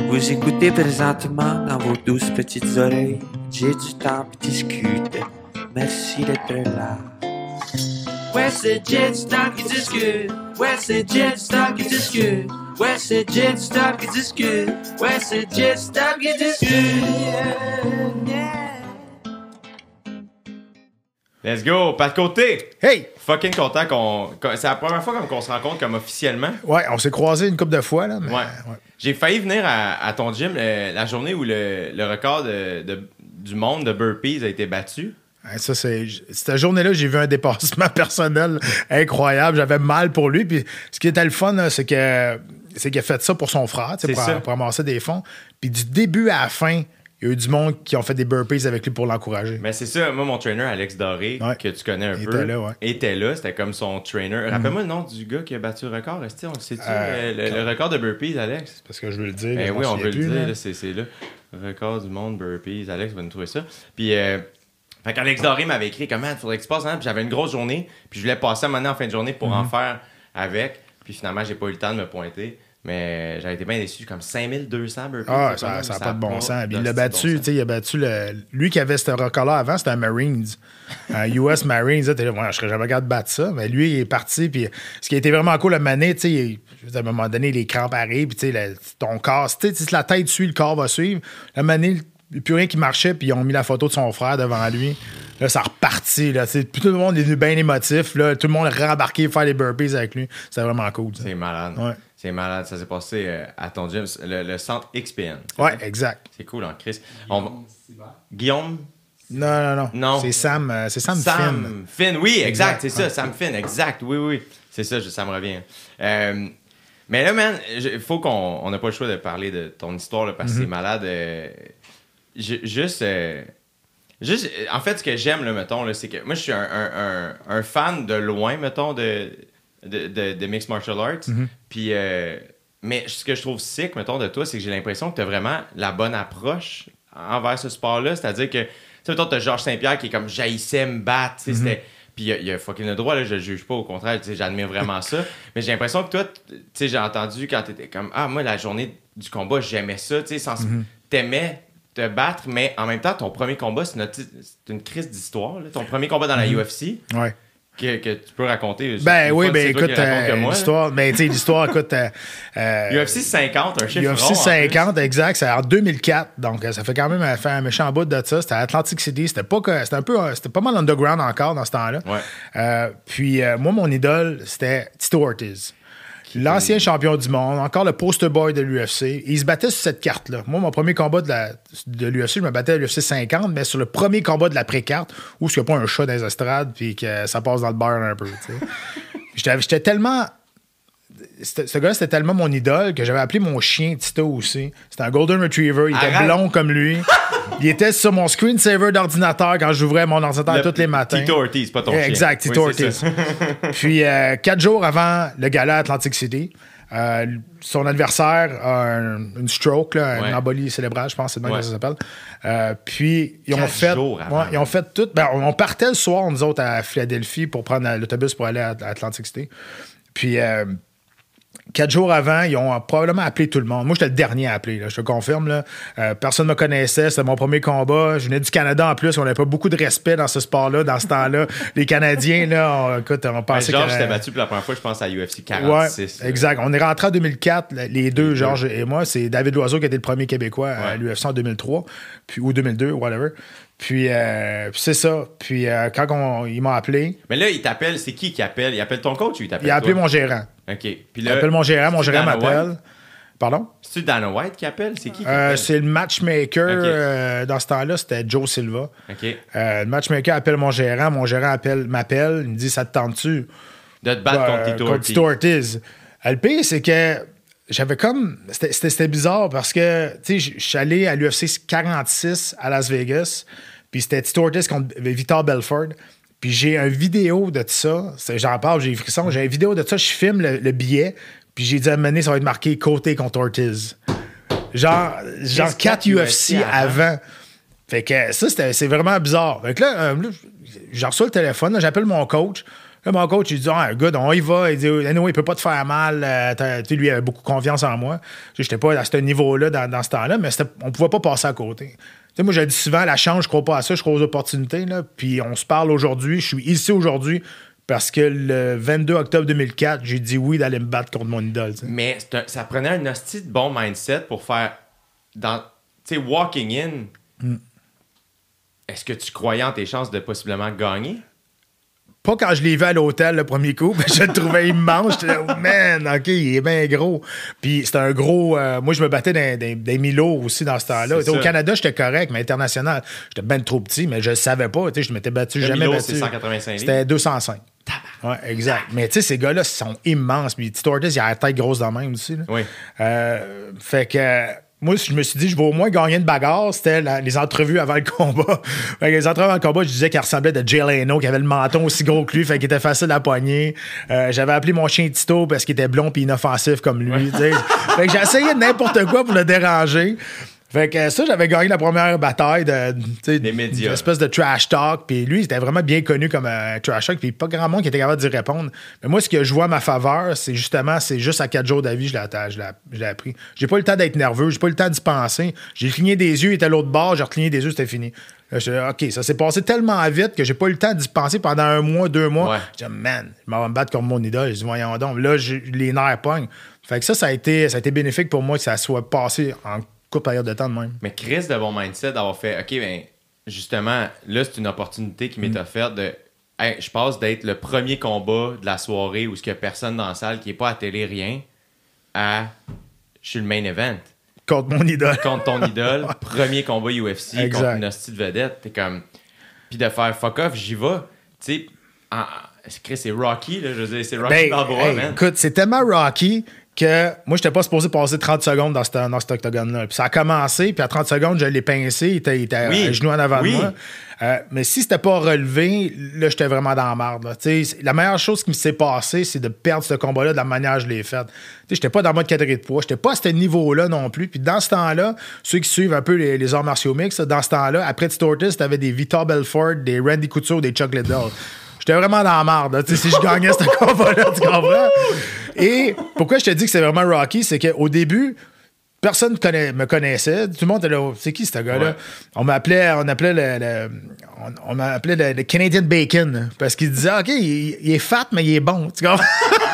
Vous écoutez présentement dans vos douces petites oreilles. J'ai du temps pour discuter. Merci d'être là. Ouais, c'est Jet Stop qui discute. Ouais, c'est Jet Stop qui discute. Ouais, c'est Jet Stop qui discute. Ouais, c'est Jet Stop qui discute. Let's go, pas de côté. Hey! Fucking content c'est la première fois qu'on se rencontre comme officiellement. Ouais, on s'est croisés une couple de fois, là. Mais, Ouais. J'ai failli venir à ton gym la journée où le record du monde de burpees a été battu. Ouais, ça, cette journée-là, j'ai vu un dépassement personnel incroyable. J'avais mal pour lui. Puis ce qui était le fun, là, c'est qu'il a fait ça pour son frère, pour ramasser des fonds. Puis du début à la fin, il y a eu du monde qui ont fait des burpees avec lui pour l'encourager. Mais c'est ça, moi, mon trainer, Alex Doré, que tu connais un peu, était là. C'était comme son trainer. Rappelle-moi le nom du gars qui a battu le record. Est-ce on le sait-tu? Le record de burpees, Alex? Parce que je veux le dire. Oui, on veut le dire. Là, c'est là. Record du monde burpees. Alex va nous trouver ça. Puis, fait qu'Alex Doré m'avait écrit comment il faudrait que tu passes. Puis j'avais une grosse journée. Puis je voulais passer à un moment donné en fin de journée pour en faire avec. Puis finalement, j'ai pas eu le temps de me pointer. Mais j'avais été bien déçu, comme 5200 burpees. Ah, ça n'a pas de bon sens. Il l'a battu, il a battu lui qui avait ce record-là avant, c'était un Marines. Un US Marines. Là, je serais jamais capable de battre ça. Mais lui, il est parti. Puis ce qui a été vraiment cool, le mané, à un moment donné, les crampes arrivent. Puis ton corps, si la tête suit, le corps va suivre. Le mané, il n'y a plus rien qui marchait. Puis ils ont mis la photo de son frère devant lui. Là, ça repartit. Là, tout le monde est devenu bien émotif. Là, tout le monde est rembarqué faire les burpees avec lui. C'était vraiment cool. Ça. C'est malade. Ouais. C'est malade. Ça s'est passé à ton gym, le centre XPN. Ouais, exact. C'est cool, hein, Chris. Guillaume? Non. C'est Sam Finn. Finn, oui, exact. C'est ça, Sam Finn, exact. Oui. C'est ça, ça me revient. Mais là, man, il faut qu'on n'a pas le choix de parler de ton histoire là, parce que c'est malade. Juste, en fait, ce que j'aime, là, mettons, là, c'est que moi, je suis un fan de loin, mettons, de Mixed Martial Arts. Puis, mais ce que je trouve sick, mettons, de toi, c'est que j'ai l'impression que tu as vraiment la bonne approche envers ce sport-là. C'est-à-dire que, tu sais, mettons, tu as Georges Saint-Pierre qui est comme j'haïssais me battre, tu sais, c'était... Puis il a fucking le droit, là, je le juge pas, au contraire, tu sais, j'admire vraiment ça. Mais j'ai l'impression que toi, tu sais, j'ai entendu quand t'étais comme, moi, la journée du combat, j'aimais ça, tu sais, t'aimais te battre, mais en même temps, ton premier combat, c'est une crise d'histoire, là. Ton premier combat dans la UFC. Ouais. Que tu peux raconter. Écoute, l'histoire, tu sais, l'histoire, écoute... UFC 50, un chiffre UFC 50, exact, c'est en 2004, donc ça fait quand même un méchant bout de ça. C'était à Atlantic City, c'était pas mal underground encore dans ce temps-là. Ouais. Puis moi, mon idole, c'était Tito Ortiz. L'ancien champion du monde, encore le poster boy de l'UFC. Il se battait sur cette carte-là. Moi, mon premier combat de l'UFC, je me battais à l'UFC 50, mais sur le premier combat de la pré-carte, où il n'y a pas un chat dans les estrades puis que ça passe dans le bar un peu. J'étais tellement... Ce gars, c'était tellement mon idole que j'avais appelé mon chien Tito aussi. C'était un Golden Retriever. Il était blond comme lui. Il était sur mon screensaver d'ordinateur quand j'ouvrais mon ordinateur tous les matins. Tito Ortiz, pas ton chien. Exact, Tito Ortiz. Puis 4 jours avant le gala à Atlantic City, son adversaire a une stroke, là, une embolie cérébrale, je pense, c'est le même que ça s'appelle. Puis ils ont fait tout. On partait le soir, nous autres, à Philadelphie pour prendre l'autobus pour aller à Atlantic City. Puis 4 jours avant, ils ont probablement appelé tout le monde. Moi, j'étais le dernier à appeler, là, je te confirme. Là. Personne ne me connaissait. C'était mon premier combat. Je venais du Canada en plus. On n'avait pas beaucoup de respect dans ce sport-là, dans ce temps-là. Les Canadiens, là, on pensait que... Georges s'était battu pour la première fois, je pense, à UFC 46. Ouais, exact. On est rentré en 2004, les deux, Georges et moi. C'est David Loiseau qui a été le premier Québécois à l'UFC en 2003, ou 2002, whatever. Puis c'est ça. Puis quand ils m'ont appelé... Mais là, il t'appelle, c'est qui appelle? Il appelle ton coach ou il t'appelle Il a appelé mon gérant. OK. Puis là, il appelle mon gérant m'appelle. Pardon? C'est-tu Dana White qui appelle? C'est qui appelle? C'est le matchmaker. Okay. Dans ce temps-là, c'était Joe Silva. OK. Le matchmaker appelle mon gérant m'appelle. Il me dit, ça te tente-tu? De te battre contre Tito Ortiz. Le pire, c'est que j'avais comme... C'était bizarre parce que, tu sais, je suis allé à l'UFC 46 à Las Vegas, puis c'était Tito Ortiz contre Vitor Belfort. Puis j'ai une vidéo de ça. J'en parle, j'ai les frissons. J'ai une vidéo de ça, je filme le billet, puis j'ai dit à un moment donné, ça va être marqué côté contre Ortiz. Genre 4 UFC avant. Fait que ça, c'est vraiment bizarre. Fait que là, j'en reçois le téléphone, là, j'appelle mon coach. Là, mon coach, il dit, good, on y va. Il dit, anyway, il peut pas te faire mal. Lui, il avait beaucoup confiance en moi. J'étais pas à ce niveau-là dans ce temps-là, mais on pouvait pas passer à côté. T'sais, moi, je dis souvent, la chance, je crois pas à ça, je crois aux opportunités. Là. Puis on se parle aujourd'hui, je suis ici aujourd'hui parce que le 22 octobre 2004, j'ai dit oui d'aller me battre contre mon idole. T'sais. Mais ça prenait un hostie de bon mindset pour faire, walking in, est-ce que tu croyais en tes chances de possiblement gagner? Pas quand je l'ai vu à l'hôtel le premier coup, je le trouvais immense. J'étais là, oh man, OK, il est bien gros. Puis c'était un gros... moi, je me battais des Milo aussi dans ce temps-là. Au Canada, j'étais correct, mais international, j'étais bien trop petit, mais je le savais pas. Je m'étais battu, jamais Milo, battu. C'est 185 livres? C'était 205. Ouais, exact. Mais tu sais, ces gars-là sont immenses. Puis Tito Ortiz, il a la tête grosse dans même aussi. Là. Oui. Fait que... Moi, je me suis dit, je vais au moins gagner une bagarre. C'était les entrevues avant le combat. Les entrevues avant le combat, je disais qu'il ressemblait à Jay Leno, qui avait le menton aussi gros que lui, fait qu'il était facile à poigner. J'avais appelé mon chien Tito parce qu'il était blond et inoffensif comme lui. Fait que j'ai essayé de n'importe quoi pour le déranger. Fait que ça, j'avais gagné la première bataille des médias. Une espèce de trash talk. Puis lui, il était vraiment bien connu comme un trash talk. Puis pas grand monde qui était capable d'y répondre. Mais moi, ce que je vois à ma faveur, c'est juste à 4 jours d'avis, je l'ai appris. J'ai pas eu le temps d'être nerveux. J'ai pas eu le temps d'y penser. J'ai cligné des yeux, il était à l'autre bord. J'ai recligné des yeux, c'était fini. Là, je dis, OK, ça s'est passé tellement vite que j'ai pas eu le temps d'y penser pendant 1 mois, 2 mois. Ouais. Je dis, man, je m'en vais me battre comme mon idole. Je dis, voyons donc. Là, les nerfs pognent. Fait que ça a été bénéfique pour moi que ça soit passé en courte période de temps de même. Mais Chris, de bon mindset d'avoir fait, OK, ben justement, là, c'est une opportunité qui m'est offerte de... Hey, je passe d'être le premier combat de la soirée où il n'y a personne dans la salle qui n'est pas à télé, rien, à... Je suis le main event. Contre mon idole. Contre ton idole. Premier combat UFC exact. contre une hostie de vedette. T'es comme... Puis de faire fuck off, j'y vais. Tu sais, c'est Rocky, là. Je veux dire, c'est Rocky Balboa, man. Écoute, c'est tellement Rocky que moi, j'étais pas supposé passer 30 secondes dans cet octogone-là. Puis ça a commencé, puis à 30 secondes, je l'ai pincé, il était à genoux en avant de moi. Mais si c'était pas relevé, là, j'étais vraiment dans la marde. Là. La meilleure chose qui me s'est passée, c'est de perdre ce combat-là de la manière que je l'ai fait. J'étais pas dans le mode catégorie de poids, j'étais pas à ce niveau-là non plus. Puis dans ce temps-là, ceux qui suivent un peu les arts martiaux mixtes, dans ce temps-là, après Tito Ortiz, t'avais des Vitor Belfort, des Randy Couture, des Chuck Liddell. J'étais vraiment dans la marde. Si je gagnais ce combat-là, tu comprends? Et pourquoi je te dis que c'est vraiment Rocky, c'est qu'au début, personne me connaissait. Tout le monde était là. C'est qui ce gars-là? Ouais. On m'appelait le Canadian Bacon parce qu'il disait, OK, il est fat, mais il est bon. Tu comprends?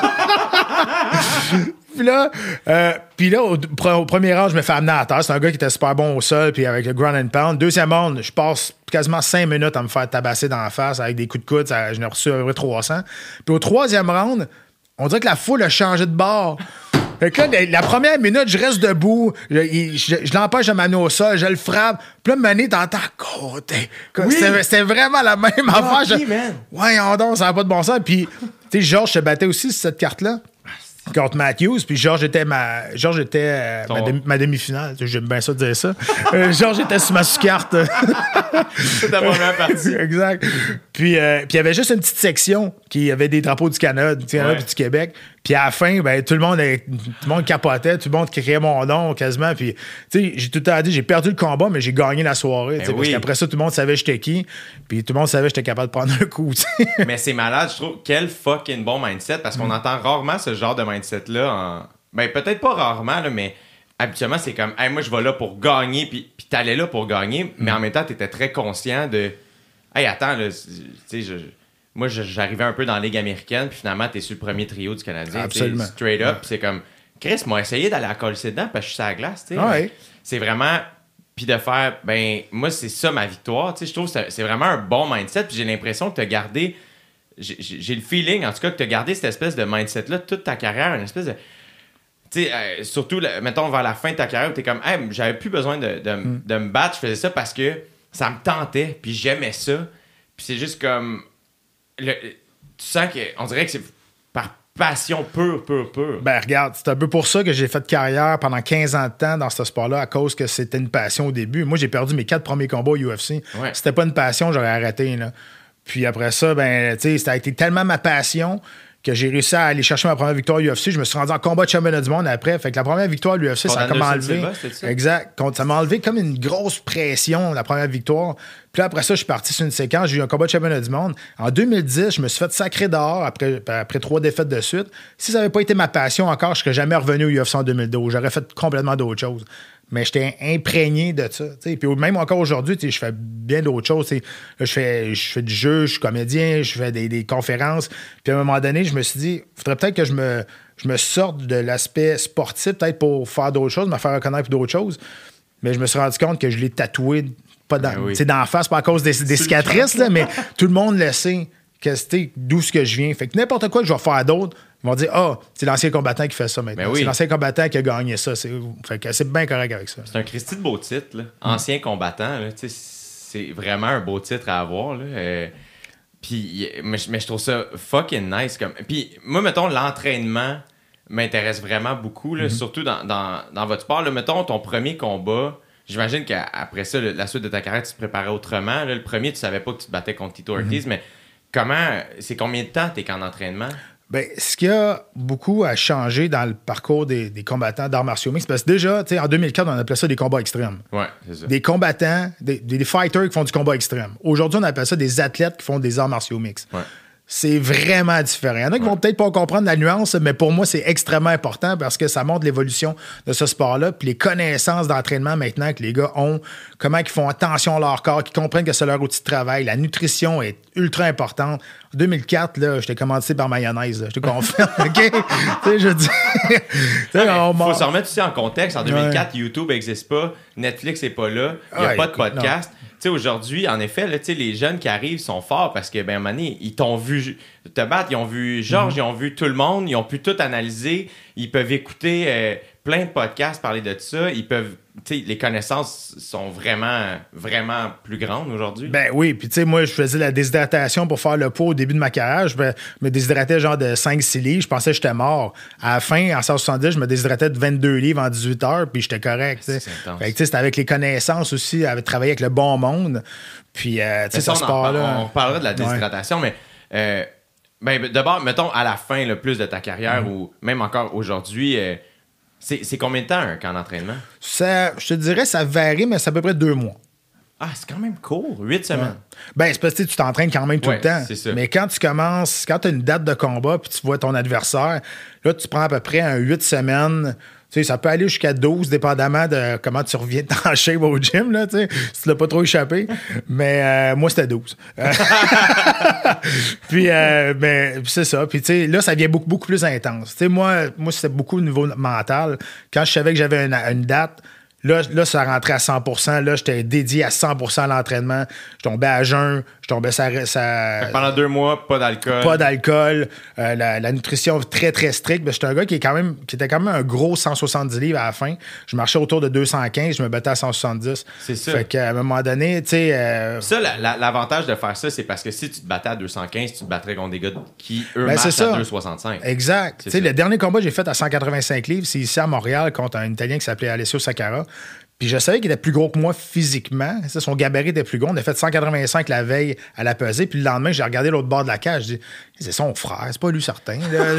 Puis là, au premier round, je me fais amener à terre. C'est un gars qui était super bon au sol, puis avec le ground and pound. Deuxième round, je passe quasiment 5 minutes à me faire tabasser dans la face avec des coups de coude. J'en ai reçu à peu près 300. Puis au troisième round, on dirait que la foule a changé de bord. Fait que là, la première minute, je reste debout, je l'empêche de m'amener au sol, je le frappe. Puis là, Mané, t'entends côté. Oui. C'était vraiment la même affaire. Ouais, ça n'a pas de bon sens. Puis, tu sais, Georges se battait aussi sur cette carte-là. Contre Matthews, puis Georges était ma demi-finale. J'aime bien ça de dire ça. Georges était sur ma sous-carte. C'est ta première partie. Exact. Puis il y avait juste une petite section qui avait des drapeaux du Canada puis du Québec. Puis à la fin, ben, tout le monde capotait, tout le monde criait mon nom quasiment. Puis, tu sais, j'ai tout le temps dit, j'ai perdu le combat, mais j'ai gagné la soirée. Parce qu'après ça, tout le monde savait j'étais qui. Puis tout le monde savait que j'étais capable de prendre un coup. T'sais. Mais c'est malade, je trouve. Quel fucking bon mindset. Parce qu'on entend rarement ce genre de mindset-là. Ben, peut-être pas rarement, là, mais habituellement, c'est comme, hey, moi, je vais là pour gagner. Puis t'allais là pour gagner. Mais en même temps, t'étais très conscient de, hey, attends, là, tu sais, moi, j'arrivais un peu dans la Ligue américaine, puis finalement, t'es sur le premier trio du Canadien. Absolument. Straight up, c'est comme, Chris m'a essayé d'aller à coller dedans parce que je suis sur la glace, tu sais. Ouais. C'est vraiment, puis de faire, ben, moi, c'est ça ma victoire, tu sais. Je trouve que c'est vraiment un bon mindset, puis j'ai l'impression que t'as gardé, j'ai le feeling, en tout cas, que t'as gardé cette espèce de mindset-là toute ta carrière, une espèce de, tu sais, surtout, mettons, vers la fin de ta carrière, où t'es comme, hey, j'avais plus besoin de me battre, je faisais ça parce que ça me tentait, puis j'aimais ça, puis c'est juste comme, tu sens qu'on dirait que c'est par passion pure. Ben regarde, c'est un peu pour ça que j'ai fait carrière pendant 15 ans de temps dans ce sport-là, à cause que c'était une passion au début. Moi, j'ai perdu mes 4 premiers combats au UFC. Ouais. C'était pas une passion, j'aurais arrêté. Là. Puis après ça, ben, tu sais, ça a été tellement ma passion que j'ai réussi à aller chercher ma première victoire à l'UFC. Je me suis rendu en combat de championnat du monde après. Fait que la première victoire à l'UFC, ça a comme enlevé. Exact. Ça m'a enlevé comme une grosse pression, la première victoire. Puis là, après ça, je suis parti sur une séquence. J'ai eu un combat de championnat du monde. En 2010, je me suis fait sacrer dehors après 3 défaites de suite. Si ça n'avait pas été ma passion encore, je serais jamais revenu au UFC en 2012. J'aurais fait complètement d'autres choses. Mais j'étais imprégné de ça. T'sais. Puis même encore aujourd'hui, je fais bien d'autres choses. Là, je fais du jeu, je suis comédien, je fais des conférences. Puis à un moment donné, je me suis dit, il faudrait peut-être que je me sorte de l'aspect sportif, peut-être pour faire d'autres choses, me faire reconnaître pour d'autres choses. Mais je me suis rendu compte que je l'ai tatoué, pas dans la face, pas à cause des cicatrices, là, mais tout le monde le sait, d'où ce que je viens. Fait que n'importe quoi que je vais faire d'autre, ils vont dire c'est l'ancien combattant qui fait ça maintenant. C'est l'ancien combattant qui a gagné ça. Fait que c'est bien correct avec ça. C'est un Christy de beau titre, là. Ancien combattant, là, c'est vraiment un beau titre à avoir. Là. Mais je trouve ça fucking nice. Puis moi, mettons, l'entraînement m'intéresse vraiment beaucoup, là, surtout dans votre sport. Là, mettons, ton premier combat, j'imagine qu'après ça, la suite de ta carrière, tu te préparais autrement. Là, le premier, tu savais pas que tu te battais contre Tito Ortiz, mais c'est combien de temps t'es qu'en entraînement? Ben, ce qui a beaucoup à changer dans le parcours des combattants d'arts martiaux mixtes, parce que déjà, en 2004, on appelait ça des combats extrêmes. Ouais, c'est ça. Des combattants, des fighters qui font du combat extrême. Aujourd'hui, on appelle ça des athlètes qui font des arts martiaux mixtes. Ouais. C'est vraiment différent. Il y en a qui vont peut-être pas comprendre la nuance, mais pour moi, c'est extrêmement important parce que ça montre l'évolution de ce sport-là, puis les connaissances d'entraînement maintenant que les gars ont, comment ils font attention à leur corps, qu'ils comprennent que c'est leur outil de travail. La nutrition est ultra importante. En 2004, là, j'étais commandité par mayonnaise. Je te confirme, OK? Tu sais, je dis... Il faut se remettre aussi en contexte. En 2004, YouTube n'existe pas, Netflix n'est pas là, il n'y a pas de podcast. Aujourd'hui, en effet, là, les jeunes qui arrivent sont forts parce que, ben, à un moment donné, ils t'ont vu te battre, ils ont vu Georges, ils ont vu tout le monde, ils ont pu tout analyser, ils peuvent écouter plein de podcasts parler de ça, ils peuvent, les connaissances sont vraiment, vraiment plus grandes aujourd'hui. Ben oui, puis tu sais, moi, je faisais la déshydratation pour faire le pot au début de ma carrière, je me déshydratais genre de 5-6 livres, je pensais que j'étais mort. À la fin, en 170, je me déshydratais de 22 livres en 18 heures, puis j'étais correct. Fait que c'était avec les connaissances aussi, avec travailler avec le bon monde, puis tu sais, ce sport-là... On parlera de la déshydratation, mais... ben, d'abord, mettons, à la fin, le plus de ta carrière, ou même encore aujourd'hui... C'est combien de temps un camp d'entraînement? Je te dirais, ça varie, mais c'est à peu près 2 mois. Ah, c'est quand même court, 8 semaines. Ouais. Ben, c'est parce que tu t'entraînes quand même tout le temps. C'est ça. Mais quand tu commences, quand tu as une date de combat puis tu vois ton adversaire, là, tu prends à peu près 8 semaines. Tu sais, ça peut aller jusqu'à 12, dépendamment de comment tu reviens en shape au gym, là, tu sais, si tu l'as pas trop échappé. Mais moi, c'était 12. Puis, c'est ça. Puis, tu sais, là, ça devient beaucoup, beaucoup plus intense. Tu sais, moi, c'était beaucoup au niveau mental. Quand je savais que j'avais une date, là, ça rentrait à 100%. Là, j'étais dédié à 100% à l'entraînement. Je tombais à jeun. Je tombais pendant 2 mois, pas d'alcool. Pas d'alcool. La nutrition très, très stricte. J'étais un gars qui était quand même un gros 170 livres à la fin. Je marchais autour de 215. Je me battais à 170. C'est ça. Fait qu'à un moment donné, tu sais... Ça, l'avantage de faire ça, c'est parce que si tu te battais à 215, tu te battrais contre des gars qui, eux, marchent à 265. Exact. Tu sais, le dernier combat que j'ai fait à 185 livres, c'est ici à Montréal contre un Italien qui s'appelait Alessio Sakara. Puis je savais qu'il était plus gros que moi physiquement. Son gabarit était plus gros. On a fait 185 la veille à la pesée. Puis le lendemain, j'ai regardé l'autre bord de la cage. Je dis, c'est son frère, c'est pas lui certain.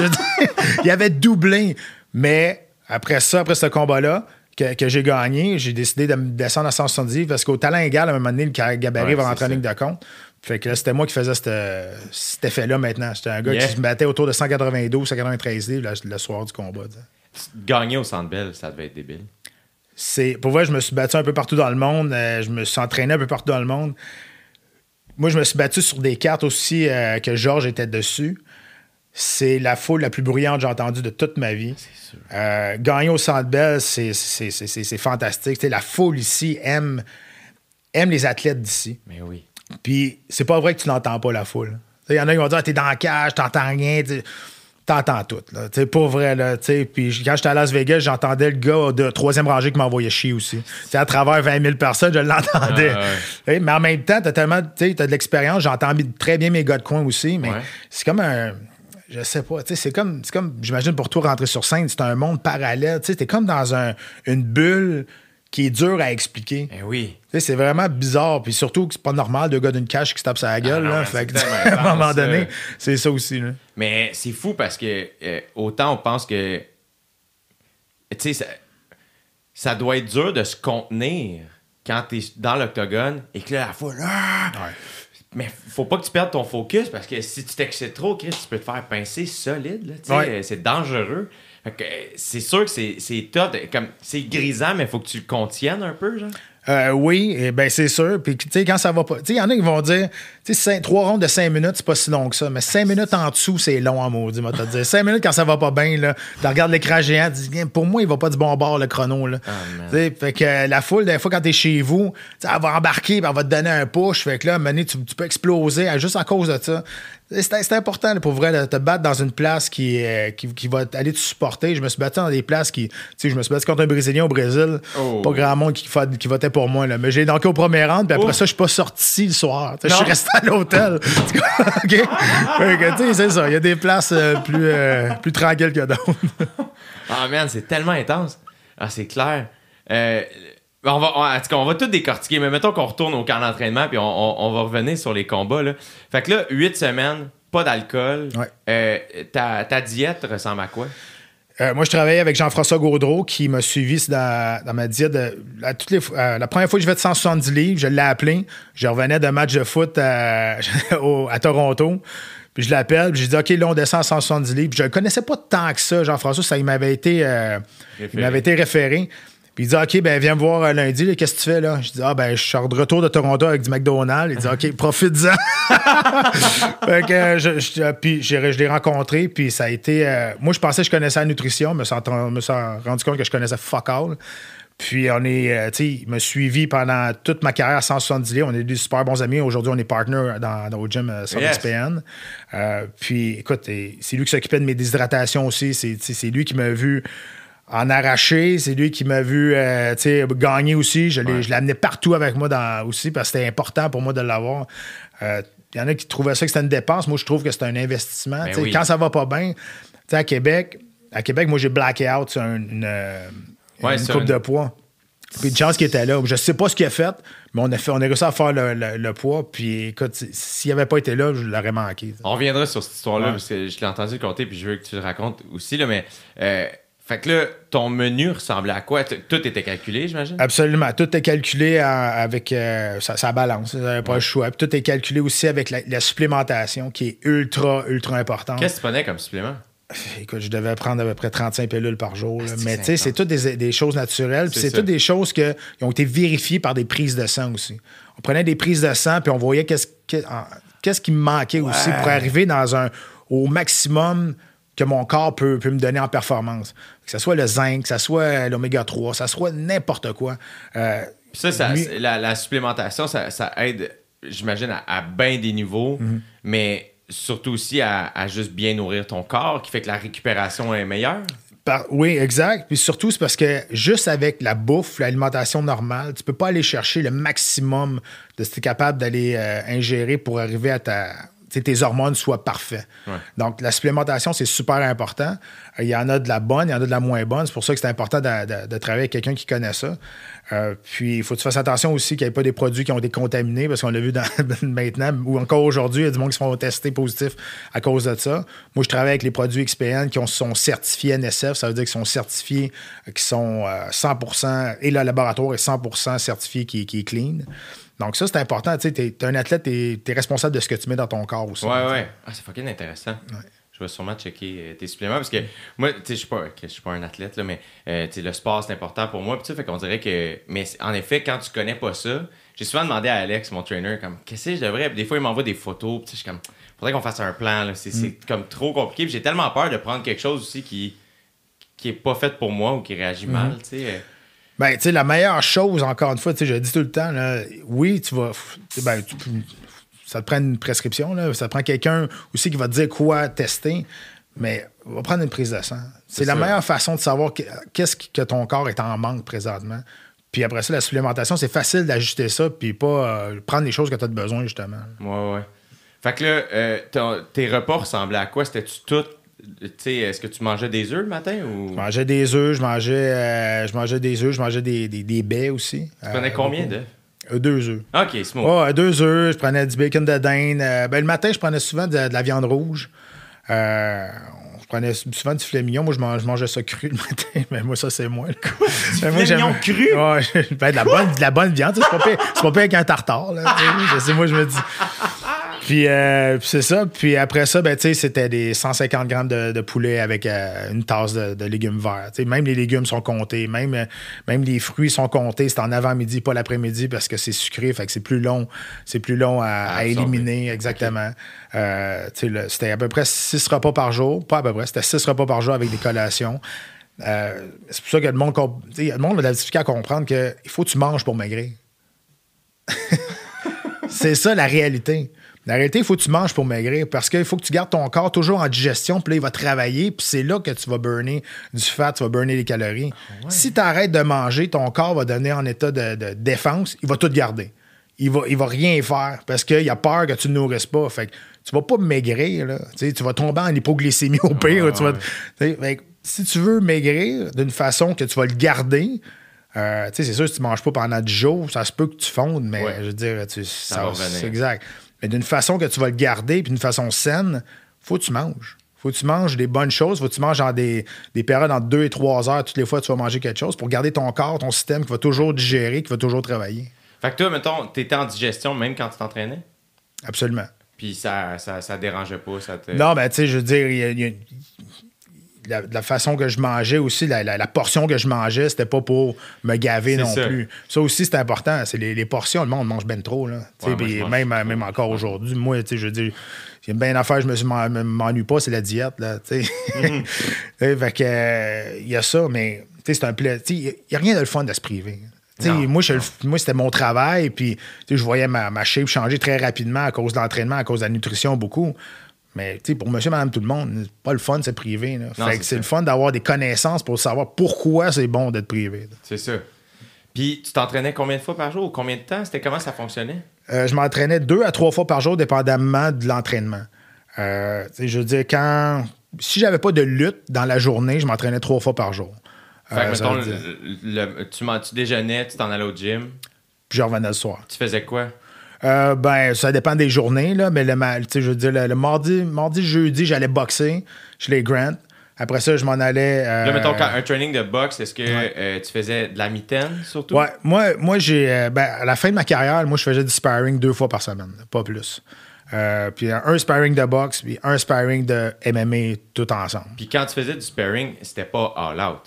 Il avait doublé. Mais après ce combat-là, que j'ai gagné, j'ai décidé de me descendre à 170 parce qu'au talent égal, à un moment donné, le gabarit va rentrer en ligne de compte. Fait que là, c'était moi qui faisais cet effet-là maintenant. J'étais un gars qui se battait autour de 192, 193 livres le soir du combat. Gagner au Centre Bell, ça devait être débile. Pour vrai, je me suis battu un peu partout dans le monde. Je me suis entraîné un peu partout dans le monde. Moi, je me suis battu sur des cartes aussi que Georges était dessus. C'est la foule la plus bruyante que j'ai entendue de toute ma vie. C'est sûr. Gagner au Centre Bell, c'est fantastique. T'sais, la foule ici aime les athlètes d'ici. Mais oui. Puis, c'est pas vrai que tu n'entends pas la foule. Il y en a qui vont dire t'es dans la cage, t'entends rien. T'entends tout, là. T'sais, pour vrai, là. Puis quand j'étais à Las Vegas, j'entendais le gars de 3e rangée qui m'envoyait chier aussi. T'sais, à travers 20 000 personnes, je l'entendais. Mais en même temps, t'as de l'expérience. J'entends très bien mes gars de coin aussi, mais c'est comme un... Je sais pas, c'est comme, j'imagine pour toi, rentrer sur scène, c'est un monde parallèle. T'es comme dans une bulle qui est dure à expliquer. Eh oui. C'est vraiment bizarre. Puis surtout que c'est pas normal de gars d'une cage qui se tape sa gueule. Là. Fait que, à un moment donné, c'est ça aussi. Là. Mais c'est fou parce que autant on pense que ça doit être dur de se contenir quand t'es dans l'octogone et que là, la foule... Mais faut pas que tu perdes ton focus parce que si tu t'excites trop, Chris, tu peux te faire pincer solide. Là, c'est dangereux. Fait que, c'est sûr que c'est tough. Comme, c'est grisant, mais faut que tu le contiennes un peu, genre. Oui, ben c'est sûr. Puis, tu sais, quand ça va pas. Tu sais, il y en a qui vont dire, tu sais, 3 rondes de 5 minutes, c'est pas si long que ça. Mais 5 minutes en dessous, c'est long en maudit, moi, te dire. 5 minutes quand ça va pas bien, là, tu regardes l'écran géant, tu dis, pour moi, il va pas du bon bord, le chrono, là. Tu sais, fait que la foule, des fois, quand t'es chez vous, elle va embarquer, puis elle va te donner un push. Fait que là, à un moment donné, tu peux exploser juste à cause de ça. C'est important, là, pour vrai, de te battre dans une place qui va aller te supporter. Je me suis battu dans des places qui. Tu sais, je me suis battu contre un Brésilien au Brésil. Pas grand monde qui votait pour moi, là. Mais j'ai donc au premier round, puis après ça, je suis pas sorti le soir. Je suis resté à l'hôtel. OK? Fait que, tu sais, c'est ça. Il y a des places plus tranquilles que d'autres. Ah, man, c'est tellement intense. Ah, c'est clair. En tout cas, on va tout décortiquer, mais mettons qu'on retourne au camp d'entraînement puis on va revenir sur les combats. Là. Fait que là, 8 semaines, pas d'alcool. Ouais. Ta diète ressemble à quoi? Moi, je travaillais avec Jean-François Gaudreau qui m'a suivi dans ma diète. La première fois que je vais de 170 livres, je l'ai appelé. Je revenais d'un match de foot à Toronto. Puis je l'appelle, puis j'ai dit, OK, là, on descend à 170 livres. Puis je ne connaissais pas tant que ça, Jean-François. Il m'avait été référé. Puis il dit, OK, ben viens me voir lundi, là, qu'est-ce que tu fais là? Je dis, ben je suis de retour de Toronto avec du McDonald's. Il dit, OK, profite-en. Fait que puis je l'ai rencontré, puis ça a été. Moi, je pensais que je connaissais la nutrition, mais je me suis rendu compte que je connaissais fuck all. Puis il m'a suivi pendant toute ma carrière à 170 livres. On est des super bons amis. Aujourd'hui, on est partners au gym SPN. Puis écoute, c'est lui qui s'occupait de mes déshydratations aussi. C'est lui qui m'a vu en arracher, c'est lui qui m'a vu gagner aussi. Je l'ai amené partout avec moi aussi parce que c'était important pour moi de l'avoir. Il y en a qui trouvaient ça que c'était une dépense. Moi, je trouve que c'est un investissement. Oui. Quand ça va pas bien, à Québec, moi, j'ai blacké out sur une coupe de poids. Puis une chance qu'il était là. Je sais pas ce qu'il a fait, mais on a réussi à faire le poids. Puis écoute, s'il n'avait pas été là, je l'aurais manqué. On reviendra sur cette histoire-là parce que je l'ai entendu compter puis je veux que tu le racontes aussi. Là, mais fait que là, ton menu ressemblait à quoi? Tout était calculé, j'imagine? Absolument. Tout est calculé avec sa balance. Pas le choix. Puis tout est calculé aussi avec la supplémentation qui est ultra, ultra importante. Qu'est-ce que tu prenais comme supplément? Écoute, je devais prendre à peu près 35 pilules par jour. Mais tu sais, c'est toutes des choses naturelles. Puis c'est toutes des choses qui ont été vérifiées par des prises de sang aussi. On prenait des prises de sang puis on voyait qu'est-ce qui me manquait aussi pour arriver au maximum que mon corps peut me donner en performance. Que ce soit le zinc, que ce soit l'oméga 3, que ce soit n'importe quoi. La supplémentation, ça aide, j'imagine, à bien des niveaux, mais surtout aussi à juste bien nourrir ton corps, qui fait que la récupération est meilleure. Oui, exact. Puis surtout, c'est parce que juste avec la bouffe, l'alimentation normale, tu peux pas aller chercher le maximum de ce que tu es capable d'aller ingérer pour arriver à tes hormones soient parfaites. Ouais. Donc, la supplémentation, c'est super important. Il y en a de la bonne, il y en a de la moins bonne. C'est pour ça que c'est important de travailler avec quelqu'un qui connaît ça. Puis, il faut que tu fasses attention aussi qu'il n'y ait pas des produits qui ont été contaminés, parce qu'on l'a vu maintenant, ou encore aujourd'hui, il y a du monde qui se font tester positifs à cause de ça. Moi, je travaille avec les produits XPN qui sont certifiés NSF. Ça veut dire qu'ils sont certifiés, qui sont 100%, et le laboratoire est 100% certifié qui est clean. Donc ça, c'est important. Tu sais, t'es un athlète, t'es responsable de ce que tu mets dans ton corps aussi. Ouais. Ah, c'est fucking intéressant. Ouais. Je vais sûrement checker tes suppléments parce que moi, tu sais, je suis pas un athlète, là, mais le sport, c'est important pour moi. Puis, fait qu'on dirait que... Mais en effet, quand tu connais pas ça, j'ai souvent demandé à Alex, mon trainer, comme, qu'est-ce que je devrais... Puis des fois, il m'envoie des photos. Puis je suis comme, faudrait qu'on fasse un plan. Là. C'est comme trop compliqué. Puis j'ai tellement peur de prendre quelque chose aussi qui est pas fait pour moi ou qui réagit mal, tu sais... Ben, tu sais, la meilleure chose, encore une fois, tu sais, je le dis tout le temps, là, oui, tu vas... ça te prend une prescription, là, ça te prend quelqu'un aussi qui va te dire quoi tester, mais va prendre une prise de sang. C'est la meilleure façon de savoir qu'est-ce que ton corps est en manque présentement. Puis après ça, la supplémentation, c'est facile d'ajuster ça, puis pas prendre les choses que tu as besoin, justement. Ouais. Fait que là, tes repas ressemblaient à quoi? C'était-tu tout... T'sais, est-ce que tu mangeais des œufs le matin ou... Je mangeais des œufs, je mangeais des baies aussi. Tu prenais combien d'œufs? 2 œufs. OK, smooth. 2 œufs, je prenais du bacon de dinde. Le matin, je prenais souvent de la viande rouge. je prenais souvent du filet mignon. Moi, je mangeais ça cru le matin. Mais moi, ça, c'est moi. Du filet mignon cru? Ouais, ben, de la bonne viande. C'est pas pire avec un tartare. Là, c'est moi, je me dis. Puis c'est ça. Puis après ça, ben, c'était des 150 grammes de poulet avec une tasse de légumes verts. T'sais, même les légumes sont comptés. Même les fruits sont comptés. C'est en avant-midi, pas l'après-midi, parce que c'est sucré. Fait que c'est plus long à éliminer. Exactement. Okay. C'était à peu près 6 repas par jour. Pas à peu près. C'était 6 repas par jour avec des collations. C'est pour ça que le monde a de la difficulté à comprendre qu'il faut que tu manges pour maigrir. C'est ça, la réalité. La réalité, il faut que tu manges pour maigrir parce qu'il faut que tu gardes ton corps toujours en digestion, puis là, il va travailler, puis c'est là que tu vas burner du fat, tu vas burner les calories. Ouais. Si tu arrêtes de manger, ton corps va donner en état de défense, il va tout garder. Il va rien faire parce qu'il a peur que tu ne nourrisses pas. Fait que tu vas pas maigrir, là. Tu vas tomber en hypoglycémie au pire. Fait que, si tu veux maigrir d'une façon que tu vas le garder, c'est sûr, si tu ne manges pas pendant 10 jours, ça se peut que tu fondes, mais je veux dire, ça va revenir. C'est exact. Mais d'une façon que tu vas le garder, puis d'une façon saine, faut que tu manges. Faut que tu manges des bonnes choses. Faut que tu manges dans des périodes entre 2 et 3 heures. Toutes les fois, tu vas manger quelque chose pour garder ton corps, ton système qui va toujours digérer, qui va toujours travailler. Fait que toi, mettons, tu étais en digestion même quand tu t'entraînais? Absolument. Puis ça dérangeait pas? Non, ben tu sais, je veux dire, la façon que je mangeais aussi, la portion que je mangeais, c'était pas pour me gaver plus. Ça aussi, c'est important. C'est les portions. Le monde mange ben trop. Là. Ouais, même encore aujourd'hui. Moi, je veux dire, il y a bien une affaire, je m'ennuie pas, c'est la diète. Là, fait que, il y a ça, mais c'est un plaisir. Il n'y a rien de le fun de se priver. Moi, c'était mon travail, puis je voyais ma shape changer très rapidement à cause de l'entraînement, à cause de la nutrition, beaucoup. Mais pour monsieur, madame, tout le monde, c'est pas le fun de se priver. Là. Fait que c'est le fun d'avoir des connaissances pour savoir pourquoi c'est bon d'être privé. Là. C'est ça. Puis, tu t'entraînais combien de fois par jour? Combien de temps? Comment ça fonctionnait? Je m'entraînais 2 à 3 fois par jour, dépendamment de l'entraînement. Je veux dire, si j'avais pas de lutte dans la journée, je m'entraînais 3 fois par jour. Fait que, mettons, tu déjeunais, tu t'en allais au gym. Puis je revenais le soir. Tu faisais quoi? Ça dépend des journées, là, mais je veux dire, le mardi, jeudi, j'allais boxer chez les Grant. Après ça, je m'en allais. Là, mettons, un training de boxe, est-ce que tu faisais de la mitaine surtout? Ouais, moi j'ai. À la fin de ma carrière, moi, je faisais du sparring 2 fois par semaine, pas plus. Puis un sparring de boxe, puis un sparring de MMA tout ensemble. Puis quand tu faisais du sparring, c'était pas all out?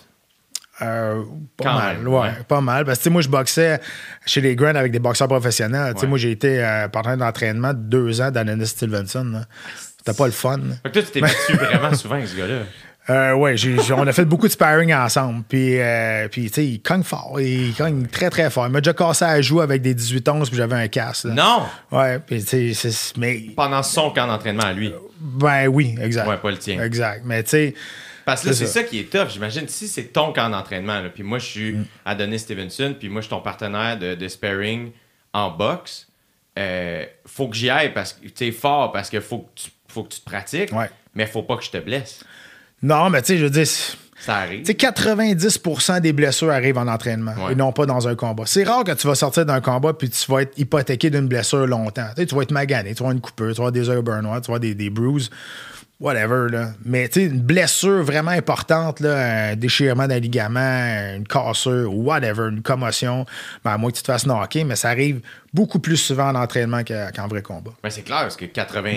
Pas mal, ouais, pas mal. Parce que moi, je boxais chez les Grant avec des boxeurs professionnels. Ouais. Moi, j'ai été partenaire d'entraînement de 2 ans d'Ananis Stevenson. Là. C'était pas le fun. Fait que toi, tu t'es battu vraiment souvent avec ce gars-là. Oui, on a fait beaucoup de sparring ensemble. Puis tu sais, il cogne fort. Il cogne très, très fort. Il m'a déjà cassé à la joue avec des 18-11 puis j'avais un casse. Là. Non! Ouais, puis tu sais, mais... Pendant son camp d'entraînement à lui? Ben oui, exact. Ouais, pas le tien. Exact. Mais tu sais... Parce que là, c'est ça qui est tough. J'imagine, si c'est ton camp d'entraînement, là, puis moi, je suis Adonis Stevenson, puis moi, je suis ton partenaire de sparring en boxe, faut que j'y aille parce que tu es fort, parce que faut que tu te pratiques, mais faut pas que je te blesse. Non, mais tu sais, je veux dire... Ça arrive. Tu sais, 90% des blessures arrivent en entraînement et non pas dans un combat. C'est rare que tu vas sortir d'un combat puis tu vas être hypothéqué d'une blessure longtemps. Tu sais, tu vas être magané, tu vas avoir une coupure, tu vas avoir des œils burn-out, tu vas avoir des bruises. Whatever, là. Mais, tu sais, une blessure vraiment importante, là, un déchirement d'un ligament, une cassure, whatever, une commotion, ben, à moins que tu te fasses knocker, mais ça arrive beaucoup plus souvent en entraînement qu'en vrai combat. Ben, c'est clair, parce que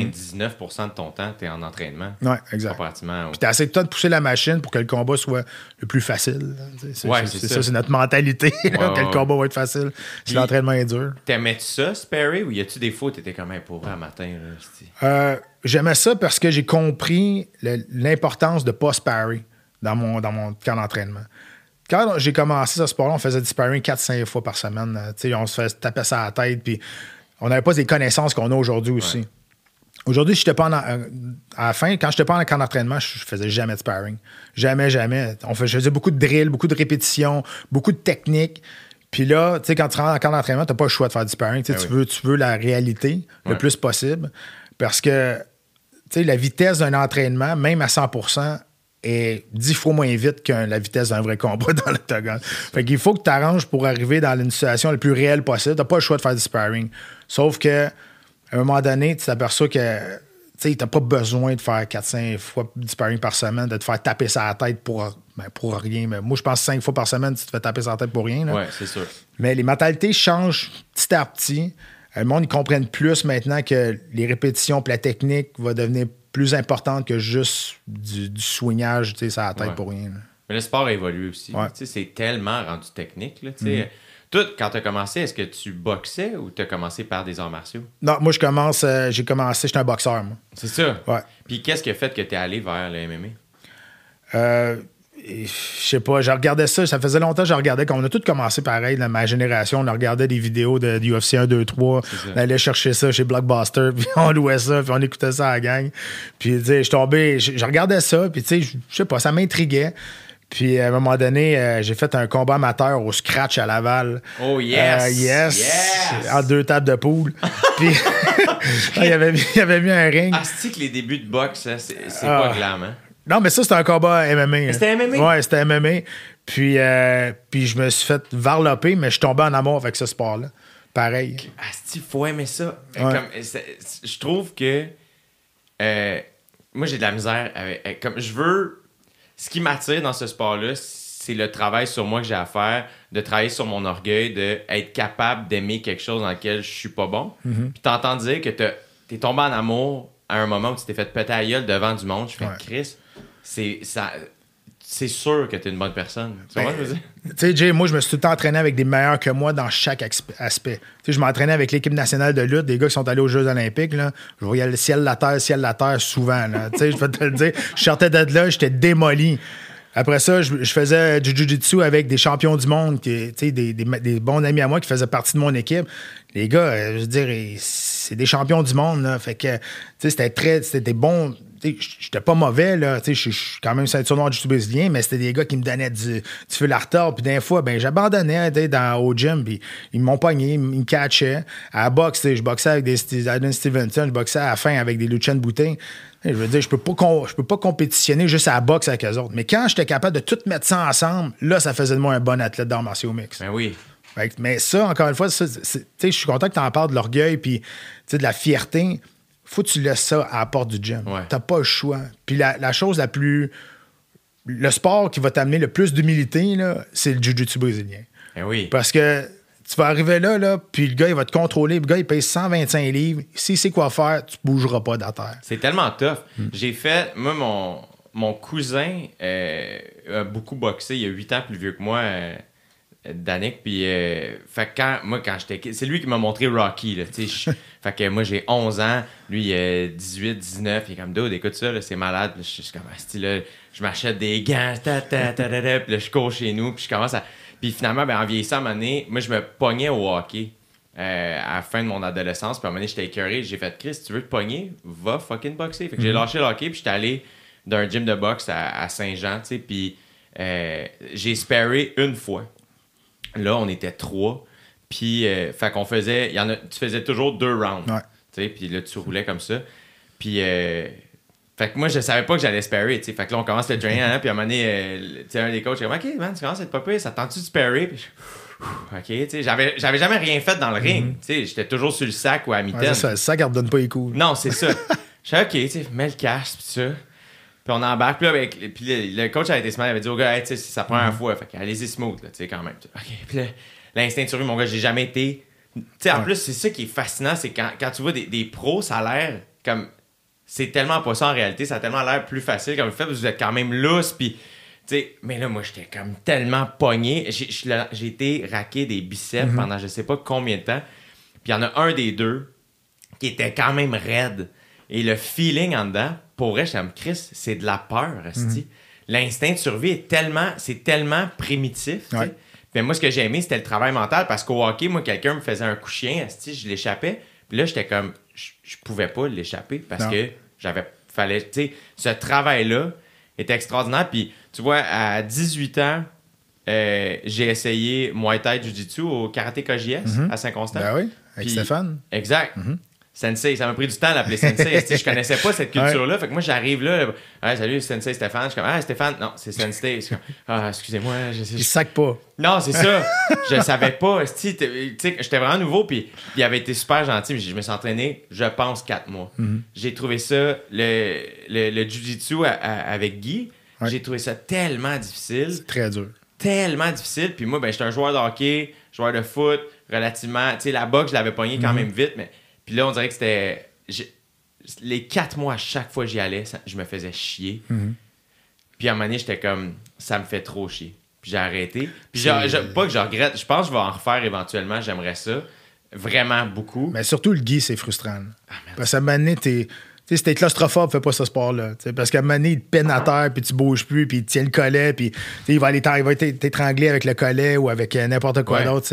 99% de ton temps, t'es en entraînement. Oui, exact. Puis t'as assez de temps de pousser la machine pour que le combat soit le plus facile. C'est ça, c'est notre mentalité, que le combat va être facile si l'entraînement est dur. T'aimais-tu ça, Sperry, ou y a-tu des fois où t'étais comme un pauvre à matin? Là, j'aimais ça parce que j'ai compris l'importance de pas sparrer dans mon camp d'entraînement. Quand j'ai commencé ce sport-là, on faisait du sparring 4-5 fois par semaine. On se fait taper ça à la tête, puis on n'avait pas les connaissances qu'on a aujourd'hui aussi. Aujourd'hui, si à la fin, quand je n'étais pas en camp d'entraînement, je faisais jamais de sparring. Jamais. Je faisais beaucoup de drills, beaucoup de répétitions, beaucoup de techniques. Puis là, tu sais, quand tu rentres en camp d'entraînement, tu n'as pas le choix de faire du sparring. Tu veux la réalité le plus possible. Parce que, tu sais, la vitesse d'un entraînement, même à 100%, est 10 fois moins vite que la vitesse d'un vrai combat dans l'octogone. Fait qu'il faut que tu t'arranges pour arriver dans une situation la plus réelle possible. Tu n'as pas le choix de faire du sparring. Sauf que, à un moment donné, tu t'aperçois que sais, t'as pas besoin de faire 4-5 fois du sparring par semaine, de te faire taper sur la tête pour rien. Mais moi, je pense 5 fois par semaine, tu te fais taper sur la tête pour rien. Oui, c'est sûr. Mais les mentalités changent petit à petit. Le monde, ils comprennent plus maintenant que les répétitions et la technique va devenir plus importante que juste du swingage, tu sais, sur la tête pour rien. Là. Mais le sport a évolué aussi. Ouais. Tu sais, c'est tellement rendu technique. Là, Toi, quand tu as commencé, est-ce que tu boxais ou tu as commencé par des arts martiaux? Non, moi, j'ai commencé, j'étais un boxeur, moi. C'est ça? Ouais. Puis qu'est-ce qui a fait que tu es allé vers le MMA? Je sais pas, je regardais ça faisait longtemps que je regardais, quand on a tous commencé pareil, dans ma génération, on regardait des vidéos de UFC 1, 2, 3, on allait chercher ça chez Blockbuster, puis on louait ça, puis on écoutait ça à la gang. Puis, tu sais, je regardais ça, puis, tu sais, je sais pas, ça m'intriguait. Puis, à un moment donné, j'ai fait un combat amateur au scratch à Laval. Oh, yes! Yes! En 2 tables de poule. Puis, il avait mis un ring. Ah, c'est que les débuts de boxe, c'est pas glam, hein? Non, mais ça, c'était un combat MMA. C'était MMA? Ouais, c'était MMA. Puis je me suis fait varloper, mais je suis tombé en amour avec ce sport-là. Pareil. Asti, faut aimer ça. Ouais. Je trouve que moi, j'ai de la misère avec comme je veux. Ce qui m'attire dans ce sport-là, c'est le travail sur moi que j'ai à faire, de travailler sur mon orgueil, d'être capable d'aimer quelque chose dans lequel je suis pas bon. Puis t'entends dire que t'es tombé en amour à un moment où tu t'es fait péter la gueule devant du monde. Je fais Chris, c'est sûr que t'es une bonne personne. Tu vois ce que je veux dire? Tu sais, Jay, moi, je me suis tout le temps entraîné avec des meilleurs que moi dans chaque aspect. Tu sais, je m'entraînais avec l'équipe nationale de lutte, des gars qui sont allés aux Jeux olympiques. Là. Je voyais le ciel, la terre souvent. Tu sais, je vais te le dire. Je sortais de là, j'étais démoli. Après ça, je faisais du jiu-jitsu avec des champions du monde, des bons amis à moi qui faisaient partie de mon équipe. Les gars, je veux dire, c'est des champions du monde. Là. Fait que, c'était bon. J'étais pas mauvais, là. Je suis quand même ceinture noire du jiu-jitsu brésilien, mais c'était des gars qui me donnaient du feu à retard. Puis des fois, j'abandonnais au gym, puis ils m'ont pogné, ils me catchaient. À la boxe, je boxais avec des Adam Stevenson, je boxais à la fin avec des Lucien Boutin. Je veux dire, je peux pas compétitionner juste à la boxe avec eux autres. Mais quand j'étais capable de tout mettre ça ensemble, là, ça faisait de moi un bon athlète d'arts martiaux mix. Ben oui. Mais ça, encore une fois, je suis content que tu en parles de l'orgueil puis de la fierté. Faut que tu laisses ça à la porte du gym. Ouais. T'as pas le choix. Puis la chose la plus... Le sport qui va t'amener le plus d'humilité, là, c'est le jiu-jitsu brésilien. Ben oui. Parce que tu vas arriver là, puis le gars, il va te contrôler. Le gars, il paye 125 livres. S'il sait quoi faire, tu bougeras pas de la terre. C'est tellement tough. J'ai fait... Moi, mon cousin a beaucoup boxé. Il a 8 ans plus vieux que moi, Danick. Puis, fait que quand j'étais... C'est lui qui m'a montré Rocky, là, tu sais. Fait que moi, j'ai 11 ans. Lui, il a 18, 19. Il est comme, dude, écoute ça, là, c'est malade. Puis je suis comme, là, je m'achète des gants, puis là, je cours chez nous. Puis je commence à... Puis finalement, en vieillissant, à un moment donné, moi, je me pognais au hockey à la fin de mon adolescence. Puis à un moment donné, j'étais écœuré. J'ai fait, Chris, si tu veux te pogner, va fucking boxer. Fait que j'ai lâché le hockey, puis j'étais allé d'un gym de boxe à Saint-Jean, tu sais. Puis j'ai sparé une fois. Là, on était 3. Puis, fait qu'on faisait... tu faisais toujours 2 rounds. Ouais. Tu sais, puis là, tu roulais comme ça. Puis, fait que moi, je savais pas que j'allais sparer, tu sais. Fait que là, on commence le training, puis à un moment donné, tu sais, un des coachs, il dit, OK, man, tu commences à être pas pire, ça te tente-tu de sparer? Puis, OK, tu sais, j'avais jamais rien fait dans le ring. Tu sais, j'étais toujours sur le sac ou à mi-temps. Ouais, ça, le sac, elle ne donne pas les coups. Non, c'est ça. Je suis OK, tu sais, mets le casque, puis ça. Puis on embarque, puis là, puis le coach avait été smart, il avait dit au gars, hey, tu sais, c'est sa première fois, fait allez-y smooth, là, tu sais, quand même. OK, puis là, l'instinct de survie, mon gars, j'ai jamais été... Tu sais, en plus, c'est ça qui est fascinant, c'est quand tu vois des pros, ça a l'air comme... C'est tellement pas ça en réalité, ça a tellement l'air plus facile comme le fait, parce que vous êtes quand même lousse, puis... Tu sais, mais là, moi, j'étais comme tellement pogné. J'ai été raqué des biceps pendant je sais pas combien de temps. Puis il y en a un des deux qui était quand même raide. Et le feeling en dedans, pour vrai, j'étais comme, Chris, c'est de la peur, esti. L'instinct de survie est tellement primitif, tu sais. Ouais. Puis moi, ce que j'ai aimé, c'était le travail mental, parce qu'au hockey, moi, quelqu'un me faisait un coup de chien, esti, je l'échappais. Puis là, j'étais comme, je pouvais pas l'échapper, parce que fallait, tu sais, ce travail-là était extraordinaire. Puis, tu vois, à 18 ans, j'ai essayé Muay Thai Jiu-Jitsu au Karaté KJS à Saint-Constant. Ben oui, avec Puis, Stéphane. Exact. Sensei, ça m'a pris du temps d'appeler Sensei. Je connaissais pas cette culture-là. Fait que moi, j'arrive là. Salut, Sensei Stéphane. Je suis comme, Stéphane. Non, c'est Sensei. Je suis comme, excusez-moi. Il sac pas. Non, c'est ça. Je savais pas. Tu sais, j'étais vraiment nouveau. Puis il avait été super gentil. Je me suis entraîné, je pense, 4 mois. Mm-hmm. J'ai trouvé ça, le jiu-jitsu avec Guy, j'ai trouvé ça tellement difficile. C'est très dur. Tellement difficile. Puis moi, j'étais un joueur de hockey, joueur de foot, relativement. Tu sais, la boxe, je l'avais pogné quand même vite. Mais puis là, on dirait que c'était... Les 4 mois, à chaque fois que j'y allais, je me faisais chier. Mm-hmm. Puis à un moment donné, j'étais comme... Ça me fait trop chier. Puis j'ai arrêté. Puis pas que je regrette. Je pense que je vais en refaire éventuellement. J'aimerais ça. Vraiment beaucoup. Mais surtout, le Guy, c'est frustrant. Parce qu'à un moment donné, si t'es claustrophobe, fais pas ce sport-là. T'sais, parce qu'à un moment donné, il te peine à terre, puis tu bouges plus, puis il te tient le collet, puis il va t'étrangler avec le collet ou avec n'importe quoi d'autre.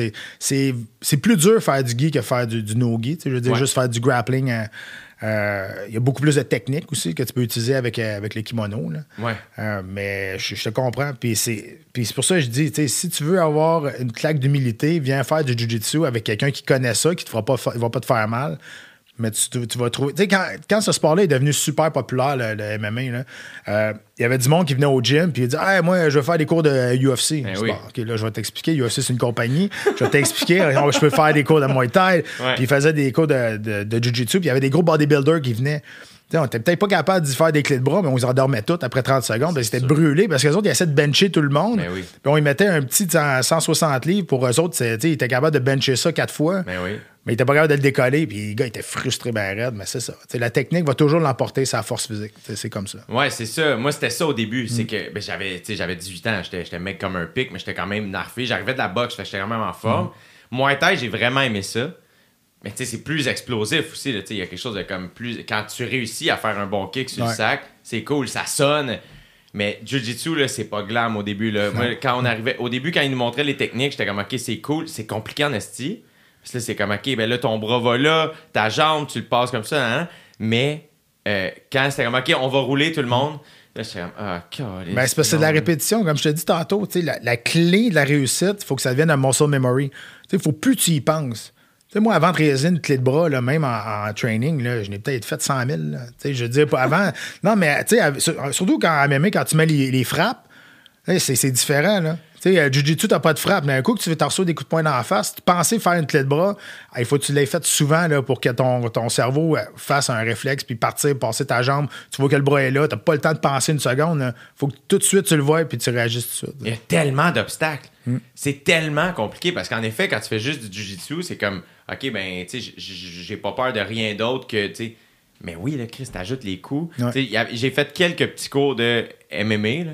C'est plus dur de faire du gi que faire du no-gi. Je veux dire, juste faire du grappling. Il y a beaucoup plus de techniques aussi que tu peux utiliser avec les kimonos. Là. Mais je te comprends. Puis c'est pour ça que je dis, si tu veux avoir une claque d'humilité, viens faire du jiu-jitsu avec quelqu'un qui connaît ça, qui ne va pas te faire mal. Mais tu vas trouver... Tu sais, quand ce sport-là est devenu super populaire, le MMA, il y avait du monde qui venait au gym puis il dit « Hey, moi, je vais faire des cours de UFC. » OK, là, je vais t'expliquer. UFC, c'est une compagnie. Je vais t'expliquer. Je peux faire des cours de Muay Thai. Puis il faisait des cours de Jiu-Jitsu. Puis il y avait des gros bodybuilders qui venaient. T'sais, on était peut-être pas capable d'y faire des clés de bras, mais on les endormait tous après 30 secondes. Ils étaient brûlés parce qu'eux autres, ils essaient de bencher tout le monde. Puis on y mettait un petit 160 livres. Pour eux autres, ils étaient capables de bencher ça 4 fois. Mais ils étaient pas capables de le décoller. Puis les gars étaient frustrés, ben raide. Mais c'est ça. T'sais, la technique va toujours l'emporter, sa force physique. C'est comme ça. Ouais, c'est ça. Moi, c'était ça au début. C'est que j'avais 18 ans. J'étais mec comme un pic, mais j'étais quand même narfé. J'arrivais de la boxe, j'étais quand même en forme. Muay Thai, j'ai vraiment aimé ça. Mais tu sais, c'est plus explosif aussi. Il y a quelque chose de comme plus... Quand tu réussis à faire un bon kick sur le sac, c'est cool, ça sonne. Mais Jiu-Jitsu, là, c'est pas glam au début. Là. Moi, quand on arrivait... Au début, quand ils nous montraient les techniques, j'étais comme, OK, c'est cool. C'est compliqué en esti. Puis là, c'est comme, OK, ben là, ton bras va là, ta jambe, tu le passes comme ça. Hein? Mais quand c'était comme, OK, on va rouler tout le monde... Là, j'étais comme, ben, c'est parce que c'est de la répétition. Comme je te dis tantôt, la clé de la réussite, il faut que ça devienne un muscle memory. Il faut plus que tu y penses. Tu sais, moi, avant de réaliser une clé de bras, là, même en training, là, je n'ai peut-être fait 100 000. Là. Tu sais, je veux dire, pas avant. Non, mais tu sais, surtout quand tu mets les frappes, là, c'est différent. Là. Tu sais, Jiu-Jitsu, t'as pas de frappe, mais un coup que tu veux t'en recevoir des coups de poing dans la face, tu pensais faire une clé de bras, il faut que tu l'aies fait souvent là, pour que ton cerveau fasse un réflexe, puis passer ta jambe. Tu vois que le bras est là, t'as pas le temps de penser une seconde. Il faut que tout de suite tu le vois, puis tu réagisses tout de suite. Il y a tellement d'obstacles. C'est tellement compliqué, parce qu'en effet, quand tu fais juste du Jiu-Jitsu, c'est comme, OK, ben, tu sais, j'ai pas peur de rien d'autre que, tu sais, mais oui, là, Chris, t'ajoutes les coups. J'ai fait quelques petits cours de MMA,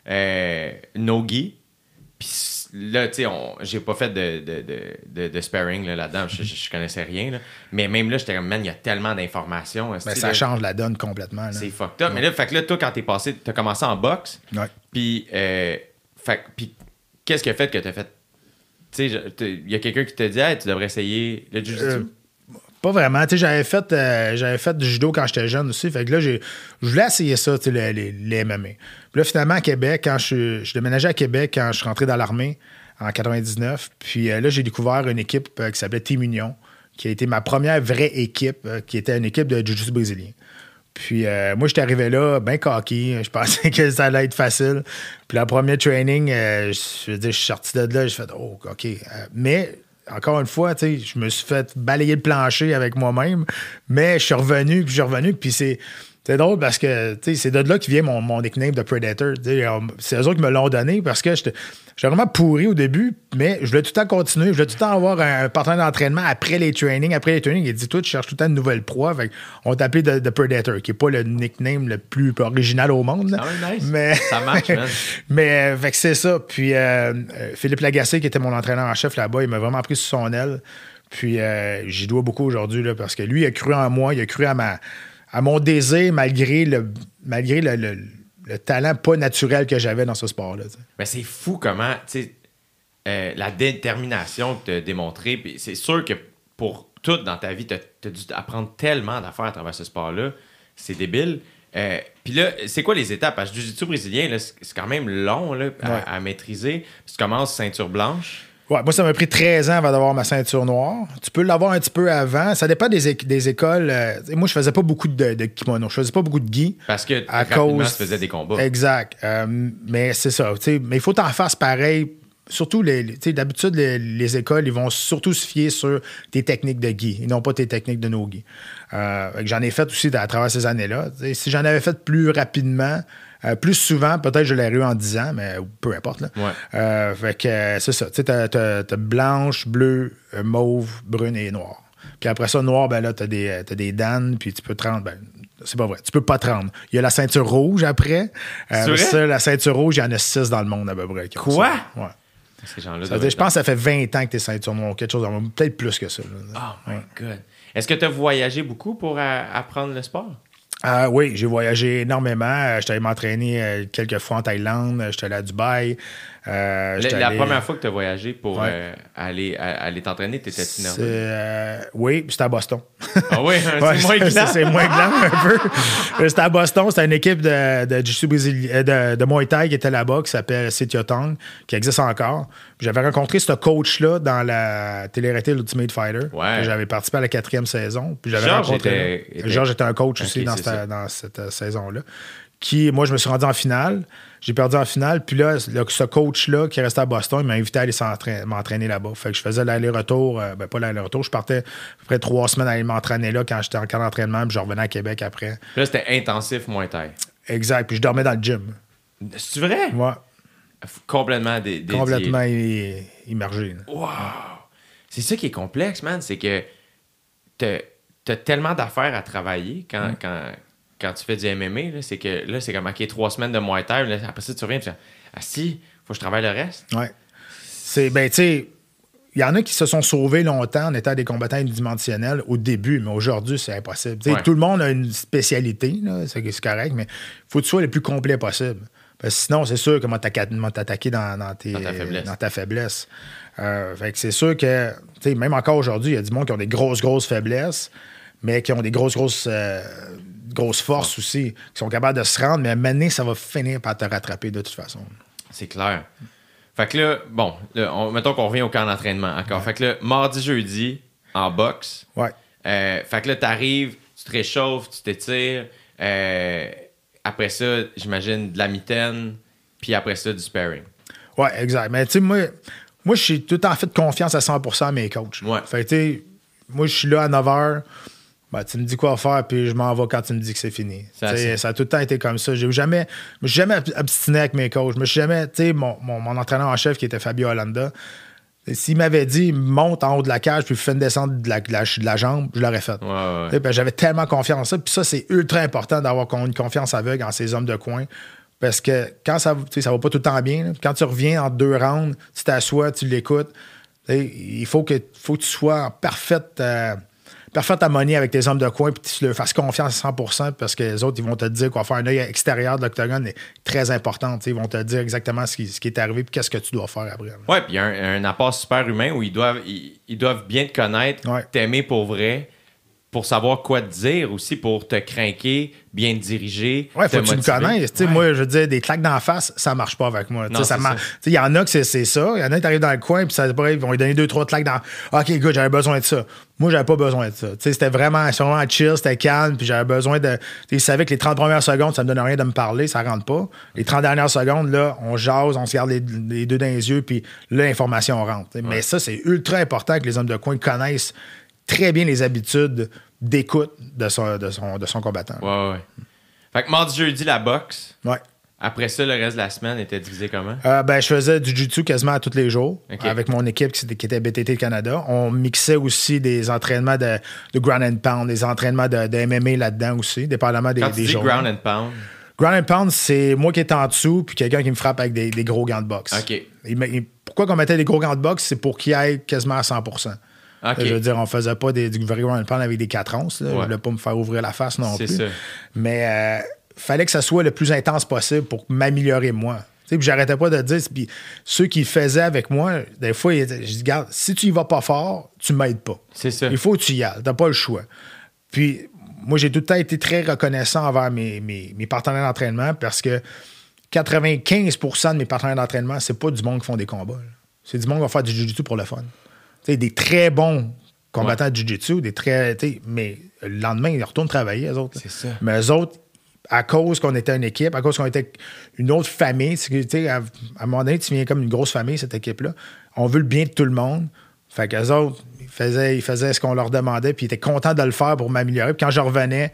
no-gi. Puis là, tu sais, j'ai pas fait de sparring là-dedans. Je connaissais rien. Là. Mais même là, j'étais comme, man, il y a tellement d'informations. Ben, ça change la donne complètement. Là. C'est fucked up. Mais là, fait que là, toi, quand t'as commencé en boxe, puis qu'est-ce qui a fait que t'as fait? Tu sais, il y a quelqu'un qui t'a dit, hey, tu devrais essayer le jiu-jitsu? Pas vraiment. Tu sais, j'avais fait du judo quand j'étais jeune aussi. Fait que là, je voulais essayer ça, tu sais, les MMA. Puis là, finalement, à Québec, quand je déménageais à Québec quand je suis rentré dans l'armée en 99. Puis là, j'ai découvert une équipe qui s'appelait Team Union, qui a été ma première vraie équipe, qui était une équipe de jiu-jitsu brésilien. Puis moi, j'étais arrivé là, bien cocky. Je pensais que ça allait être facile. Puis le premier training, je suis sorti de là, j'ai fait « Oh, OK. » Mais... Encore une fois, tu sais, je me suis fait balayer le plancher avec moi-même, mais je suis revenu, puis c'est drôle parce que, tu sais, c'est de là qui vient mon nickname de Predator. C'est eux autres qui me l'ont donné parce que j'étais vraiment pourri au début, mais je voulais tout le temps continuer, je voulais tout le temps avoir un partenaire d'entraînement après les trainings. Il dit, toi, tu cherches tout le temps une nouvelle proie. Fait on t'appelait de Predator, qui n'est pas le nickname le plus original au monde. Là. Nice. Mais... Ça marche, man. Mais fait que c'est ça. Puis Philippe Lagacé, qui était mon entraîneur en chef là-bas, il m'a vraiment pris sous son aile. Puis j'y dois beaucoup aujourd'hui là, parce que lui, il a cru en moi, il a cru à mon désir malgré le talent pas naturel que j'avais dans ce sport-là. T'sais. Mais c'est fou comment, tu sais, la détermination que tu as démontrée. Puis c'est sûr que pour tout dans ta vie, tu as dû apprendre tellement d'affaires à travers ce sport-là. C'est débile. Puis là, c'est quoi les étapes? Parce que le jiu-jitsu brésilien, là, c'est quand même long là, à maîtriser. Puis tu commences ceinture blanche. Ouais, moi, ça m'a pris 13 ans avant d'avoir ma ceinture noire. Tu peux l'avoir un petit peu avant. Ça dépend des écoles. Moi, je faisais pas beaucoup de kimono. Je faisais pas beaucoup de gi. Parce que rapidement, tu faisais des combats. Exact. Mais c'est ça. Mais il faut t'en faire pareil. Surtout, d'habitude, les écoles, ils vont surtout se fier sur tes techniques de gi et non pas tes techniques de no-gi. J'en ai fait aussi à travers ces années-là. Si j'en avais fait plus rapidement, plus souvent, peut-être je l'aurais eu en 10 ans, mais peu importe. Là. Ouais. Fait que c'est ça. Tu sais, t'as blanche, bleue, mauve, brune et noire. Puis après ça, noir, ben là, t'as des danes, puis tu peux te rendre... Ben, c'est pas vrai. Tu peux pas te rendre. Il y a la ceinture rouge après. Ça, la ceinture rouge, il y en a 6 dans le monde à peu près. Quoi? Ouais. Ces gens-là Je pense que ça fait 20 ans que t'es ceinture noire, quelque chose, peut-être plus que ça. Là. Oh my God. Est-ce que tu as voyagé beaucoup pour apprendre le sport? Oui, j'ai voyagé énormément. J'étais allé m'entraîner quelques fois en Thaïlande. J'étais allé à Dubaï. La première fois que tu as voyagé pour aller t'entraîner, t'étais-tu nerveux? Oui, c'était à Boston. Ah oui, c'est moins glam. C'est moins glam un peu. C'était à Boston. C'était une équipe de jiu-jitsu brésilien, de Muay Thai qui était là-bas, qui s'appelle Sithiotong, qui existe encore. Puis j'avais rencontré ce coach-là dans la télé-réalité Ultimate Fighter. Ouais. J'avais participé à la 4e saison. Puis j'avais Georges était un coach aussi dans cette saison-là. Moi, je me suis rendu en finale. J'ai perdu en finale. Puis là, ce coach-là qui est resté à Boston, il m'a invité à aller m'entraîner là-bas. Fait que je faisais l'aller-retour. Pas l'aller-retour. Je partais à peu près 3 semaines à aller m'entraîner là quand j'étais en camp d'entraînement. Puis je revenais à Québec après. Puis là, c'était intensif, Muay Thai. Exact. Puis je dormais dans le gym. C'est vrai? Ouais. Complètement dédié. Complètement immergé. Wow! C'est ça qui est complexe, man. C'est que t'as tellement d'affaires à travailler quand tu fais du MMA. Là, c'est que là, c'est comme, OK, 3 semaines de Muay Thai. Là, après ça, tu reviens et tu dis, ah si, faut que je travaille le reste. Ouais. Tu sais, il y en a qui se sont sauvés longtemps en étant des combattants unidimensionnels au début, mais aujourd'hui, c'est impossible. Ouais. Tout le monde a une spécialité, là, c'est correct, mais il faut que tu sois le plus complet possible. Parce que sinon, c'est sûr comment t'attaquer dans ta faiblesse. Fait que c'est sûr que, même encore aujourd'hui, il y a du monde qui ont des grosses faiblesses, mais qui ont des grosses forces aussi, qui sont capables de se rendre, mais à un moment donné, ça va finir par te rattraper de toute façon. C'est clair. Fait que là, bon, mettons qu'on revient au camp d'entraînement encore. Ouais. Fait que là, mardi, jeudi, en boxe. Ouais. Fait que là, t'arrives, tu te réchauffes, tu t'étires. Après ça, j'imagine de la mitaine, puis après ça, du sparring. Ouais, exact. Mais tu sais, moi, je suis tout le temps fait confiance à 100% à mes coachs. Ouais. Fait que tu sais, moi, je suis là à 9h. Ben, tu me dis quoi faire, puis je m'en vais quand tu me dis que c'est fini. Ça a tout le temps été comme ça. Je me suis jamais abstiné avec mes coachs. Je me suis jamais, tu sais, mon entraîneur en chef qui était Fabio Hollanda, s'il m'avait dit monte en haut de la cage puis fais une descente de la jambe, je l'aurais fait. Ouais. Ben, j'avais tellement confiance en ça. Puis ça, c'est ultra important d'avoir une confiance aveugle en ces hommes de coin. Parce que quand ça va pas tout le temps bien, là, quand tu reviens en 2 rounds, tu t'assois, tu l'écoutes, il faut que tu sois en parfaite harmonie avec tes hommes de coin, puis tu leur fasses confiance à 100% parce que les autres, ils vont te dire quoi faire. Un œil extérieur de l'octogone est très important. Ils vont te dire exactement ce qui est arrivé puis qu'est-ce que tu dois faire après. Oui, puis il y a un apport super humain où ils doivent bien te connaître, t'aimer pour vrai, pour savoir quoi te dire aussi, pour te craquer, bien te diriger. Oui, faut que tu me connaisses. Moi, je veux dire, des claques d'en face, ça marche pas avec moi. Il y en a que c'est ça. Il y en a qui arrivent dans le coin, puis ils vont lui donner 2-3 claques dans. OK, good, j'avais besoin de ça. Moi, j'avais pas besoin de ça. C'était vraiment chill, c'était calme, puis j'avais besoin de. Tu savais que les 30 premières secondes, ça me donne rien de me parler, ça rentre pas. Les 30 dernières secondes, là, on jase, on se garde les deux dans les yeux, puis là, l'information rentre. Mais ça, c'est ultra important que les hommes de coin connaissent très bien les habitudes d'écoute de son combattant. Ouais. Fait que mardi, jeudi, la boxe. Ouais. Après ça, le reste de la semaine était divisé comment? Je faisais du jiu-jitsu quasiment à tous les jours avec mon équipe qui était BTT Canada. On mixait aussi des entraînements de ground and pound, des entraînements de MMA là-dedans aussi, dépendamment des jours. Quand tu dis ground and pound? Ground and pound, c'est moi qui est en dessous puis quelqu'un qui me frappe avec des gros gants de boxe. OK. Pourquoi qu'on mettait des gros gants de boxe? C'est pour qu'ils aillent quasiment à 100%. Okay. Je veux dire, on faisait pas du vrai ground and pound avec des 4 onces. Là. Je voulais pas me faire ouvrir la face non plus. Ça. Mais fallait que ça soit le plus intense possible pour m'améliorer moi. Puis j'arrêtais pas de dire. Puis ceux qui le faisaient avec moi, des fois, je dis, regarde, si tu y vas pas fort, tu m'aides pas. C'est ça. Il faut que tu y ailles. T'as pas le choix. Puis moi, j'ai tout le temps été très reconnaissant envers mes partenaires d'entraînement parce que 95% de mes partenaires d'entraînement, c'est pas du monde qui font des combats. c'est du monde qui va faire du jiu-jitsu pour le fun. T'sais, des très bons combattants de jiu-jitsu, mais le lendemain, ils retournent travailler, eux autres. C'est ça. Mais eux autres, à cause qu'on était une équipe, à cause qu'on était une autre famille, à un moment donné, tu viens comme une grosse famille, cette équipe-là. On veut le bien de tout le monde. Fait qu'eux autres, ils faisaient ce qu'on leur demandait, puis ils étaient contents de le faire pour m'améliorer. Puis quand je revenais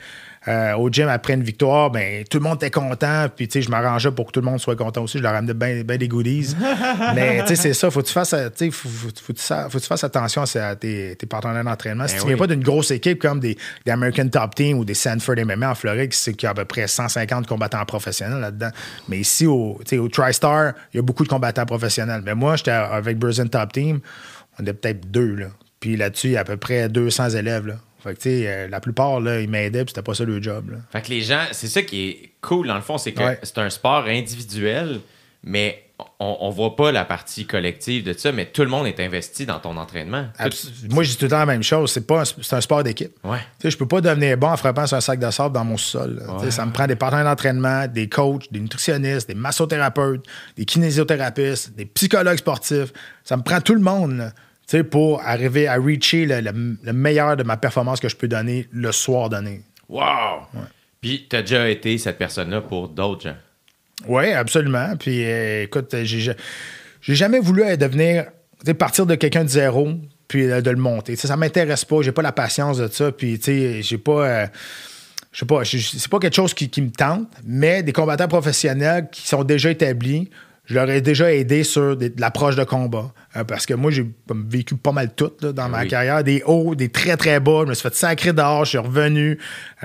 au gym après une victoire, ben tout le monde était content, puis je m'arrangeais pour que tout le monde soit content aussi. Je leur amenais bien des goodies. Mais c'est ça, faut que tu fasses, faut que tu fasses attention à tes partenaires d'entraînement. Si tu viens pas d'une grosse équipe comme des American Top Team ou des Sanford MMA en Floride, qui a à peu près 150 combattants professionnels là-dedans. Mais ici, au TriStar, il y a beaucoup de combattants professionnels. Mais moi, j'étais avec Brazilian Top Team, on était peut-être 2, là. Puis là-dessus, il y a à peu près 200 élèves, là. Fait que, la plupart, là, ils m'aidaient, puis c'était pas ça le job, là. Fait que les gens, c'est ça qui est cool, dans le fond, c'est que c'est un sport individuel, mais on voit pas la partie collective de ça, mais tout le monde est investi dans ton entraînement. Moi, je dis tout le temps la même chose. C'est un sport d'équipe. Ouais. Je peux pas devenir bon en frappant sur un sac de sable dans mon sous-sol. Ouais. Ça me prend des partenaires d'entraînement, des coachs, des nutritionnistes, des massothérapeutes, des kinésiothérapeutes, des psychologues sportifs. Ça me prend tout le monde, là, pour arriver à reacher le meilleur de ma performance que je peux donner le soir donné. Wow! Ouais. Puis, tu as déjà été cette personne-là pour d'autres gens. Oui, absolument. Puis, écoute, j'ai jamais voulu devenir, partir de quelqu'un de zéro, puis de le monter. Ça m'intéresse pas. J'ai pas la patience de ça. Puis, j'ai pas... je sais pas, c'est pas quelque chose qui me tente, mais des combattants professionnels qui sont déjà établis, je leur ai déjà aidé sur de l'approche de combat. Parce que moi, j'ai vécu pas mal tout là, dans ma carrière. Des hauts, des très, très bas. Je me suis fait sacrer dehors, je suis revenu.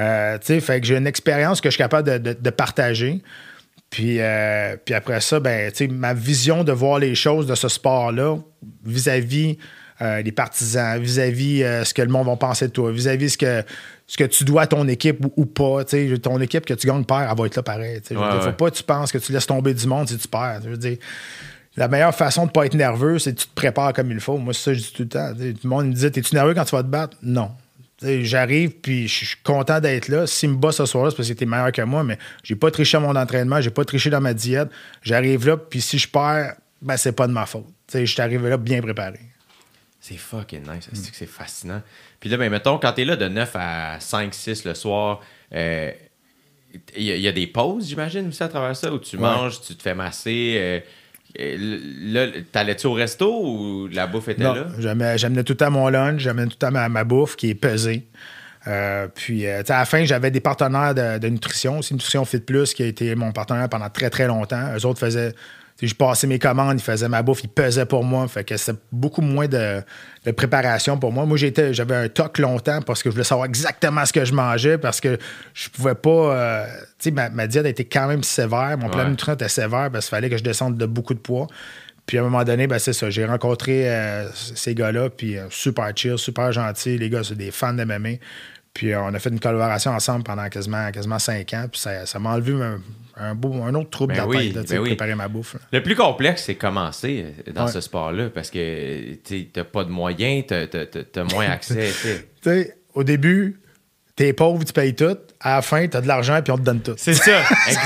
Fait que j'ai une expérience que je suis capable de partager. Puis après ça, ma vision de voir les choses de ce sport-là vis-à-vis les partisans, vis-à-vis ce que le monde va penser de toi, vis-à-vis ce que tu dois à ton équipe ou pas. Ton équipe que tu gagnes, perds, elle va être là pareil. Faut pas que tu penses que tu laisses tomber du monde si tu perds. Je veux dire, la meilleure façon de ne pas être nerveux, c'est que tu te prépares comme il faut. Moi, c'est ça que je dis tout le temps. Tout le monde me disait, es-tu nerveux quand tu vas te battre? Non. J'arrive, puis je suis content d'être là. S'il me bat ce soir-là, c'est parce que t'es meilleur que moi, mais j'ai pas triché à mon entraînement, j'ai pas triché dans ma diète. J'arrive là, puis si je perds, c'est pas de ma faute. Je suis arrivé là bien préparé. C'est fucking nice. C'est fascinant. Puis là, mettons, quand t'es là de 9 à 5, 6 le soir, il y a des pauses, j'imagine, aussi à travers ça, où tu manges, tu te fais masser. Là, t'allais-tu au resto ou la bouffe était là? J'amenais tout le temps mon lunch, j'amenais tout le temps ma bouffe qui est pesée. Puis, à la fin, j'avais des partenaires de nutrition, aussi Nutrition Fit Plus, qui a été mon partenaire pendant très, très longtemps. Eux autres faisaient... Je passais mes commandes, ils faisaient ma bouffe, ils pesaient pour moi. Fait que c'est beaucoup moins de préparation pour moi. Moi, j'avais un toc longtemps parce que je voulais savoir exactement ce que je mangeais parce que je pouvais pas... ma diète était quand même sévère. Mon plan de nutrition était sévère parce qu'il fallait que je descende de beaucoup de poids. Puis à un moment donné, c'est ça. J'ai rencontré ces gars-là, puis super chill, super gentils. Les gars, c'est des fans de MMA. Puis on a fait une collaboration ensemble pendant quasiment 5 ans. Puis ça m'a enlevé un autre trouble dans la tête, préparer ma bouffe. Là. Le plus complexe, c'est commencer dans ce sport-là parce que t'as pas de moyens, t'as moins accès. Au début, t'es pauvre, tu payes tout. À la fin, t'as de l'argent et on te donne tout. C'est ça.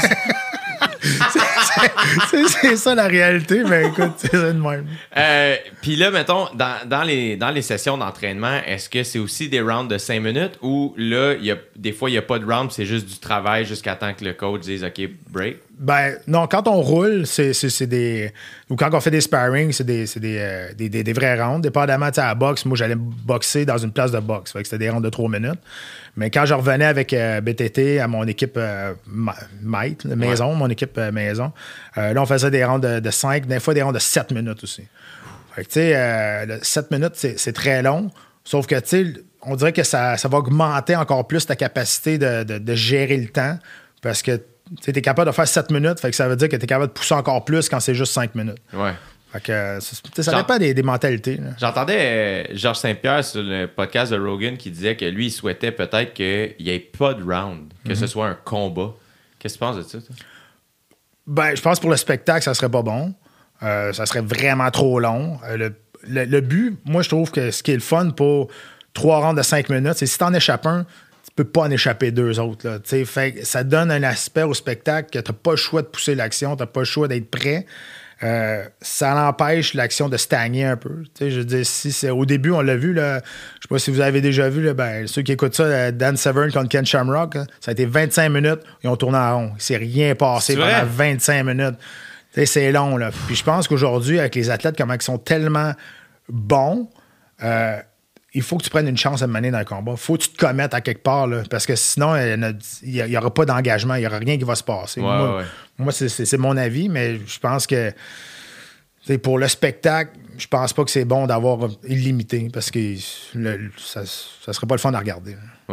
c'est ça la réalité, mais écoute, c'est ça de même. Puis là, mettons, dans les sessions d'entraînement, est-ce que c'est aussi des rounds de 5 minutes ou là, des fois, il n'y a pas de round, c'est juste du travail jusqu'à temps que le coach dise OK, break? Non, quand on roule, c'est des. Ou quand on fait des sparring, c'est des vrais rounds. Dépendamment à la boxe, moi, j'allais boxer dans une place de boxe. Fait que c'était des rounds de 3 minutes. Mais quand je revenais avec BTT à mon équipe maison, mon équipe maison, là, on faisait des rounds de 5, des fois des rounds de 7 minutes aussi. Fait que, tu sais, 7 minutes, c'est très long. Sauf que, tu sais, on dirait que ça va augmenter encore plus ta capacité de gérer le temps parce que tu es capable de faire 7 minutes, fait que ça veut dire que tu es capable de pousser encore plus quand c'est juste 5 minutes. Ouais. Fait que ça dépend des mentalités. Là. J'entendais Georges Saint-Pierre sur le podcast de Rogan qui disait que lui, il souhaitait peut-être qu'il n'y ait pas de round, que ce soit un combat. Qu'est-ce que tu penses de ça, toi? Je pense que pour le spectacle, ça serait pas bon. Ça serait vraiment trop long. Le but, moi, je trouve que ce qui est le fun pour 3 rounds de 5 minutes, c'est si t'en échappes un, tu peux pas en échapper 2 autres. Là, fait, ça donne un aspect au spectacle que t'as pas le choix de pousser l'action, t'as pas le choix d'être prêt. ça empêche l'action de stagner un peu. Je veux dire, si c'est au début, on l'a vu, là, je sais pas si vous avez déjà vu, là, ceux qui écoutent ça, Dan Severn contre Ken Shamrock, là, ça a été 25 minutes, ils ont tourné en rond. Il s'est rien passé pendant 25 minutes. C'est long, là. Puis je pense qu'aujourd'hui, avec les athlètes, comment ils sont tellement bons, il faut que tu prennes une chance à mener dans le combat. Il faut que tu te commettes à quelque part, là, parce que sinon, il n'y aura pas d'engagement, il n'y aura rien qui va se passer. Moi, c'est mon avis, mais je pense que pour le spectacle, je pense pas que c'est bon d'avoir illimité, parce que ça serait pas le fun à regarder.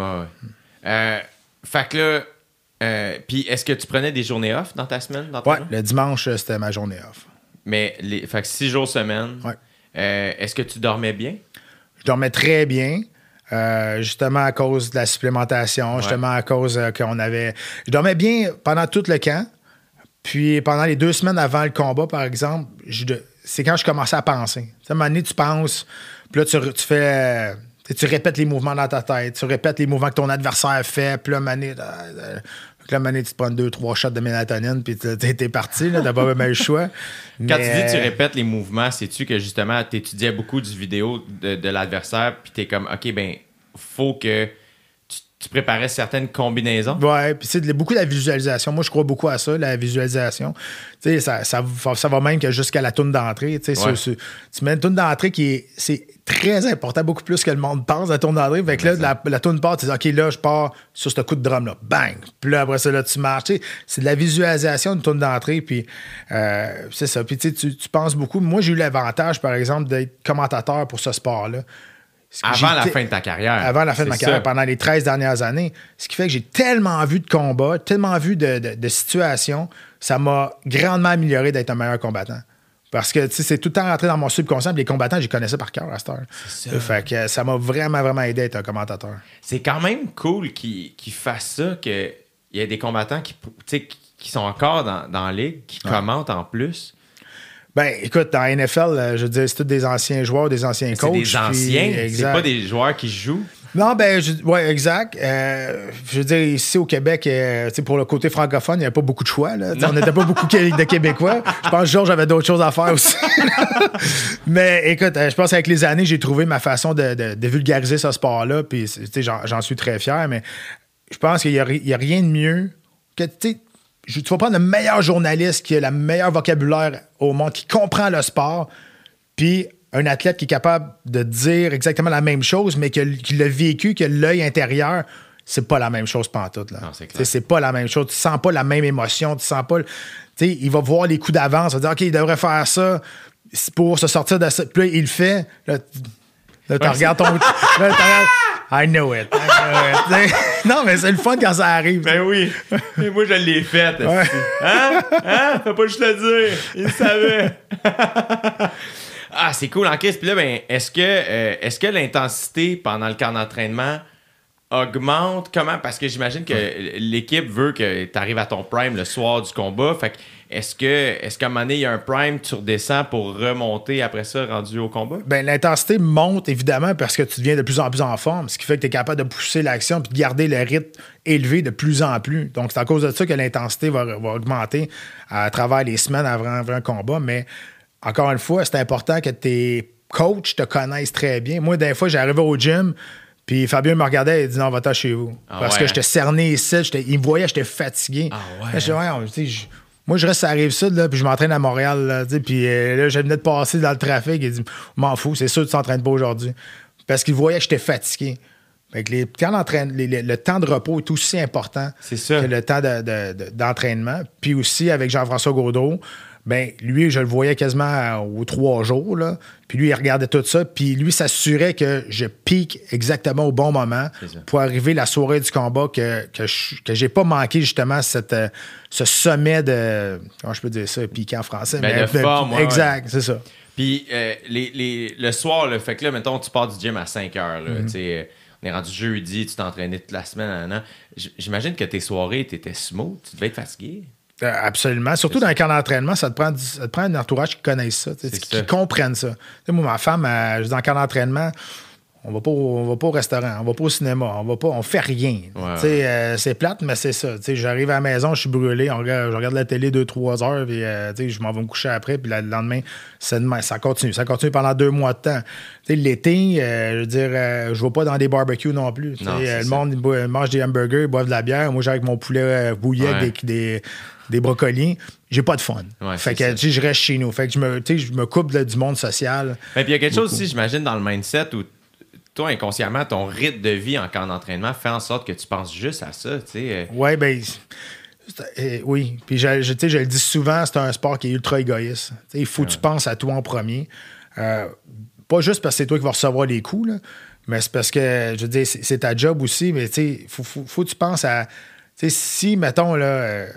Fait que là, puis est-ce que tu prenais des journées off dans ta semaine? Le dimanche, c'était ma journée off. Mais, fait que 6 jours semaine, est-ce que tu dormais bien? Je dormais très bien, justement à cause de la supplémentation, justement à cause qu'on avait... Je dormais bien pendant tout le camp, puis pendant les 2 semaines avant le combat, par exemple, c'est quand je commençais à penser. À un moment donné, tu penses, puis là, tu fais... Tu répètes les mouvements dans ta tête, tu répètes les mouvements que ton adversaire fait, puis là, à un moment donné, tu te prends 2-3 shots de mélatonine, puis t'es parti, là, t'as pas même le choix. Quand tu dis tu répètes les mouvements, sais-tu que justement, t'étudiais beaucoup du vidéo de l'adversaire, puis t'es comme, OK, ben, faut que tu préparais certaines combinaisons? Ouais, puis c'est beaucoup de la visualisation. Moi, je crois beaucoup à ça, la visualisation. Tu sais, ça va même que jusqu'à la toune d'entrée. Tu sais, tu mets une toune d'entrée c'est très important, beaucoup plus que le monde pense, la toune d'entrée. Fait que là, la toune part, tu dis, OK, là, je pars sur ce coup de drum-là. Bang! Puis là, après ça, là, tu marches. Tu sais, c'est de la visualisation d'une toune d'entrée, puis c'est ça. Puis tu penses beaucoup. Moi, j'ai eu l'avantage, par exemple, d'être commentateur pour ce sport-là. Avant la fin de ta carrière. Avant la fin de ma carrière, pendant les 13 dernières années. Ce qui fait que j'ai tellement vu de combats, tellement vu de situations, ça m'a grandement amélioré d'être un meilleur combattant. Parce que c'est tout le temps rentré dans mon subconscient. Les combattants, je les connaissais par cœur à cette heure. C'est ça. Fait que ça m'a vraiment, vraiment aidé à être un commentateur. C'est quand même cool qu'ils fassent ça, qu'il y ait des combattants qui sont encore dans la ligue, qui commentent en plus. Ben, écoute, dans la NFL, je veux dire, c'est tous des anciens joueurs, des anciens coachs. C'est des anciens, c'est pas des joueurs qui jouent. Non, ben, exact. Je veux dire, ici au Québec, pour le côté francophone, il n'y avait pas beaucoup de choix. Là. On n'était pas beaucoup de Québécois. Je pense que Georges avait d'autres choses à faire aussi. Mais écoute, je pense qu'avec les années, j'ai trouvé ma façon de vulgariser ce sport-là. Puis, j'en suis très fier. Mais je pense qu'il n'y a rien de mieux que, tu vas prendre le meilleur journaliste qui a le meilleur vocabulaire au monde, qui comprend le sport, puis un athlète qui est capable de dire exactement la même chose, mais qui l'a vécu, qui a l'œil intérieur. C'est pas la même chose pantoute, là. Non, c'est clair. C'est pas la même chose. Tu sens pas la même émotion, tu sens pas... il va voir les coups d'avance, il va dire « OK, il devrait faire ça pour se sortir de ça. » Puis là, il le fait. Là, tu regardes ton... I know it. Non, mais c'est le fun quand ça arrive. Ben oui. Mais moi, je l'ai fait. Ouais. Hein? Fais pas juste le dire. Il le savait. Ah, c'est cool en crise. Puis là, ben, est-ce que l'intensité pendant le camp d'entraînement augmente? Comment? Parce que j'imagine que l'équipe veut que tu arrives à ton prime le soir du combat. Fait que est-ce qu'à un moment donné, il y a un prime, tu redescends pour remonter après ça, rendu au combat? Ben, l'intensité monte, évidemment, parce que tu deviens de plus en plus en forme, ce qui fait que tu es capable de pousser l'action et de garder le rythme élevé de plus en plus. Donc, c'est à cause de ça que l'intensité va augmenter à travers les semaines avant un combat. Mais, encore une fois, c'est important que tes coachs te connaissent très bien. Moi, des fois, j'arrivais au gym, puis Fabien me regardait et il dit « Non, va-t'en chez vous. Parce que j'étais cerné ici, il me voyait, j'étais fatigué. Là, je dis « Moi, je reste à la Rive-Sud, là, puis je m'entraîne à Montréal, là, puis là, je venais de passer dans le trafic, il dit « M'en fous, c'est sûr que tu t'entraînes pas aujourd'hui. » Parce qu'il voyait que j'étais fatigué. Fait que le temps de repos est aussi important que le temps d'entraînement. Puis aussi, avec Jean-François Gaudreau, ben lui, je le voyais quasiment aux 3 jours, là. Puis lui, il regardait tout ça. Puis lui s'assurait que je pique exactement au bon moment pour arriver la soirée du combat, que j'ai pas manqué justement ce sommet de... Comment je peux dire ça? Piqué en français. De forme, exact, c'est ça. Puis le soir, là, fait que là, mettons, tu pars du gym à 5 heures. Là, on est rendu jeudi, tu t'entraînais toute la semaine. J'imagine que tes soirées, tu étais smooth. Tu devais être fatigué. Absolument. Surtout dans un camp d'entraînement, ça te prend un entourage qui connaisse ça, qui comprenne ça. Moi, ma femme, dans le camp d'entraînement, On va pas au restaurant, on va pas au cinéma, on fait rien. C'est plate, mais c'est ça. J'arrive à la maison, je suis brûlé, je regarde la télé 2-3 heures, puis je m'en vais me coucher après, puis le lendemain, ça continue. Ça continue pendant 2 mois de temps. L'été, je veux dire, je vais pas dans des barbecues non plus. Non, le monde mange des hamburgers, ils boivent de la bière. Moi, j'arrive avec mon poulet bouilli avec des brocolis. J'ai pas de fun. Fait que je reste chez nous. Fait que je me coupe du monde social. Mais puis il y a quelque chose aussi, j'imagine, dans le mindset où toi, inconsciemment, ton rythme de vie en camp d'entraînement fait en sorte que tu penses juste à ça. Oui, ben oui. Puis je le dis souvent, c'est un sport qui est ultra égoïste. Il faut que tu penses à toi en premier. Pas juste parce que c'est toi qui vas recevoir les coups, là, mais c'est parce que, je veux dire, c'est ta job aussi, mais faut que tu penses à... si, mettons, là...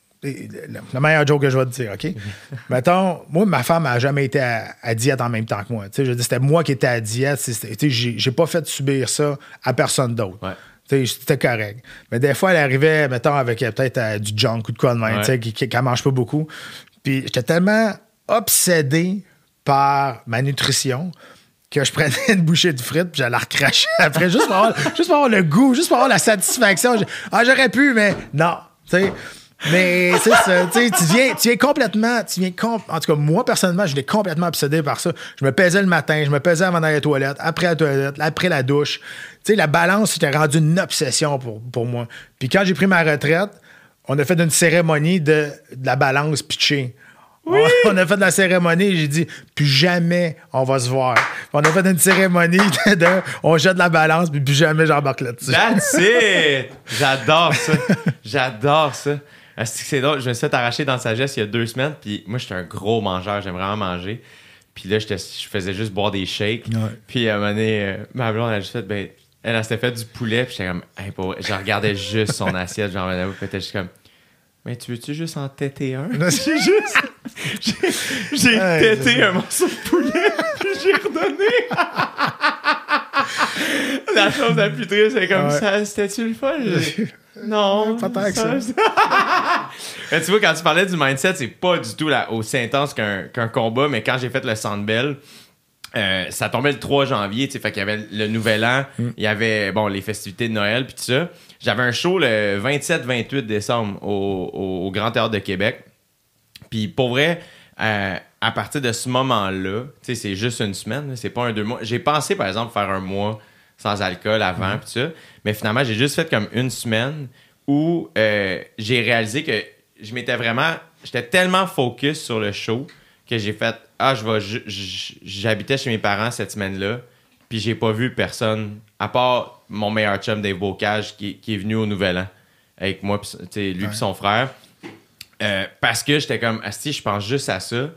le meilleur joke que je vais te dire, OK? Mettons, moi, ma femme n'a jamais été à diète en même temps que moi. Je veux dire, c'était moi qui étais à diète. J'ai pas fait subir ça à personne d'autre. C'était correct. Mais des fois, elle arrivait, mettons, avec peut-être du junk ou de quoi de même, qu'elle mange pas beaucoup. Puis j'étais tellement obsédé par ma nutrition que je prenais une bouchée de frites puis j'allais la recracher après, juste pour avoir le goût, juste pour avoir la satisfaction. J'aurais pu, mais non. Mais c'est ça, tu viens complètement, en tout cas, moi, personnellement, je l'ai complètement obsédé par ça. Je me pesais le matin, je me pesais avant d'aller à la toilette, après la toilette, après la douche. La balance, c'était rendu une obsession pour moi. Puis quand j'ai pris ma retraite, on a fait une cérémonie de la balance pitchée. Oui! On a fait de la cérémonie, j'ai dit, plus jamais on va se voir. On a fait une cérémonie on jette la balance, puis plus jamais j'embarque là-dessus. That's it! J'adore ça. J'adore ça. C'est drôle, je me suis fait arracher dans le sagesse il y a 2 semaines, puis moi, j'étais un gros mangeur, j'aime vraiment manger. Puis là, je faisais juste boire des shakes. Puis à un moment donné, ma blonde, elle a juste fait, elle s'était fait du poulet, puis j'étais comme, hey, je regardais juste son assiette, j'en venais, puis elle était juste comme, mais tu veux-tu juste en têter un? J'ai têté un morceau de poulet, puis j'ai redonné. La chose la plus triste, c'est comme ça, c'était-tu le fun? Non. Pas tant que ça. Mais tu vois, quand tu parlais du mindset, c'est pas du tout aussi intense qu'un combat, mais quand j'ai fait le Sandbell, ça tombait le 3 janvier, tu sais, fait qu'il y avait le Nouvel An, il y avait, les festivités de Noël, puis tout ça. J'avais un show le 27-28 décembre au Grand Théâtre de Québec. Puis pour vrai, à partir de ce moment-là, tu sais, c'est juste une semaine, c'est pas 2 mois. J'ai pensé, par exemple, faire 1 mois sans alcool avant, puis ça. Mais finalement, j'ai juste fait comme 1 semaine où j'ai réalisé que j'étais tellement focus sur le show que j'ai fait, j'habitais chez mes parents cette semaine-là, puis j'ai pas vu personne, à part mon meilleur chum Dave Bocage qui est venu au Nouvel An avec moi, lui puis son frère. Parce que j'étais comme, je pense juste à ça.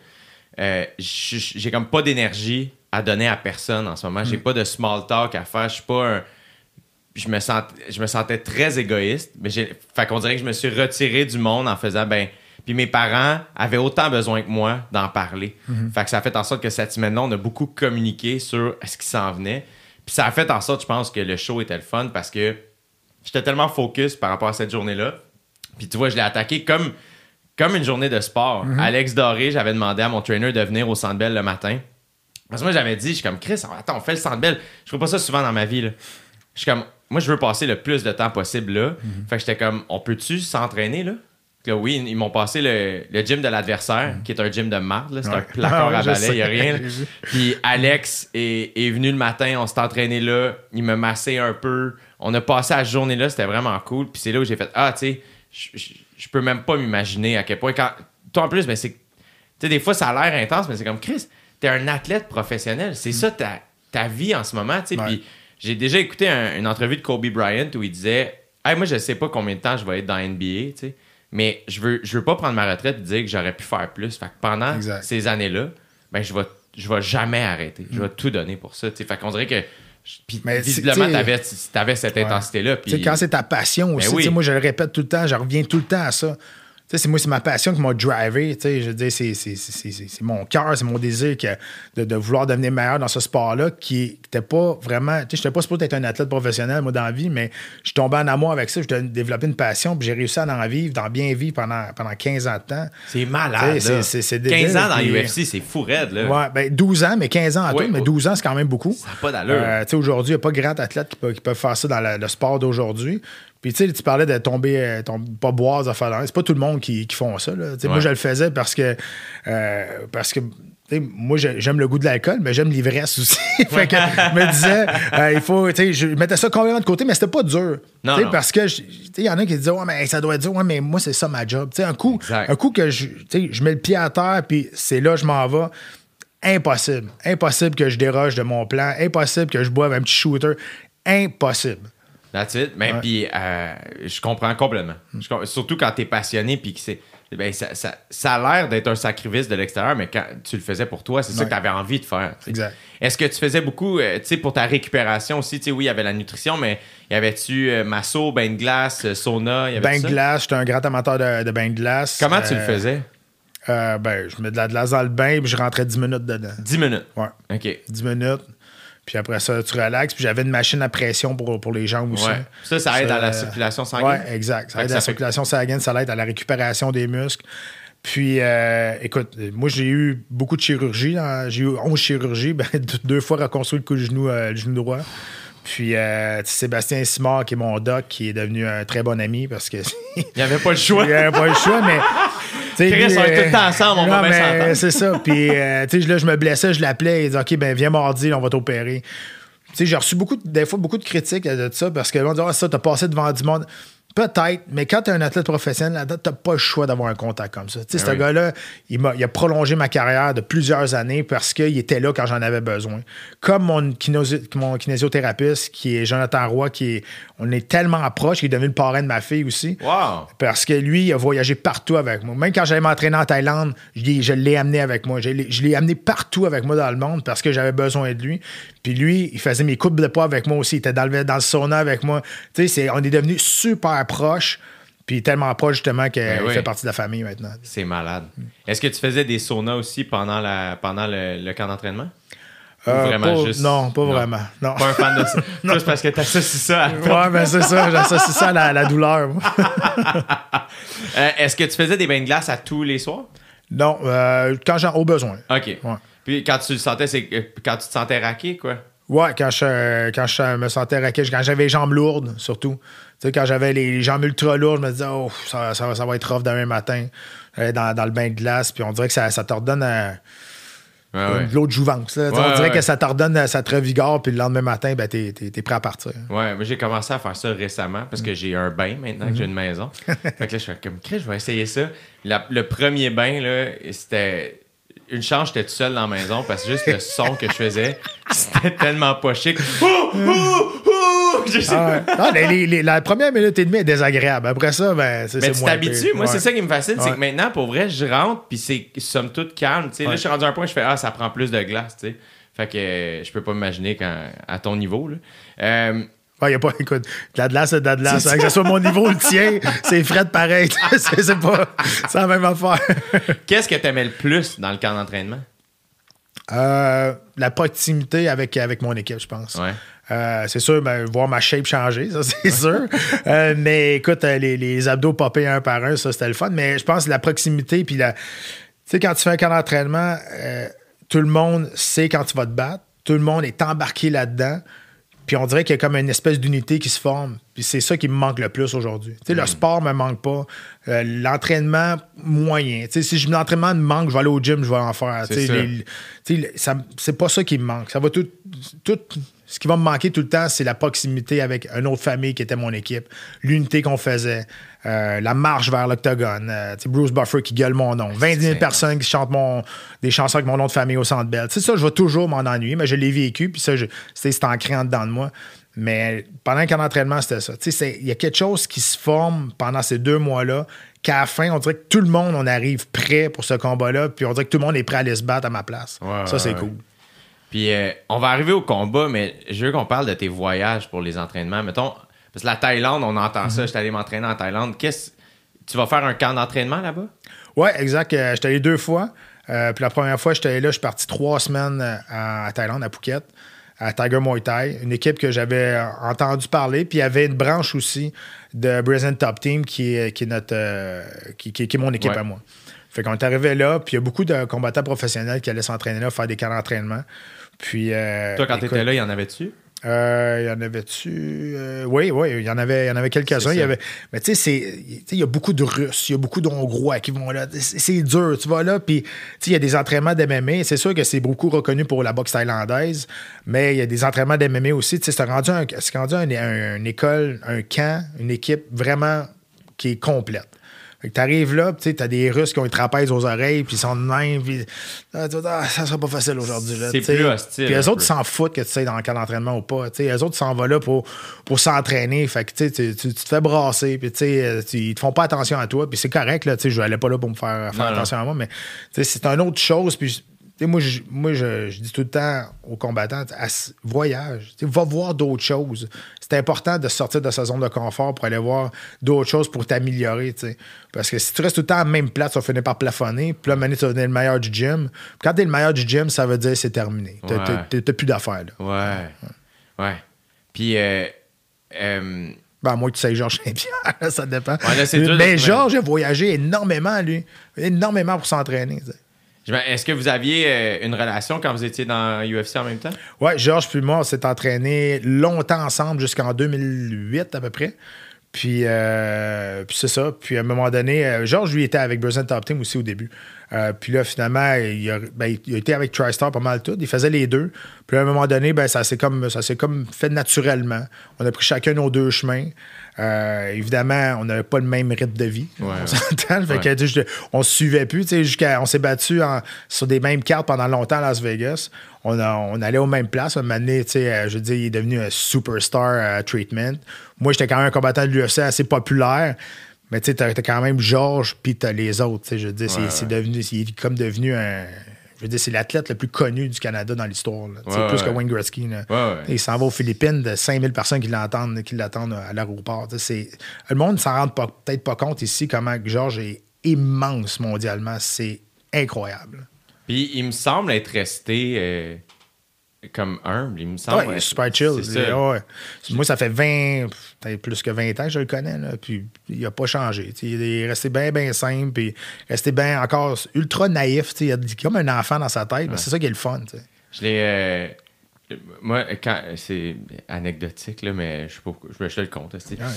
J'ai comme pas d'énergie à donner à personne en ce moment. J'ai pas de small talk à faire. Je suis pas je me sentais très égoïste. Mais fait qu'on dirait que je me suis retiré du monde en faisant, puis mes parents avaient autant besoin que moi d'en parler. Fait que ça a fait en sorte que cette semaine-là, on a beaucoup communiqué sur ce qui s'en venait. Puis ça a fait en sorte, je pense, que le show était le fun parce que j'étais tellement focus par rapport à cette journée-là. Puis tu vois, je l'ai attaqué comme une journée de sport. Alex Doré, j'avais demandé à mon trainer de venir au Sandbell le matin. Parce que moi, j'avais dit, je suis comme, Chris, attends, on fait le Sandbell. Je fais pas ça souvent dans ma vie, là. Je suis comme, moi, je veux passer le plus de temps possible là. Fait que j'étais comme, on peut-tu s'entraîner, là? Là, oui, ils m'ont passé le gym de l'adversaire, qui est un gym de marde, là. C'est un placard à balai, il n'y a rien. Puis Alex est venu le matin, on s'est entraîné là, il me massait un peu. On a passé la journée là, c'était vraiment cool. Puis c'est là où j'ai fait, tu sais, je peux même pas m'imaginer à quel point. Toi, en plus, c'est. Tu sais, des fois, ça a l'air intense, mais c'est comme, Chris, t'es un athlète professionnel. C'est ça ta vie en ce moment, tu sais. Puis j'ai déjà écouté une entrevue de Kobe Bryant où il disait, hey, moi, je sais pas combien de temps je vais être dans NBA, tu sais. Mais je veux pas prendre ma retraite et dire que j'aurais pu faire plus. Fait que pendant ces années-là, je vais jamais arrêter. Je vais tout donner pour ça. T'sais. Fait qu'on dirait que. Puis visiblement, t'avais cette intensité-là. Puis... Quand c'est ta passion aussi, moi je le répète tout le temps, je reviens tout le temps à ça. C'est ma passion qui m'a drivé. Je veux dire, c'est mon cœur, c'est mon désir de vouloir devenir meilleur dans ce sport-là qui est j'étais pas vraiment... Tu sais, j'étais pas supposé être un athlète professionnel, moi, dans la vie, mais je suis tombé en amour avec ça. J'ai développé une passion, puis j'ai réussi à en vivre, d'en bien vivre pendant 15 ans de temps. C'est malade, là. C'est 15 ans dans puis, l'UFC, c'est fou raide, là. Ouais, ben 12 ans, mais 15 ans en tout, mais 12 ans, c'est quand même beaucoup. Ça n'a pas d'allure. Tu sais, aujourd'hui, il n'y a pas de grands athlètes qui peuvent faire ça dans le sport d'aujourd'hui. Puis, tu sais, tu parlais de tomber pas boire, ça fait c'est pas tout le monde qui font ça, là. Moi, je le faisais parce que moi, j'aime le goût de l'alcool, mais j'aime l'ivresse aussi. Fait que je me disais, il faut, je mettais ça complètement de côté, mais c'était pas dur. Non. Parce que, il y en a qui disaient, ouais, mais ça doit être dur. Ouais, mais moi, c'est ça ma job. Un coup que je mets le pied à terre, puis c'est là que je m'en vais. Impossible. Impossible que je déroge de mon plan. Impossible que je boive un petit shooter. Impossible. That's it. Mais puis, je comprends complètement. Surtout quand t'es passionné, puis que c'est... Ben, ça a l'air d'être un sacrifice de l'extérieur, mais quand tu le faisais pour toi, c'est ça que tu avais envie de faire. T'sais. Exact. Est-ce que tu faisais beaucoup, pour ta récupération aussi, oui, il y avait la nutrition, mais y avait-tu masso, bain de glace, sauna? Bain de glace, j'étais un grand amateur de bain de glace. Comment tu le faisais? Je mets de la glace dans le bain, puis je rentrais 10 minutes dedans. 10 minutes? Ouais. OK. 10 minutes. Puis après ça, tu relaxes. Puis j'avais une machine à pression pour les jambes aussi. Ouais. Ça aide à la circulation sanguine? Oui, exact. Ça aide à la circulation sanguine, ça aide à la récupération des muscles. Puis, écoute, moi, j'ai eu beaucoup de chirurgie. J'ai eu 11 chirurgies. 2 fois reconstruit le genou droit. Puis, Sébastien Simard, qui est mon doc, qui est devenu un très bon ami parce que... Il n'y avait pas le choix. Il n'y avait pas le choix, mais... Chris, on est tout le temps ensemble, on va bien s'entendre. C'est ça. Puis, là, je me blessais, je l'appelais, il disait, OK, viens mardi, là, on va t'opérer. J'ai reçu des fois beaucoup de critiques de ça parce que on dit, ça, t'as passé devant du monde. Peut-être, mais quand tu es un athlète professionnel, là-dedans, tu n'as pas le choix d'avoir un contact comme ça. Ce gars-là, il a prolongé ma carrière de plusieurs années parce qu'il était là quand j'en avais besoin. Comme mon kinésithérapeute, qui est Jonathan Roy, on est tellement proches qu'il est devenu le parrain de ma fille aussi. Wow. Parce que lui, il a voyagé partout avec moi. Même quand j'allais m'entraîner en Thaïlande, je l'ai amené avec moi. Je l'ai amené partout avec moi dans le monde parce que j'avais besoin de lui. Puis lui, il faisait mes coupes de poids avec moi aussi. Il était dans le sauna avec moi. On est devenus super proches. Puis tellement proches, justement, qu'il fait partie de la famille maintenant. C'est malade. Est-ce que tu faisais des saunas aussi pendant le camp d'entraînement? Non, pas vraiment. Non. Pas un fan de ça. Juste parce que t'associes ça à... Ouais, c'est ça. J'associe ça à la douleur. Est-ce que tu faisais des bains de glace à tous les soirs? Non, quand j'en ai besoin. OK. Ouais. Puis quand tu le sentais, c'est quand tu te sentais raqué, quoi? Ouais, quand je me sentais raqué, quand j'avais les jambes lourdes, surtout. Tu sais, quand j'avais les jambes ultra lourdes, je me disais, ça va être rough demain matin, dans le bain de glace. Puis on dirait que ça t'ordonne de l'eau de jouvence. On dirait que ça t'ordonne, ça te revigore, puis le lendemain matin, t'es prêt à partir. Ouais, moi j'ai commencé à faire ça récemment parce que j'ai un bain maintenant que j'ai une maison. Fait que là, je suis comme, je vais essayer ça. Le premier bain, là, c'était... Une chance, j'étais tout seul dans la maison parce que juste le son que je faisais, c'était tellement pas chic. La première minute et demie est désagréable. Après ça, c'est mais tu moins t'habitues. pire. Moi, c'est ça qui me fascine, c'est que maintenant, pour vrai, je rentre puis c'est somme toute calme. Là, je suis rendu à un point où je fais ça prend plus de glace. T'sais. Fait que je peux pas m'imaginer à ton niveau. Là. Il n'y a pas, écoute, de la glace, c'est de la glace. Que ce soit mon niveau ou le tien, c'est frais de pareil. C'est la même affaire. Qu'est-ce que tu aimais le plus dans le camp d'entraînement? La proximité avec mon équipe, je pense. Ouais. C'est sûr, voir ma shape changer, ça, c'est sûr. Mais écoute, les abdos popper un par un, ça, c'était le fun. Mais je pense que la proximité, puis tu sais, quand tu fais un camp d'entraînement, tout le monde sait quand tu vas te battre. Tout le monde est embarqué là-dedans. Puis on dirait qu'il y a comme une espèce d'unité qui se forme. Puis c'est ça qui me manque le plus aujourd'hui. Tu sais, le sport me manque pas. L'entraînement, moyen. Tu sais, si l'entraînement me manque, je vais aller au gym, je vais en faire. C'est pas ça qui me manque. Ça va tout... Ce qui va me manquer tout le temps, c'est la proximité avec une autre famille qui était mon équipe. L'unité qu'on faisait. La marche vers l'octogone. Bruce Buffer qui gueule mon nom. 20 000 personnes qui chantent des chansons avec mon nom de famille au Centre Bell. Tu sais, ça, je vais toujours m'en ennuyer, mais je l'ai vécu. Puis ça, c'est ancré en dedans de moi. Mais pendant qu'en entraînement, c'était ça. Tu sais, il y a quelque chose qui se forme pendant ces 2 mois-là qu'à la fin, on dirait que tout le monde, on arrive prêt pour ce combat-là. Puis on dirait que tout le monde est prêt à aller se battre à ma place. Ça, c'est cool. Puis on va arriver au combat, mais je veux qu'on parle de tes voyages pour les entraînements. Mettons, parce que la Thaïlande, on entend ça. J'étais allé m'entraîner en Thaïlande. Tu vas faire un camp d'entraînement là-bas? Oui, exact. J'étais allé 2 fois. Puis la première fois, j'étais allé là, je suis parti 3 semaines à Thaïlande, à Phuket. à Tiger Muay Thai, une équipe que j'avais entendu parler. Puis il y avait une branche aussi de Brazilian Top Team qui est mon équipe à moi. Fait qu'on est arrivé là, puis il y a beaucoup de combattants professionnels qui allaient s'entraîner là, faire des camps d'entraînement. Puis, toi, quand tu étais là, il y en avait-tu? Il y en avait-tu? Oui, il y en avait quelques-uns. Mais tu sais, il y a beaucoup de Russes, il y a beaucoup d'Hongrois qui vont là. C'est dur, tu vas là, puis il y a des entraînements d'MMA. C'est sûr que c'est beaucoup reconnu pour la boxe thaïlandaise, mais il y a des entraînements d'MMA aussi. C'est rendu une école, un camp, une équipe vraiment qui est complète. Tu arrives là, tu as des Russes qui ont une trapèze aux oreilles, puis ils sont de même, puis ça sera pas facile aujourd'hui. Là, c'est plus hostile. Puis eux autres, ils s'en foutent que tu sais dans le camp d'entraînement ou pas. Eux autres, ils s'en vont là pour s'entraîner. Fait que tu te fais brasser, puis ils te font pas attention à toi, puis c'est correct. Là, je n'allais pas là pour me faire attention à moi, mais c'est une autre chose. Puis moi, je dis tout le temps aux combattants, voyage, va voir d'autres choses. C'est important de sortir de sa zone de confort pour aller voir d'autres choses pour t'améliorer. T'sais. Parce que si tu restes tout le temps à la même place, tu vas finir par plafonner. Puis là, maintenant, tu vas devenir le meilleur du gym. Puis quand tu es le meilleur du gym, ça veut dire que c'est terminé. T'as plus d'affaires. Là. Ouais. Puis, ben, moi, tu sais, Georges Saint-Pierre, ça dépend. Ouais, là, mais Georges a voyagé énormément, lui. Énormément pour s'entraîner. T'sais. Est-ce que vous aviez une relation quand vous étiez dans UFC en même temps? Oui, Georges puis moi, on s'est entraînés longtemps ensemble jusqu'en 2008 à peu près. Puis c'est ça. Puis à un moment donné, Georges, lui, était avec Brazilian Top Team aussi au début. Puis là, finalement, il a été avec TriStar pas mal tout. Il faisait les deux. Puis à un moment donné, ça s'est comme fait naturellement. On a pris chacun nos deux chemins. Évidemment, on n'avait pas le même rythme de vie. On s'entend. Fait que, on se suivait plus. On s'est battus sur des mêmes cartes pendant longtemps à Las Vegas. On allait aux mêmes places. Un moment donné, je veux dire, il est devenu un superstar treatment. Moi, j'étais quand même un combattant de l'UFC assez populaire. Mais tu sais, t'as quand même Georges, puis t'as les autres. Je veux dire, il est comme devenu un... Je veux dire, c'est l'athlète le plus connu du Canada dans l'histoire. Plus que Wayne Gretzky. Il s'en va aux Philippines, de 5000 personnes qui l'attendent à l'aéroport. Le monde ne s'en rend peut-être pas compte ici comment Georges est immense mondialement. C'est incroyable. Puis il me semble être resté... comme humble, il me semble. Oui, super chill. Moi, ça fait peut-être plus que 20 ans que je le connais, là, puis il n'a pas changé. Il est resté bien simple, puis resté bien encore ultra naïf. Il a comme un enfant dans sa tête. C'est ça qui est le fun. T'sais. Je l'ai... moi, c'est anecdotique, là, mais je sais pas pourquoi. Je te le compte.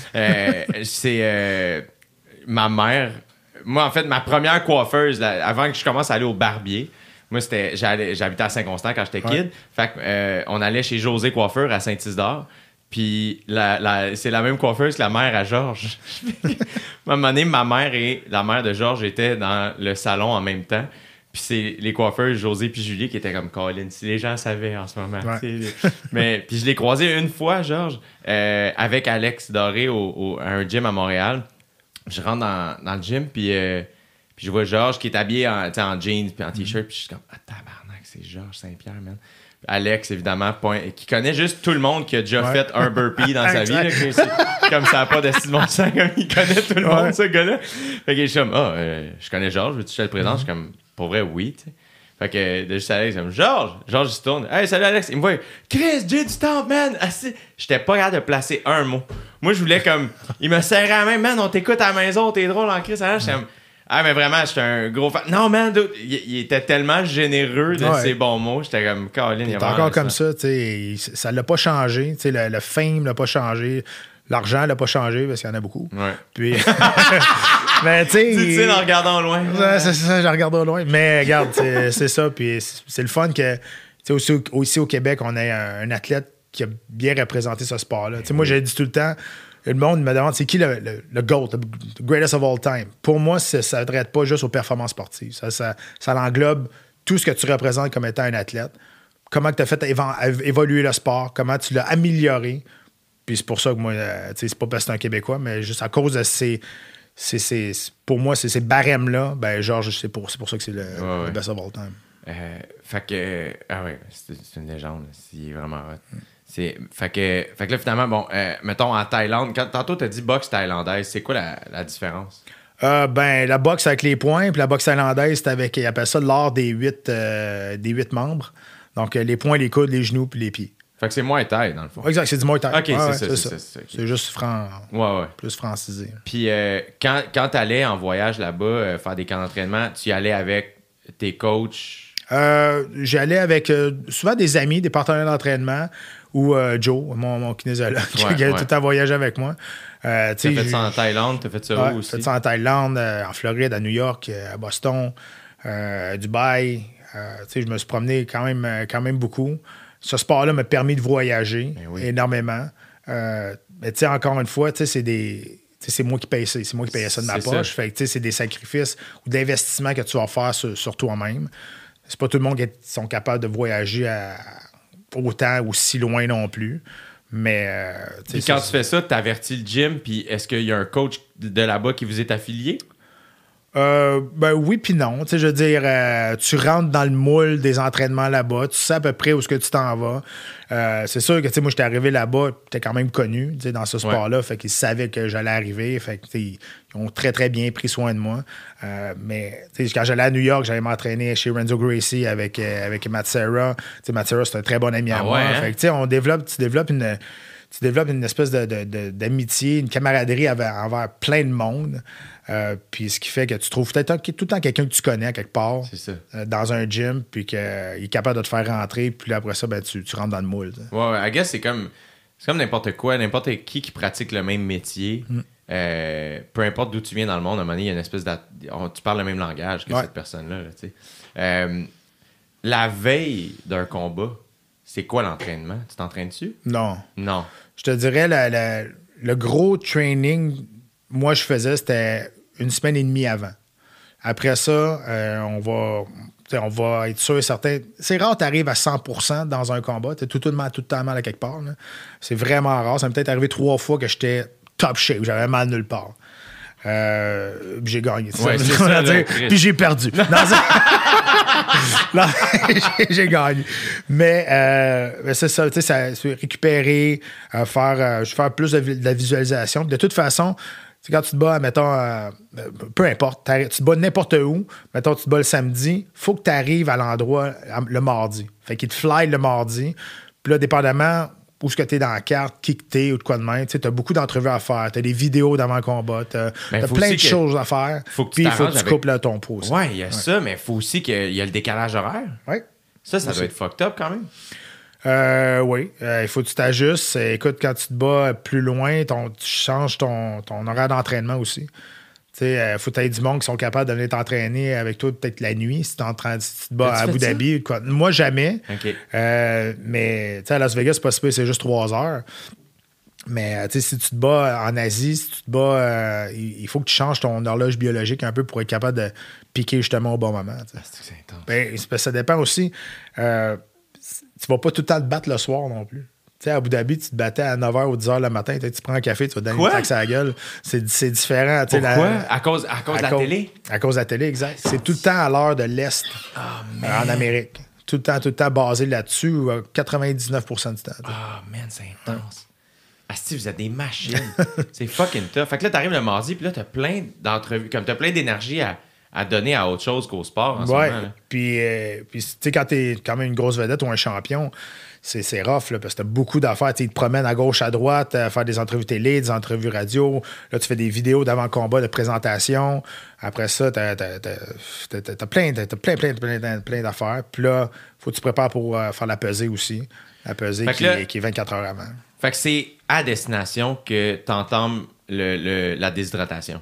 C'est ma mère... Moi, en fait, ma première coiffeuse, avant que je commence à aller au barbier... Moi, j'habitais à Saint-Constant quand j'étais kid. Fait on allait chez José Coiffeur à Saint-Isidore. Puis c'est la même coiffeuse que la mère à Georges. À un moment donné, ma mère et la mère de Georges étaient dans le salon en même temps. Puis c'est les coiffeurs José puis Julie qui étaient comme Colin. Si les gens savaient en ce moment. Mais puis je l'ai croisé une fois, Georges, avec Alex Doré à un gym à Montréal. Je rentre dans le gym, puis je vois Georges qui est habillé en jeans puis en t-shirt. Puis je suis comme, tabarnak, c'est Georges Saint-Pierre, man. Alex, évidemment, qui connaît juste tout le monde qui a déjà fait un burpee dans sa vie. Là, comme ça n'a pas de style de mon sang, comme il connaît tout le monde, ce gars-là. Fait que je suis comme, je connais Georges, veux-tu que je te le présente? Je suis comme, pour vrai, oui, tu sais. Fait que de juste Alex, comme, Georges, il se tourne. Hey, salut Alex. Il me voit, Chris, Jay du temps, man. J'étais pas capable de placer un mot. Moi, je voulais comme, il me serrait la main, man, on t'écoute à la maison, t'es drôle en Chris. J'étais comme, mais vraiment, j'étais un gros fan. Non, man, dude, il était tellement généreux de ses bons mots. J'étais comme, Colin, il est encore comme ça, tu sais, ça l'a pas changé. Tu sais, le fame l'a pas changé. L'argent l'a pas changé parce qu'il y en a beaucoup. Ouais. Puis, mais tu sais, en regardant au loin. C'est ça, je regarde au loin. Mais regarde, c'est ça. Puis c'est le fun que, tu sais, aussi au Québec, on ait un athlète qui a bien représenté ce sport-là. Tu sais, moi, j'ai dit tout le temps. Le monde me demande c'est qui le GOAT, le greatest of all time. Pour moi, ça ne s'adresse pas juste aux performances sportives. Ça englobe tout ce que tu représentes comme étant un athlète. Comment tu as fait évoluer le sport, comment tu l'as amélioré. Puis c'est pour ça que moi, c'est pas parce que c'est un Québécois, mais juste à cause de pour moi, ces barèmes-là, ben Georges, c'est pour ça que c'est le best of all time. Fait que, c'est une légende. C'est vraiment hot. Fait que là, finalement, bon, mettons en Thaïlande, tantôt tu as dit boxe thaïlandaise, c'est quoi la différence? La boxe avec les poings, puis la boxe thaïlandaise, c'est avec, ils appellent ça l'art des 8 membres. Donc, les poings, les coudes, les genoux, puis les pieds. Fait que c'est Muay Thai, dans le fond. Exact, c'est du Muay Thai. OK, c'est ça. C'est juste plus francisé. Puis quand tu allais en voyage là-bas, faire des camps d'entraînement, tu y allais avec tes coachs? J'allais avec souvent des amis, des partenaires d'entraînement, ou Joe, mon kinésiologue, qui a tout le temps voyagé avec moi. T'as fait ça en Thaïlande, t'as fait ça où aussi? J'ai fait ça en Thaïlande, en Floride, à New York, à Boston, à Dubaï. Je me suis promené quand même beaucoup. Ce sport-là m'a permis de voyager énormément. Mais encore une fois, c'est moi qui paye ça. C'est moi qui payais ça de ma poche. Fait que, c'est des sacrifices ou d'investissements que tu vas faire sur toi-même. C'est pas tout le monde qui sont capables de voyager autant ou si loin non plus. Mais puis quand tu fais ça, tu avertis le gym, puis est-ce qu'il y a un coach de là-bas qui vous est affilié? Oui puis non. Je veux dire, tu rentres dans le moule des entraînements là-bas, tu sais à peu près où est-ce que tu t'en vas. C'est sûr que moi, j'étais arrivé là-bas, j'étais quand même connu dans ce sport-là, fait qu'ils savaient que j'allais arriver, fait que ils ont très très bien pris soin de moi. Mais quand j'allais à New York, j'allais m'entraîner chez Renzo Gracie avec Matt Serra. Matt Serra, c'est un très bon ami à moi. Fait que tu développes une espèce d'amitié, une camaraderie envers plein de monde. Puis ce qui fait que tu trouves tout le temps quelqu'un que tu connais à quelque part dans un gym, puis qu'il est capable de te faire rentrer, puis là, après ça, tu rentres dans le moule. Ouais, I guess c'est comme n'importe quoi, n'importe qui pratique le même métier. Peu importe d'où tu viens dans le monde, à un moment donné, il y a une espèce tu parles le même langage que cette personne-là. La veille d'un combat, c'est quoi l'entraînement? Tu t'entraînes-tu? Non. Je te dirais, le gros training, moi, je faisais, c'était 1 semaine et demie avant. Après ça, on va être sûr et certain. C'est rare que tu arrives à 100% dans un combat. Tu es tout le temps mal à quelque part. Là. C'est vraiment rare. Ça m'est peut-être arrivé 3 fois que j'étais top shape. J'avais mal nulle part. J'ai gagné. Puis j'ai perdu. Non, j'ai gagné. Mais c'est ça, tu sais, récupérer, faire plus de la visualisation. De toute façon, quand tu te bats, mettons, peu importe, tu te bats n'importe où, mettons, tu te bats le samedi, il faut que tu arrives à l'endroit le mardi. Fait qu'il te fly le mardi. Puis là, dépendamment où est-ce que tu es dans la carte, qui que t'es ou de quoi de même, tu as beaucoup d'entrevues à faire, tu as des vidéos d'avant le combat, tu as plein de choses à faire. Puis il faut que tu coupes là, ton pouce. Ouais, il y a ça, mais il faut aussi qu'il y ait le décalage horaire. Oui. Ça doit être fucked up quand même. Oui, il faut que tu t'ajustes. Écoute, quand tu te bats plus loin, tu changes ton horaire d'entraînement aussi. Il faut que tu aies du monde qui sont capables de venir t'entraîner avec toi peut-être la nuit si tu te bats à Abu Dhabi. Quoi. Moi, jamais. Okay. Mais à Las Vegas, c'est pas si peu, c'est juste 3 heures. Mais si tu te bats en Asie, si tu te bats, il faut que tu changes ton horloge biologique un peu pour être capable de piquer justement au bon moment. C'est intense. Ça dépend aussi. Tu vas pas tout le temps te battre le soir non plus. Tu sais, à Abu Dhabi, tu te battais à 9h ou 10h le matin, tu prends un café, tu vas te donner une taxe à la gueule. C'est différent. Pourquoi? À cause de la télé? À cause de la télé, exact. C'est tout le temps à l'heure de l'Est en Amérique. Tout le temps basé là-dessus, 99% du temps. Man, c'est intense. Asti, vous êtes des machines. C'est fucking tough. Fait que là, t'arrives le mardi, puis là, t'as plein d'entrevues, comme t'as plein d'énergie à donner à autre chose qu'au sport en ce moment. Puis tu sais, quand t'es quand même une grosse vedette ou un champion, c'est rough, là, parce que t'as beaucoup d'affaires. Ils te promènent à gauche, à droite, à faire des entrevues télé, des entrevues radio. Là, tu fais des vidéos d'avant-combat, de présentation. Après ça, t'as plein d'affaires. Puis là, faut que tu prépares pour faire la pesée aussi. La pesée qui est 24 heures avant. Fait que c'est à destination que t'entames la déshydratation.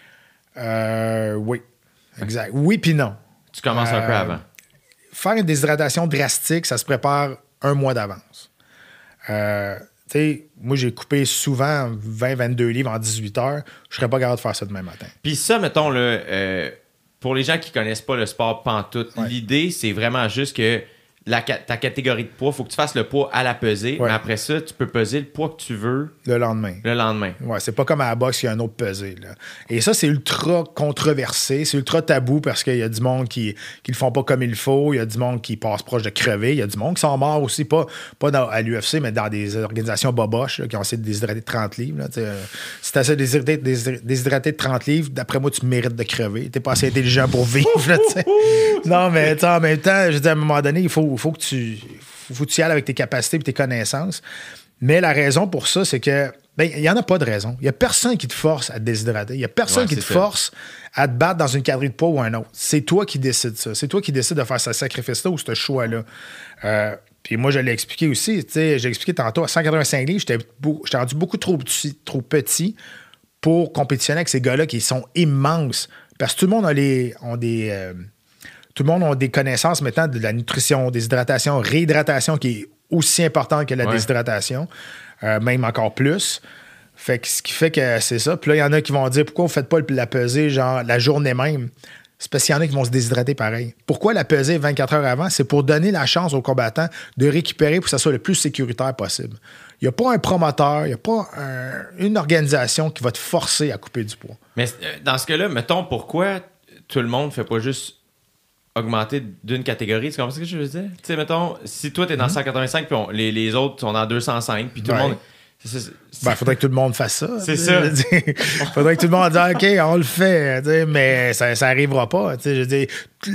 Oui. Exact. Oui puis non. Tu commences un peu avant. Faire une déshydratation drastique, ça se prépare 1 mois d'avance. Tu sais, moi, j'ai coupé souvent 20-22 livres en 18 heures. Je serais pas capable de faire ça demain matin. Puis ça, mettons, là, pour les gens qui connaissent pas le sport pantoute, l'idée, c'est vraiment juste que ta catégorie de poids, il faut que tu fasses le poids à la pesée, mais après ça, tu peux peser le poids que tu veux le lendemain. Ouais, c'est pas comme à la boxe, il y a un autre pesée. Là. Et ça, c'est ultra controversé, c'est ultra tabou parce qu'il y a du monde qui le font pas comme il faut, il y a du monde qui passe proche de crever, il y a du monde qui sont morts aussi, pas à l'UFC, mais dans des organisations boboches là, qui ont essayé de déshydrater de 30 livres. Là, si tu essaies de déshydrater de 30 livres, d'après moi, tu mérites de crever. T'es pas assez intelligent pour vivre. Là, non, mais en même temps, je dis à un moment donné, il faut que faut que tu y ailles avec tes capacités et tes connaissances. Mais la raison pour ça, c'est que il n'y en a pas de raison. Il n'y a personne qui te force à te déshydrater. Il n'y a personne qui te force à te battre dans une calorie de poids ou un autre. C'est toi qui décides ça. C'est toi qui décides de faire ce sacrifice-là ou ce choix-là. Puis moi, je l'ai expliqué aussi. J'ai expliqué tantôt, à 185 livres, j'étais rendu beaucoup trop petit pour compétitionner avec ces gars-là qui sont immenses. Parce que tout le monde tout le monde a des connaissances maintenant de la nutrition, des hydratations, réhydratation qui est aussi importante que la déshydratation, même encore plus. Fait que ce qui fait que c'est ça. Puis là, il y en a qui vont dire pourquoi vous ne faites pas la pesée genre la journée même? C'est parce qu'il y en a qui vont se déshydrater pareil. Pourquoi la pesée 24 heures avant? C'est pour donner la chance aux combattants de récupérer pour que ça soit le plus sécuritaire possible. Il n'y a pas un promoteur, il n'y a pas une organisation qui va te forcer à couper du poids. Mais dans ce cas-là, mettons, pourquoi tout le monde ne fait pas juste augmenter d'une catégorie? Tu comprends ce que je veux dire? Tu sais, mettons, si toi, tu es dans 185 puis les autres sont dans 205 puis tout le monde... Il faudrait que tout le monde fasse ça. C'est ça. Il faudrait que tout le monde dise OK, on le fait, mais ça n'arrivera pas. Je veux dire,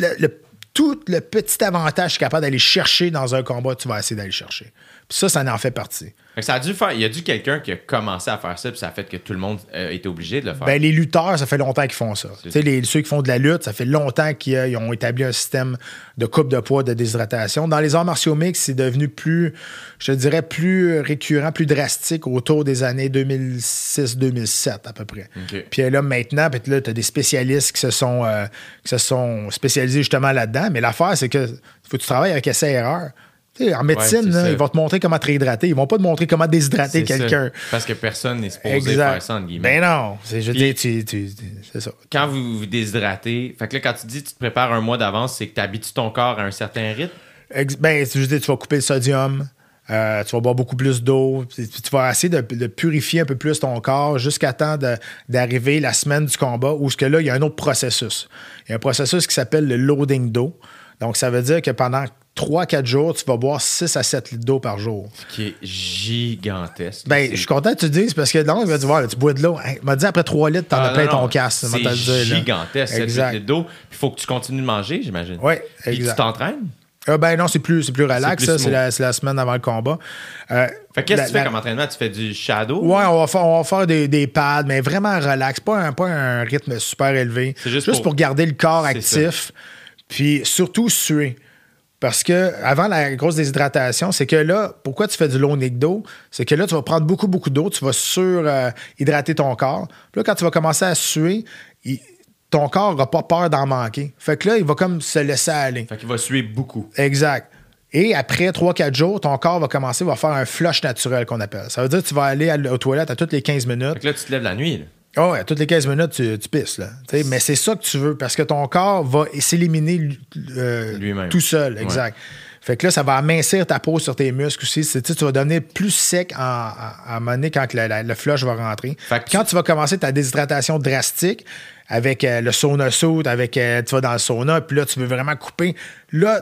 tout le petit avantage que je suis capable d'aller chercher dans un combat, tu vas essayer d'aller chercher. Puis ça en fait partie. Ça a dû faire. Il y a dû quelqu'un qui a commencé à faire ça, puis ça a fait que tout le monde était obligé de le faire. Les lutteurs, ça fait longtemps qu'ils font ça. Ceux qui font de la lutte, ça fait longtemps qu'ils ont établi un système de coupe de poids, de déshydratation. Dans les arts martiaux mixtes, c'est devenu plus récurrent, plus drastique autour des années 2006-2007 à peu près. Okay. Puis là, maintenant, tu as des spécialistes qui se sont spécialisés justement là-dedans. Mais l'affaire, c'est que faut que tu travailles avec essai-erreur. En médecine, ils vont te montrer comment te réhydrater. Ils vont pas te montrer comment déshydrater quelqu'un. Parce que personne n'est supposé faire ça, entre guillemets. Ben non. C'est ça. Quand vous déshydratez, fait que là, quand tu dis que tu te prépares un mois d'avance, c'est que tu habitues ton corps à un certain rythme? Tu vas couper le sodium. Tu vas boire beaucoup plus d'eau. Tu vas essayer de purifier un peu plus ton corps jusqu'à temps d'arriver la semaine du combat où là, il y a un autre processus. Il y a un processus qui s'appelle le loading d'eau. Donc, ça veut dire que pendant 3-4 jours, tu vas boire 6 à 7 litres d'eau par jour. Ce qui est gigantesque. Je suis content que tu le dises parce que là, il va dire, tu bois de l'eau. Il m'a dit après 3 litres, t'en as plein ton casque. C'est gigantesque, 7 litres d'eau. Il faut que tu continues de manger, j'imagine. Oui, exact. Et tu t'entraînes? Non, c'est plus relax. C'est la semaine avant le combat. Fait qu'est-ce que tu fais comme entraînement? Tu fais du shadow? Oui, on va faire des pads, mais vraiment relax. Pas un rythme super élevé. C'est juste pour garder le corps actif. Puis surtout suer. Parce que avant la grosse déshydratation, c'est que là, pourquoi tu fais du loading d'eau? C'est que là, tu vas prendre beaucoup, beaucoup d'eau, tu vas surhydrater ton corps. Puis là, quand tu vas commencer à suer, ton corps n'aura pas peur d'en manquer. Fait que là, il va comme se laisser aller. Fait qu'il va suer beaucoup. Exact. Et après 3-4 jours, ton corps va faire un flush naturel qu'on appelle. Ça veut dire que tu vas aller aux toilettes à toutes les 15 minutes. Fait que là, tu te lèves la nuit, là. Oh, à toutes les 15 minutes, tu pisses. Là. Mais c'est ça que tu veux, parce que ton corps va s'éliminer lui-même. Tout seul. Exact. Fait que là, ça va amincir ta peau sur tes muscles aussi. Tu vas devenir plus sec à un moment donné quand le flush va rentrer. Quand tu vas commencer ta déshydratation drastique avec le sauna suit, tu vas dans le sauna, puis là, tu veux vraiment couper. Là,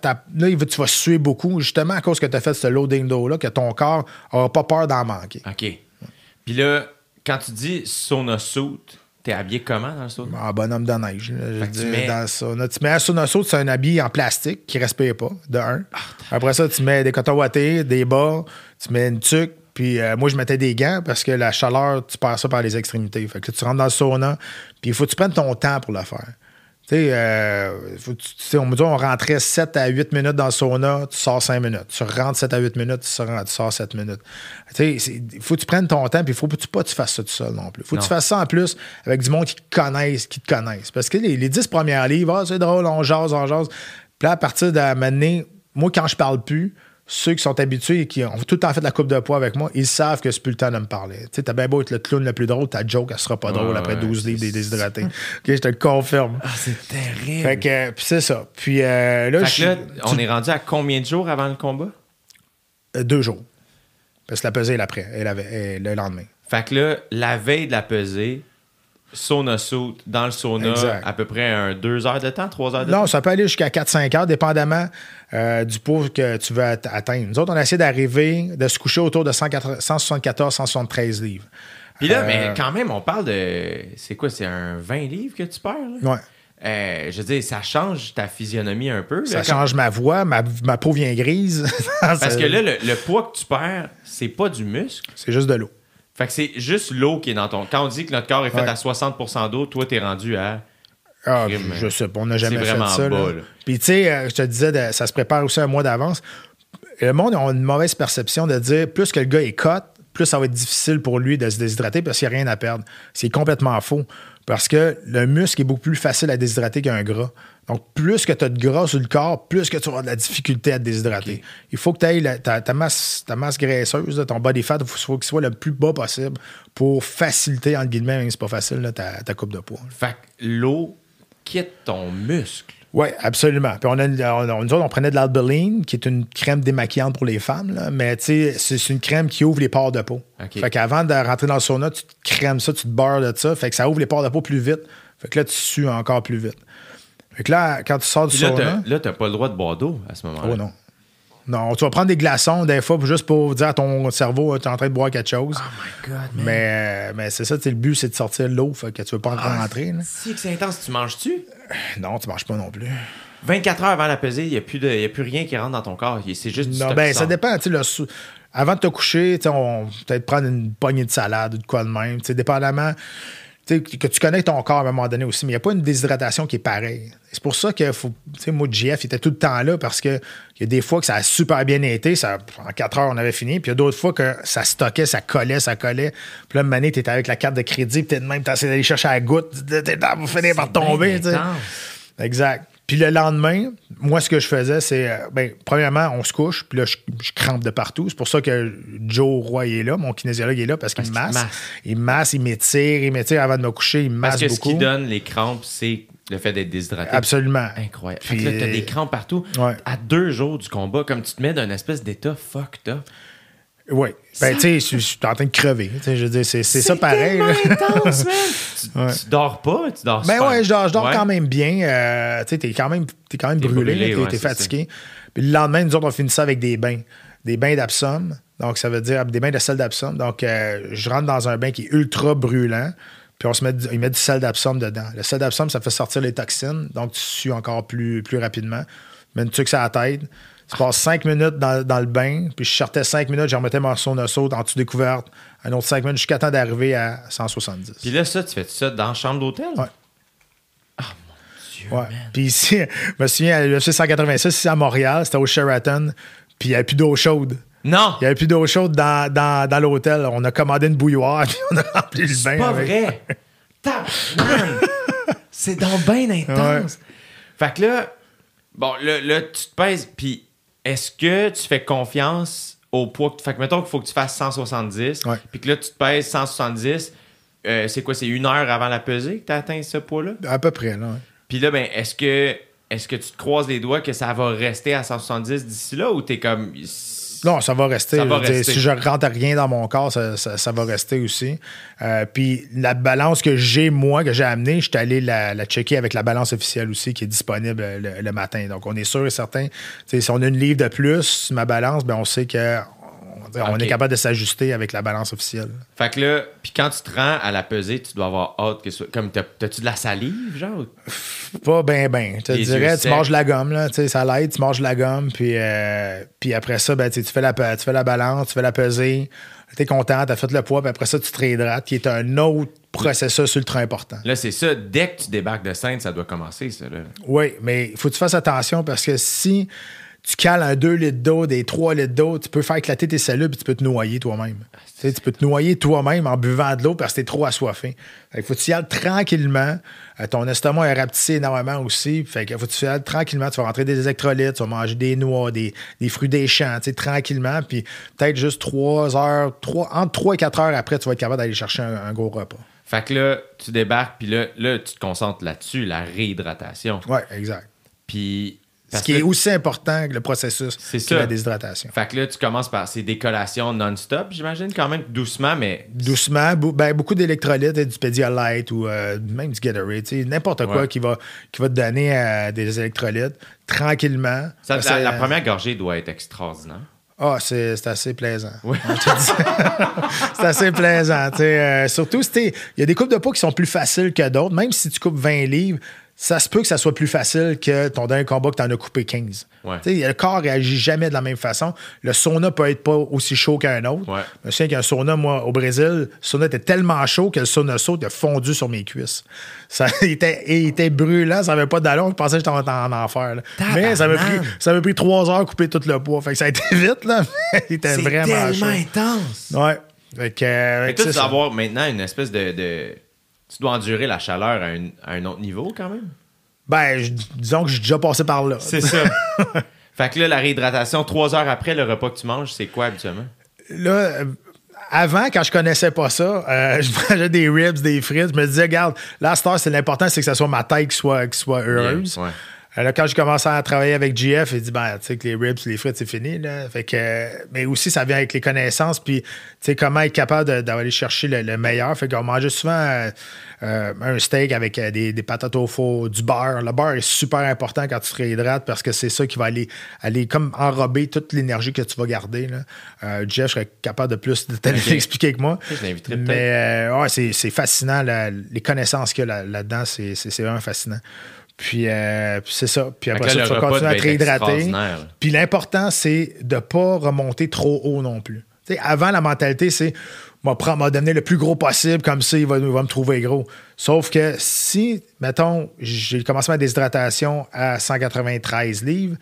tu vas suer beaucoup, justement à cause que tu as fait ce loading d'eau-là, que ton corps n'aura pas peur d'en manquer. OK. Puis là, quand tu dis sauna suit, t'es habillé comment dans le sauna? En bonhomme de neige. Dans le sauna. Tu mets un sauna suit, c'est un habit en plastique qui ne respire pas, de un. Après ça, tu mets des cotons ouatés, des bas, tu mets une tuque, puis moi, je mettais des gants parce que la chaleur, tu perds ça par les extrémités. Fait que là, tu rentres dans le sauna, puis il faut que tu prennes ton temps pour le faire. On me dit on rentrait 7 à 8 minutes dans le sauna, tu sors 5 minutes. Tu rentres 7 à 8 minutes, tu sors 7 minutes. Il faut que tu prennes ton temps, puis il ne faut pas que tu fasses ça tout seul non plus. Il faut que tu fasses ça en plus avec du monde qui te connaissent. Parce que les 10 premières livres, c'est drôle, on jase. Puis là, à partir de maintenant, moi, quand je parle plus, ceux qui sont habitués et qui ont tout le temps fait de la coupe de poids avec moi, ils savent que c'est plus le temps de me parler. Tu sais, t'as bien beau être le clown le plus drôle, ta joke, elle sera pas drôle après 12 livres déshydratés. OK, je te le confirme. Ah, c'est terrible. Fait que, puis c'est ça. Puis là, on est rendu à combien de jours avant le combat? 2 jours. Parce que la pesée est l'après, le lendemain. Fait que là, la veille de la pesée, sauna suit, dans le sauna, à peu près 2 heures de temps, 3 heures de temps? Non, ça peut aller jusqu'à 4-5 heures, dépendamment du poids que tu veux atteindre. Nous autres, on a essayé de se coucher autour de 174-173 livres. Puis là, mais quand même, on parle de... C'est quoi, c'est un 20 livres que tu perds? Là? Ouais. je veux dire, ça change ta physionomie un peu. Ça change ma voix, ma peau vient grise. Parce que là, le poids que tu perds, c'est pas du muscle. C'est juste de l'eau. Fait que c'est juste l'eau qui est dans ton... Quand on dit que notre corps est fait à 60% d'eau, toi, t'es rendu à... Je sais pas, on n'a jamais fait ça. Bas, là. Puis tu sais, je te disais, ça se prépare aussi un mois d'avance. Le monde a une mauvaise perception de dire, plus que le gars est cut, plus ça va être difficile pour lui de se déshydrater parce qu'il n'y a rien à perdre. C'est complètement faux. Parce que le muscle est beaucoup plus facile à déshydrater qu'un gras. Donc, plus que tu as de gras sur le corps, plus que tu auras de la difficulté à te déshydrater. Okay. Il faut que tu aies ta masse graisseuse, ton body fat, il faut qu'il soit le plus bas possible pour faciliter, entre guillemets, même si c'est pas facile, là, ta coupe de poids. Fait que l'eau quitte ton muscle. Oui, absolument. Puis nous autres, on prenait de l'Albaline, qui est une crème démaquillante pour les femmes, là, mais tu sais, c'est une crème qui ouvre les pores de peau. Okay. Fait qu'avant de rentrer dans le sauna, tu te crèmes ça, tu te beurres de ça, fait que ça ouvre les pores de peau plus vite. Fait que là, tu sues encore plus vite. Fait que là, quand tu sors du sauna... Là, t'as pas le droit de boire d'eau à ce moment-là. Oh non. Non, tu vas prendre des glaçons des fois juste pour dire à ton cerveau tu es en train de boire quelque chose. Oh my God, man. Mais c'est ça, le but, c'est de sortir l'eau, fait que tu veux pas rentrer. Si que c'est intense, tu manges-tu? Non, tu manges pas non plus. 24 heures avant la pesée, il n'y a plus rien qui rentre dans ton corps. C'est juste du stock. Ça dépend. Avant de te coucher, on peut-être prendre une poignée de salade ou de quoi de même. Dépendamment... que tu connais ton corps à un moment donné aussi, mais il n'y a pas une déshydratation qui est pareille. C'est pour ça que moi, JF, il était tout le temps là parce qu'il y a des fois que ça a super bien été, en 4 heures, on avait fini, puis il y a d'autres fois que ça stockait, ça collait. Puis là, une année, tu étais avec la carte de crédit, puis même, tu essayé d'aller chercher à la goutte, vous finir par tomber. Exact. Puis le lendemain, moi, ce que je faisais, c'est... premièrement, on se couche, puis là, je crampe de partout. C'est pour ça que Joe Roy est là, mon kinésiologue est là, parce qu'il me masse. Il masse, il m'étire avant de me coucher, il me masse beaucoup. Parce que ce qui donne les crampes, c'est le fait d'être déshydraté. Absolument. Incroyable. Puis, fait que là, t'as des crampes partout. Ouais. À 2 jours du combat, comme tu te mets d'un espèce d'état fucked up. Oui. Tu sais, je suis en train de crever. Je veux dire, c'est ça pareil. C'est intense, man. Tu dors pas? Tu dors ben ouais, je dors quand même bien. Tu sais, t'es quand même brûlé. T'es fatigué. Puis le lendemain, nous autres, on finit ça avec des bains. Des bains d'Absum. Donc, ça veut dire des bains de sel d'Absum. Donc, je rentre dans un bain qui est ultra brûlant. Puis il met du sel d'Absum dedans. Le sel d'Absum, ça fait sortir les toxines. Donc, tu sues encore plus rapidement. Tu mets une tuque sur la tête. Tu passes 5 minutes dans le bain, puis je sortais 5 minutes, je remettais mon sauna saute en dessous découverte, un autre 5 minutes jusqu'à temps d'arriver à 170. Puis là, tu fais ça dans la chambre d'hôtel? Oui. Ah, mon Dieu, man. Puis ici, je me souviens, à l'UFC 186, ici à Montréal, c'était au Sheraton, puis il n'y avait plus d'eau chaude. Non! Il n'y avait plus d'eau chaude dans l'hôtel. On a commandé une bouilloire, puis on a rempli le bain. C'est pas vrai! Man! C'est donc bien intense! Ouais. Fait que là, bon, là, tu te pèses, puis est-ce que tu fais confiance au poids que tu... Fait que mettons qu'il faut que tu fasses 170, puis que là, tu te pèses 170, c'est quoi, c'est 1 heure avant la pesée que tu as atteint ce poids-là? À peu près, là. Puis là, ben, est-ce que tu te croises les doigts que ça va rester à 170 d'ici là, ou t'es comme... Non, ça va rester. Si je rentre rien dans mon corps, ça va rester aussi. Puis la balance que j'ai amenée, je suis allé la checker avec la balance officielle aussi qui est disponible le matin. Donc, on est sûr et certain. Si on a une livre de plus sur ma balance, ben on sait que on est capable de s'ajuster avec la balance officielle. Fait que là, puis quand tu te rends à la pesée, tu dois avoir hâte que ça... Comme, t'as-tu de la salive, genre? Pas ben. Je te dirais, tu manges de la gomme, là. Tu sais, ça l'aide, tu manges de la gomme, puis après ça, ben, tu fais la balance, tu fais la pesée, t'es content, t'as fait le poids, puis après ça, tu te réhydrates, qui est un autre processus ultra important. Là, c'est ça. Dès que tu débarques de scène, ça doit commencer, ça, là. Oui, mais il faut que tu fasses attention parce que si... tu cales un 2 litres d'eau, des 3 litres d'eau, tu peux faire éclater tes cellules puis tu peux te noyer toi-même. Tu peux te noyer toi-même en buvant de l'eau parce que t'es trop assoiffé. Fait que faut que tu y ailles tranquillement. Ton estomac est rapetissé énormément aussi. Fait que faut que tu y ailles tranquillement. Tu vas rentrer des électrolytes, tu vas manger des noix, des fruits des champs, tranquillement. Puis peut-être juste 3 heures, entre 3 et 4 heures après, tu vas être capable d'aller chercher un gros repas. Fait que là, tu débarques, puis là, tu te concentres là-dessus, la réhydratation. Oui, exact. Puis... Ce qui est aussi important que le processus que la déshydratation. Fait que là, tu commences par ces décollations non-stop, j'imagine, quand même doucement, mais... Doucement, beaucoup d'électrolytes, du Pedialyte ou même du Gatorade, n'importe quoi qui va te donner des électrolytes tranquillement. La première gorgée doit être extraordinaire. Ah, c'est assez plaisant. Oui. C'est assez plaisant. Surtout, il y a des coupes de poids qui sont plus faciles que d'autres. Même si tu coupes 20 livres, ça se peut que ça soit plus facile que ton dernier combat que tu en as coupé 15. Ouais. Le corps réagit jamais de la même façon. Le sauna peut être pas aussi chaud qu'un autre. Ouais. Je me souviens qu'un sauna, moi, au Brésil, le sauna était tellement chaud que le sauna saut a fondu sur mes cuisses. Il était brûlant, ça n'avait pas d'allon. Je pensais que j'étais en enfer. Là. Mais ça m'a pris 3 heures à couper tout le poids. Fait que ça a été vite, là. Il était vraiment chaud. Intense. Ouais. Fait que, toi, tu dois avoir maintenant une espèce de... Tu dois endurer la chaleur à un autre niveau, quand même? Ben, disons que j'ai déjà passé par là. C'est ça. Fait que là, la réhydratation, 3 heures après le repas que tu manges, c'est quoi habituellement? Là, avant, quand je connaissais pas ça, je mangeais des ribs, des frites. Je me disais, regarde, là, à cette heure, c'est l'important, c'est que ça soit ma tête qui soit heureuse. Ouais. Là, quand j'ai commencé à travailler avec GF, il dit, ben, tu sais, que les ribs, les frites, c'est fini, là. Fait que, mais aussi, ça vient avec les connaissances, puis, tu sais, comment être capable d'aller chercher le meilleur. Fait qu'on mangeait souvent un steak avec des patates au four, du beurre. Le beurre est super important quand tu te réhydrates parce que c'est ça qui va aller comme enrober toute l'énergie que tu vas garder, là. Jeff serait capable de plus de t'expliquer que moi. Je l'inviterais peut-être. Mais, ouais, c'est fascinant, les connaissances qu'il y a là-dedans, c'est vraiment fascinant. Puis c'est ça. Puis après ça, tu vas continuer à te réhydrater. Puis l'important, c'est de ne pas remonter trop haut non plus. T'sais, avant, la mentalité, c'est m'a donné le plus gros possible, comme ça, il va me trouver gros. Sauf que si, mettons, j'ai commencé ma déshydratation à 193 livres,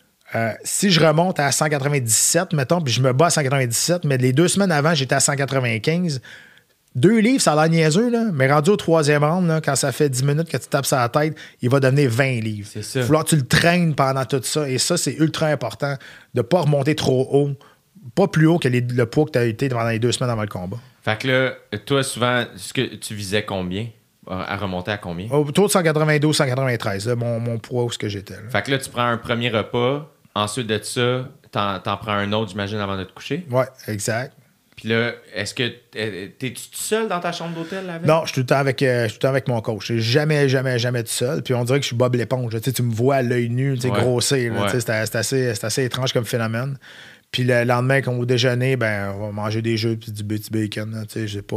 si je remonte à 197, mettons, puis je me bats à 197, mais les 2 semaines avant, j'étais à 195, 2 livres, ça a l'air niaiseux, là, mais rendu au 3e round, là, quand ça fait 10 minutes que tu tapes sur la tête, il va devenir 20 livres. C'est ça. Il va falloir que tu le traînes pendant tout ça. Et ça, c'est ultra important de ne pas remonter trop haut. Pas plus haut que le poids que tu as été pendant les 2 semaines avant le combat. Fait que là, toi, souvent, ce que tu visais combien? À remonter à combien? Autour de 192, 193, là, mon poids où ce que j'étais. Là. Fait que là, tu prends un premier repas. Ensuite de ça, t'en prends un autre, j'imagine, avant de te coucher? Ouais, exact. Puis là, est-ce que t'es-tu tout seul dans ta chambre d'hôtel la veille? Non, je suis tout le temps avec mon coach. Je suis jamais tout seul. Puis on dirait que je suis Bob l'éponge. Tu me vois à l'œil nu, grossir. Ouais. C'est assez étrange comme phénomène. Puis le lendemain, quand on va déjeuner, ben, on va manger des jeux et du petit bacon. Là,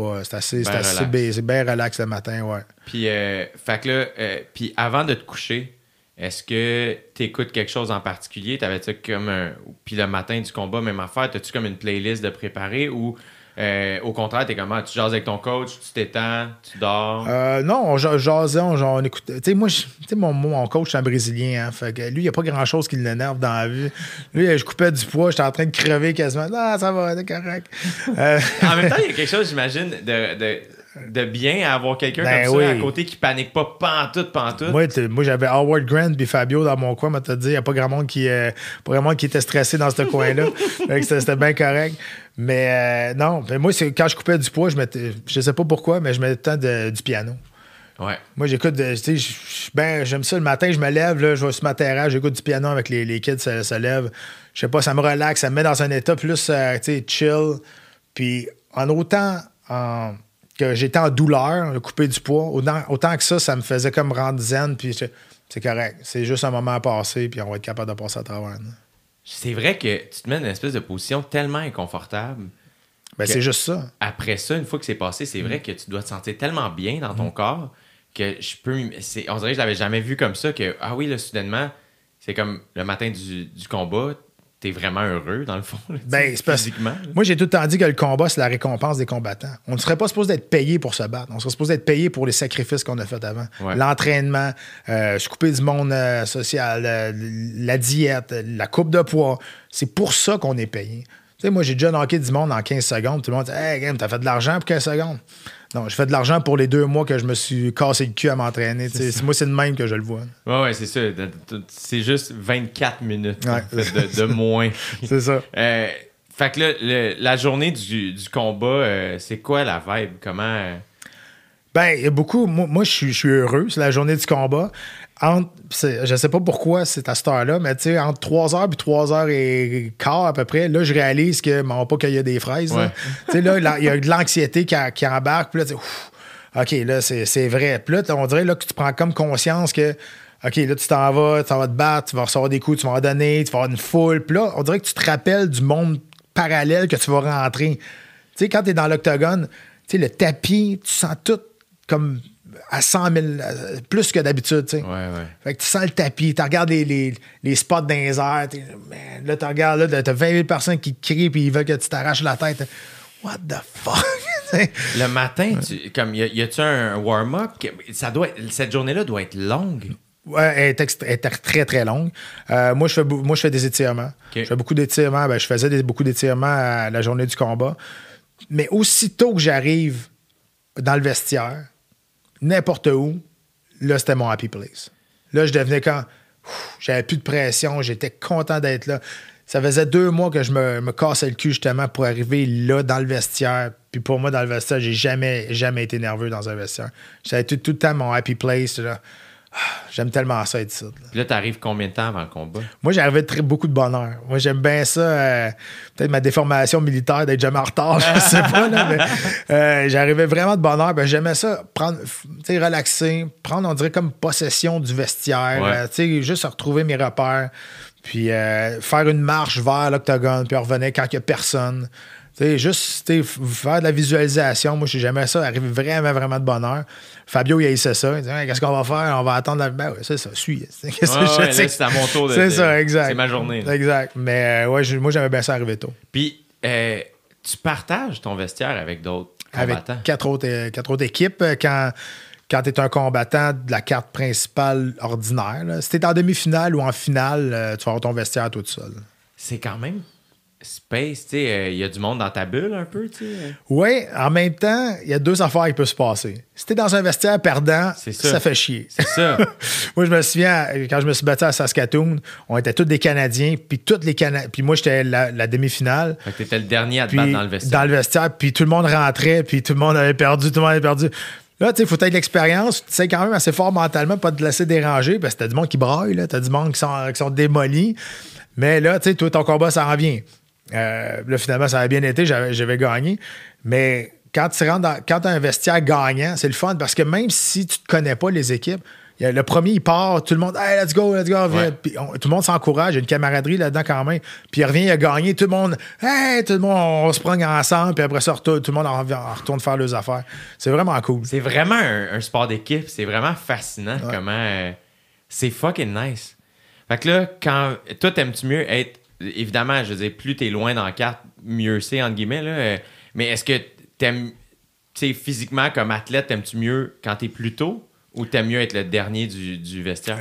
c'est bien relax le matin, ouais. Puis, fait que là, puis avant de te coucher, est-ce que tu écoutes quelque chose en particulier? T'avais-tu comme puis le matin du combat, même affaire, t'as-tu comme une playlist de préparer ou au contraire, t'es comment? Tu jases avec ton coach, tu t'étends, tu dors? Non, on jasait, on écoutait. Tu sais, moi, mon coach, c'est un Brésilien. Hein, fait que lui, il n'y a pas grand-chose qui l'énerve dans la vie. Lui, je coupais du poids, j'étais en train de crever quasiment. Ah, ça va, c'est correct. En même temps, il y a quelque chose, j'imagine, de bien à avoir quelqu'un comme ça à côté qui panique pas pantoute. Moi, j'avais Howard Grant et Fabio dans mon coin, mais t'as dit, il n'y a pas grand monde qui était stressé dans ce coin-là. C'était bien correct. Mais non, mais moi, c'est quand je coupais du poids, je sais pas pourquoi, mais je mettais tout le temps du piano. Ouais. Moi, j'écoute, tu sais, j'aime ça le matin, je me lève, là, je vais sur ma terrasse, j'écoute du piano avec les kids, ça se lève. Je sais pas, ça me relaxe, ça me met dans un état plus, tu sais, chill. Puis en autant que j'étais en douleur, couper du poids, autant que ça me faisait comme rendre zen, puis c'est correct. C'est juste un moment à passer, puis on va être capable de passer à travers. Là. C'est vrai que tu te mets dans une espèce de position tellement inconfortable. Ben, c'est juste ça. Après ça, une fois que c'est passé, c'est vrai que tu dois te sentir tellement bien dans ton corps que on dirait que je l'avais jamais vu comme ça, que, ah oui, là, soudainement, c'est comme le matin du combat, t'es vraiment heureux, dans le fond, là, ben, physiquement. Moi, j'ai tout le temps dit que le combat, c'est la récompense des combattants. On ne serait pas supposé être payé pour se battre. On serait supposé être payé pour les sacrifices qu'on a faits avant. Ouais. L'entraînement, se couper du monde social, la diète, la coupe de poids. C'est pour ça qu'on est payé. Tu sais, moi, j'ai déjà knocké du monde en 15 secondes. Tout le monde dit « Hey, game, t'as fait de l'argent pour 15 secondes? » Non, j'ai fait de l'argent pour les 2 mois que je me suis cassé le cul à m'entraîner. Moi, c'est de même que je le vois. Ouais, c'est ça. C'est juste 24 minutes de moins. C'est ça. Fait que là, la journée du combat, c'est quoi la vibe? Comment... Ben, il y a beaucoup... Moi, je suis heureux. C'est la journée du combat. Je sais pas pourquoi c'est à cette heure-là, mais tu sais, entre 3h et 3h15 à peu près, là, je réalise que m'en pas cueillir des fraises. Ouais. Tu sais, là, il y a de l'anxiété qui embarque. Puis là, tu sais, OK, là, c'est vrai. Puis là, on dirait là, que tu prends comme conscience que, OK, là, tu t'en vas te battre, tu vas recevoir des coups, tu vas en donner, tu vas avoir une foule. Puis là, on dirait que tu te rappelles du monde parallèle que tu vas rentrer. Tu sais, quand tu es dans l'octogone, tu sais, le tapis, tu sens tout comme à 100 000, plus que d'habitude, tu sais. Ouais. Fait que tu sens le tapis, tu regardes les spots dans les airs, là, tu regardes, là, t'as 20 000 personnes qui crient puis ils veulent que tu t'arraches la tête. What the fuck? Le matin, y a-tu un warm-up? Cette journée-là doit être longue. Ouais, elle est très, très longue. Moi, je fais des étirements. Okay. Je fais beaucoup d'étirements. Je faisais beaucoup d'étirements à la journée du combat. Mais aussitôt que j'arrive dans le vestiaire, n'importe où, là, c'était mon happy place. Là, je devenais j'avais plus de pression, j'étais content d'être là. Ça faisait 2 mois que je me cassais le cul, justement, pour arriver là, dans le vestiaire. Puis pour moi, dans le vestiaire, j'ai jamais été nerveux dans un vestiaire. J'avais tout le temps mon happy place. Là. J'aime tellement ça, être ça. Puis là, t'arrives combien de temps avant le combat? Moi, j'arrivais beaucoup de bonheur. Moi, j'aime bien ça. Peut-être ma déformation militaire d'être jamais en retard, je sais pas. Là, mais, j'arrivais vraiment de bonheur. J'aimais ça, relaxer, prendre, on dirait, comme possession du vestiaire. Ouais. Juste retrouver mes repères. Puis faire une marche vers l'octogone, puis revenir quand il n'y a personne. Juste faire de la visualisation. Moi, j'aimais ça, arriver vraiment, vraiment de bonne heure. Fabio, il haïssait ça. Il dit, qu'est-ce qu'on va faire? On va attendre. Ben oui, c'est ça, suis. C'est à mon tour. C'est ça, exact. C'est ma journée. Là. Exact. Mais moi, j'aimais bien ça arriver tôt. Puis, tu partages ton vestiaire avec d'autres combattants? Avec quatre autres équipes. Quand tu es un combattant de la carte principale ordinaire, là, si tu es en demi-finale ou en finale, tu vas avoir ton vestiaire tout seul. C'est quand même space, tu sais. Il y a du monde dans ta bulle un peu, tu sais. Oui, en même temps, il y a 2 affaires qui peuvent se passer. Si tu es dans un vestiaire perdant, ça fait chier. C'est ça. Moi, je me souviens, quand je me suis battu à Saskatoon, on était tous des Canadiens, puis moi, j'étais la demi-finale. Fait que t'étais le dernier à te battre dans le vestiaire. Dans le vestiaire, puis tout le monde rentrait, puis tout le monde avait perdu. Là, tu sais, il faut être l'expérience. Tu sais, quand même assez fort mentalement, pas te laisser déranger, parce que t'as du monde qui braille, là, t'as du monde qui sont démolis. Mais là, tu sais, toi, ton combat, ça en vient. Là, finalement, ça a bien été, j'avais gagné. Mais quand tu rentres quand tu as un vestiaire gagnant, c'est le fun, parce que même si tu ne connais pas les équipes, le premier, il part, tout le monde, hey, let's go. Ouais. Puis tout le monde s'encourage, il y a une camaraderie là-dedans quand même. Puis il revient, il a gagné, tout le monde, on se prend ensemble, puis après ça, tout le monde retourne faire leurs affaires. C'est vraiment cool. C'est vraiment un sport d'équipe, c'est vraiment fascinant comment c'est fucking nice. Fait que là, toi, t'aimes-tu mieux être, évidemment, je veux dire, plus t'es loin dans la carte, mieux c'est, entre guillemets, là, mais est-ce que t'aimes, tu sais, physiquement, comme athlète, t'aimes-tu mieux quand t'es plus tôt? Ou t'aimes mieux être le dernier du vestiaire?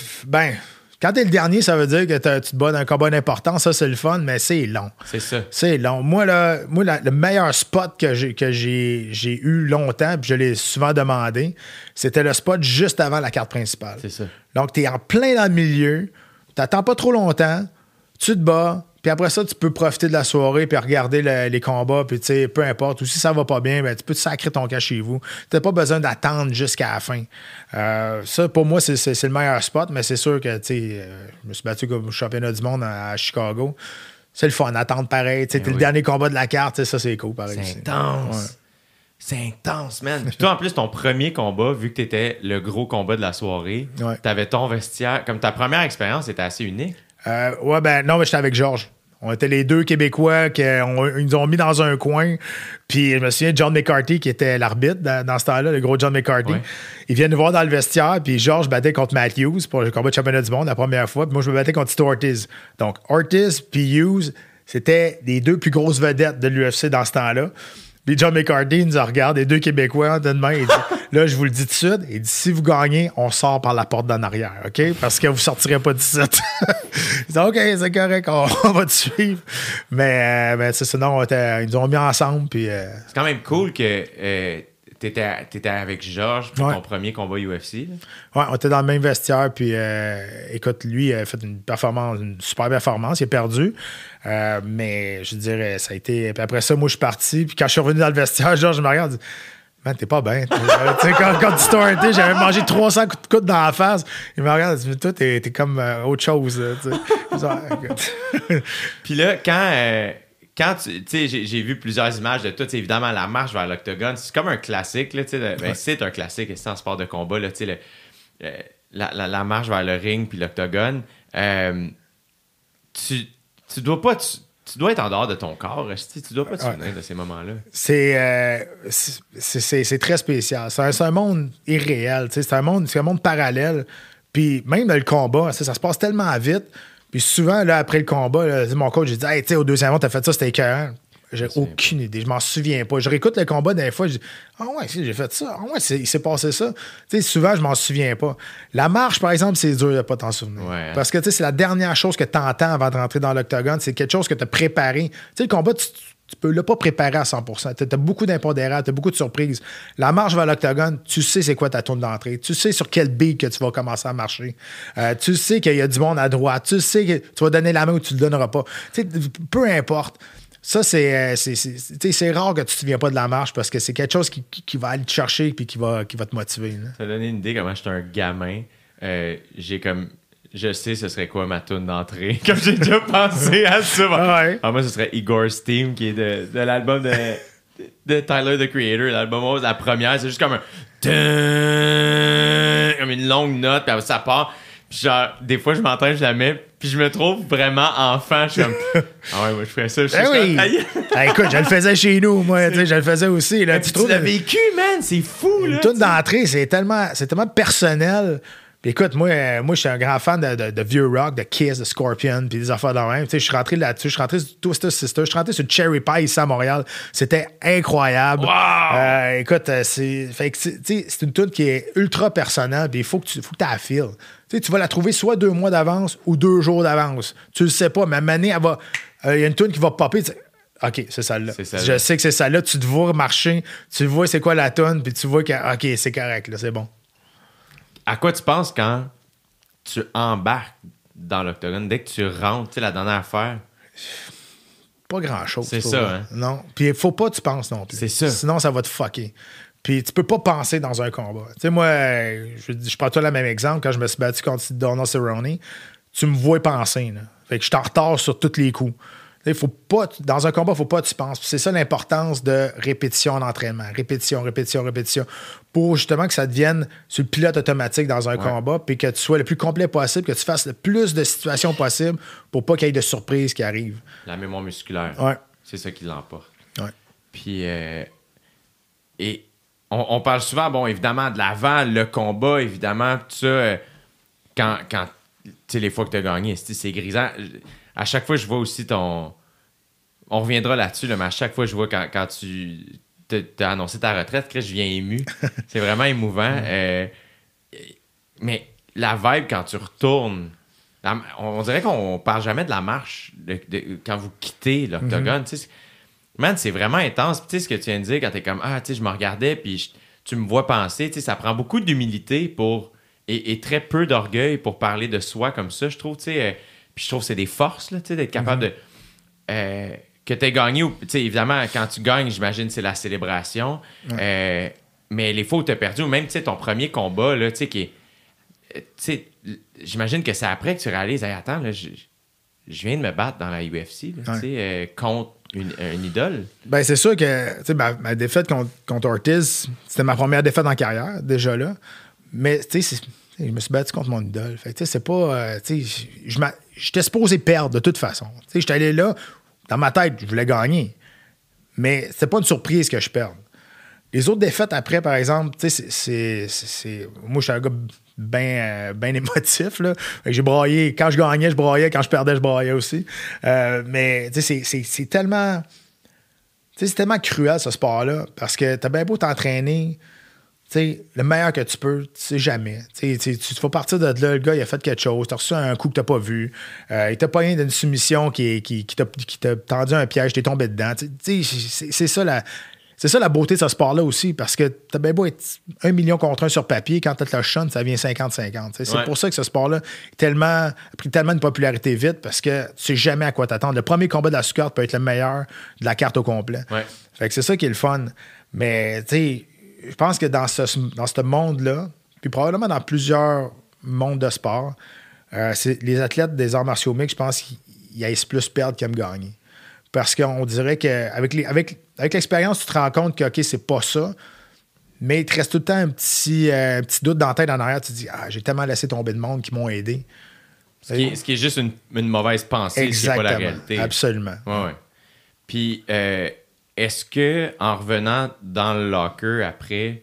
Quand t'es le dernier, ça veut dire que tu te bats dans un combat d'importance. Ça, c'est le fun, mais c'est long. C'est ça. C'est long. Moi, le meilleur spot que j'ai eu longtemps, puis je l'ai souvent demandé, c'était le spot juste avant la carte principale. C'est ça. Donc, t'es en plein dans le milieu, t'attends pas trop longtemps, tu te bats, puis après ça, tu peux profiter de la soirée puis regarder les combats, puis tu sais, peu importe. Ou si ça va pas bien, ben, tu peux te sacrer ton cas chez vous. Tu n'as pas besoin d'attendre jusqu'à la fin. Ça, pour moi, c'est le meilleur spot, mais c'est sûr que, tu sais, je me suis battu comme championnat du monde à Chicago. C'est le fun, attendre pareil. Tu sais, t'es le dernier combat de la carte, ça, c'est cool, pareil. C'est intense. Ouais. C'est intense, man. Puis toi, en plus, ton premier combat, vu que t'étais le gros combat de la soirée, t'avais ton vestiaire. Comme ta première expérience était assez unique. Non, mais j'étais avec Georges. On était les 2 Québécois ils nous ont mis dans un coin. Puis je me souviens de John McCarthy, qui était l'arbitre dans ce temps-là, le gros John McCarthy. Ouais. Il vient nous voir dans le vestiaire, puis Georges battait contre Matthews pour le combat de championnat du monde la première fois. Puis moi, je me battais contre Tito Ortiz. Donc, Ortiz puis Hughes, c'était les 2 plus grosses vedettes de l'UFC dans ce temps-là. Puis John McCarthy nous regarde, les 2 Québécois, de main, il dit, là, je vous le dis tout de suite, il dit, si vous gagnez, on sort par la porte d'en arrière, OK? Parce que vous sortirez pas d'ici. Il dit, OK, c'est correct, on va te suivre. Mais sinon, ils nous ont mis ensemble. Puis, c'est quand même cool que t'étais avec Georges pour ton premier combat UFC. Oui, on était dans le même vestiaire. Puis, écoute, lui, il a fait une super performance. Il a perdu. Mais je dirais, ça a été. Puis après ça, moi, je suis parti. Puis quand je suis revenu dans le vestiaire, Georges me regarde et dit, man, t'es pas bien. Quand tu t'es arrêté, j'avais mangé 300 coups de coude dans la face. Il me regarde et dit, toi, t'es comme autre chose. Puis là, quand tu sais, j'ai vu plusieurs images de toi, évidemment, la marche vers l'octogone, c'est comme un classique, là, c'est un classique, c'est en sport de combat, là, la marche vers le ring puis l'octogone. Tu dois pas tu dois être en dehors de ton corps, tu dois pas te souvenir de ces moments-là. C'est très spécial. C'est un monde irréel, c'est un monde parallèle. Puis même dans le combat, ça se passe tellement vite. Puis souvent, là, après le combat, là, mon coach, j'ai dit, hey, au deuxième round, t'as fait ça, c'était écœurant. J'ai aucune idée, je m'en souviens pas. Je réécoute le combat des fois, je dis, ah ouais, j'ai fait ça. Ah ouais, il s'est passé ça. Souvent, je m'en souviens pas. La marche, par exemple, c'est dur de pas t'en souvenir. Ouais. Parce que c'est la dernière chose que tu entends avant de rentrer dans l'octogone. C'est quelque chose que tu as préparé. Le combat, tu peux le pas préparer à 100%. Tu as beaucoup d'impondérables, tu as beaucoup de surprises. La marche vers l'octogone, tu sais c'est quoi ta tourne d'entrée. Tu sais sur quel beat que tu vas commencer à marcher. Tu sais qu'il y a du monde à droite. Tu sais que tu vas donner la main ou tu ne le donneras pas. Peu importe. Ça, c'est rare que tu ne te souviens pas de la marche parce que c'est quelque chose qui va aller te chercher et qui va te motiver. Là. Ça t'a donné une idée comment j'étais un gamin. Je sais ce serait quoi ma toune d'entrée. Comme j'ai déjà pensé à ça. Ouais. Moi, ce serait Igor's Theme qui est de l'album de Tyler, the Creator. L'album 11, la première, c'est juste comme comme une longue note, puis après ça part. Puis genre, des fois, je m'entends, je la mets, puis je me trouve vraiment enfant. Je suis comme, ah ouais, moi, je ferais ça. Je suis oui. Écoute, je le faisais chez nous, moi. Je le faisais aussi. Là, tu l'as vécu, man. C'est fou, là. Une toune d'entrée, c'est tellement personnel. Puis écoute, moi, je suis un grand fan de vieux rock, de Kiss, de Scorpion, puis des affaires de même. Je suis rentré là-dessus, je suis rentré sur Twisted Sister, je suis rentré sur Cherry Pie ici à Montréal. C'était incroyable. Wow! Écoute, c'est une tune qui est ultra personnelle, puis il faut que tu aies la feel. Tu vas la trouver soit 2 mois d'avance ou 2 jours d'avance. Tu le sais pas, mais à un moment donné, il y a une tune qui va popper. OK, c'est celle-là. Je sais que c'est celle-là. Tu te vois marcher, tu vois c'est quoi la tune, puis tu vois que, OK, c'est correct, là, c'est bon. À quoi tu penses quand tu embarques dans l'octogone? Dès que tu rentres, tu sais, la dernière affaire? Pas grand-chose. C'est ça, hein? Non. Puis il faut pas que tu penses non plus. C'est ça. Sinon, ça va te fucker. Puis tu peux pas penser dans un combat. Tu sais, moi, je prends toi le même exemple. Quand je me suis battu contre Donald Cerrone, tu me vois penser. Là. Fait que je suis en retard sur tous les coups. Faut pas, dans un combat, il ne faut pas que tu penses. C'est ça l'importance de répétition d'entraînement. Répétition. Pour justement que ça devienne sur le pilote automatique dans un combat, puis que tu sois le plus complet possible, que tu fasses le plus de situations possible pour pas qu'il y ait de surprises qui arrivent. La mémoire musculaire. Ouais. C'est ça qui l'emporte. Ouais. Puis, et on parle souvent, bon, évidemment, de l'avant, le combat, évidemment, tout ça, quand tu sais, les fois que tu as gagné, c'est grisant. À chaque fois, je vois aussi ton... On reviendra là-dessus, là, mais à chaque fois, je vois quand tu t'as annoncé ta retraite, Chris, je viens ému. C'est vraiment émouvant. Mais la vibe, quand tu retournes... on dirait qu'on parle jamais de la marche quand vous quittez l'octogone. Man, c'est vraiment intense. Tu sais, ce que tu viens de dire quand t'es comme... Ah, tu sais, je me regardais, puis tu me vois penser. Tu sais, ça prend beaucoup d'humilité et très peu d'orgueil pour parler de soi comme ça, je trouve, tu sais... Puis je trouve que c'est des forces, là, d'être capable de... que tu aies gagné, évidemment, quand tu gagnes, j'imagine c'est la célébration. Mais les fois où tu as perdu, ou même ton premier combat, là, qui est... j'imagine que c'est après que tu réalises, hey, attends, là, je viens de me battre dans la UFC là, contre une idole. Ben, c'est sûr que ma défaite contre Ortiz, c'était ma première défaite en carrière, déjà là. Mais je me suis battu contre mon idole. Fait que, c'est pas... j'étais supposé perdre de toute façon. J'étais allé là, dans ma tête, je voulais gagner. Mais c'était pas une surprise que je perde. Les autres défaites après, par exemple, c'est... Moi, j'étais un gars bien émotif. Là. Fait que j'ai braillé. Quand je gagnais, je braillais. Quand je perdais, je braillais aussi. Mais c'est tellement... c'est tellement cruel, ce sport-là. Parce que t'as bien beau t'entraîner... le meilleur que tu peux, tu sais jamais. Tu vas partir de là, le gars, il a fait quelque chose, tu as reçu un coup que tu n'as pas vu, il t'a pas rien d'une soumission qui t'a tendu un piège, t'es tombé dedans. C'est ça la beauté de ce sport-là aussi, parce que tu as bien beau être 1 million contre 1 sur papier, quand tu as le shun, ça vient 50-50. C'est pour ça que ce sport-là a pris tellement de popularité vite, parce que tu sais jamais à quoi t'attendre. Le premier combat de la sous-carte peut être le meilleur de la carte au complet. Ouais. Fait que c'est ça qui est le fun. Mais tu sais, je pense que dans ce monde-là, puis probablement dans plusieurs mondes de sport, les athlètes des arts martiaux mixtes, je pense qu'ils aillent plus perdre qu'aiment gagner. Parce qu'on dirait qu'avec l'expérience, tu te rends compte que, OK, c'est pas ça, mais il te reste tout le temps un petit doute dans la tête en arrière. Tu te dis, j'ai tellement laissé tomber de monde qui m'ont aidé. Ce qui est juste une mauvaise pensée, Exactement. c'est pas la réalité. Absolument. Ouais. Puis, est-ce que en revenant dans le locker après,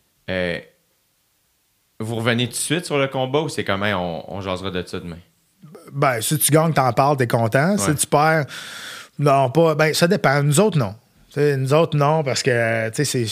vous revenez tout de suite sur le combat ou c'est comment on jasera de ça demain? Ben, si tu gagnes, t'en parles, t'es content. Si tu perds, non, pas. Ben, ça dépend. Nous autres, non. T'sais, nous autres, non, parce que, tu sais,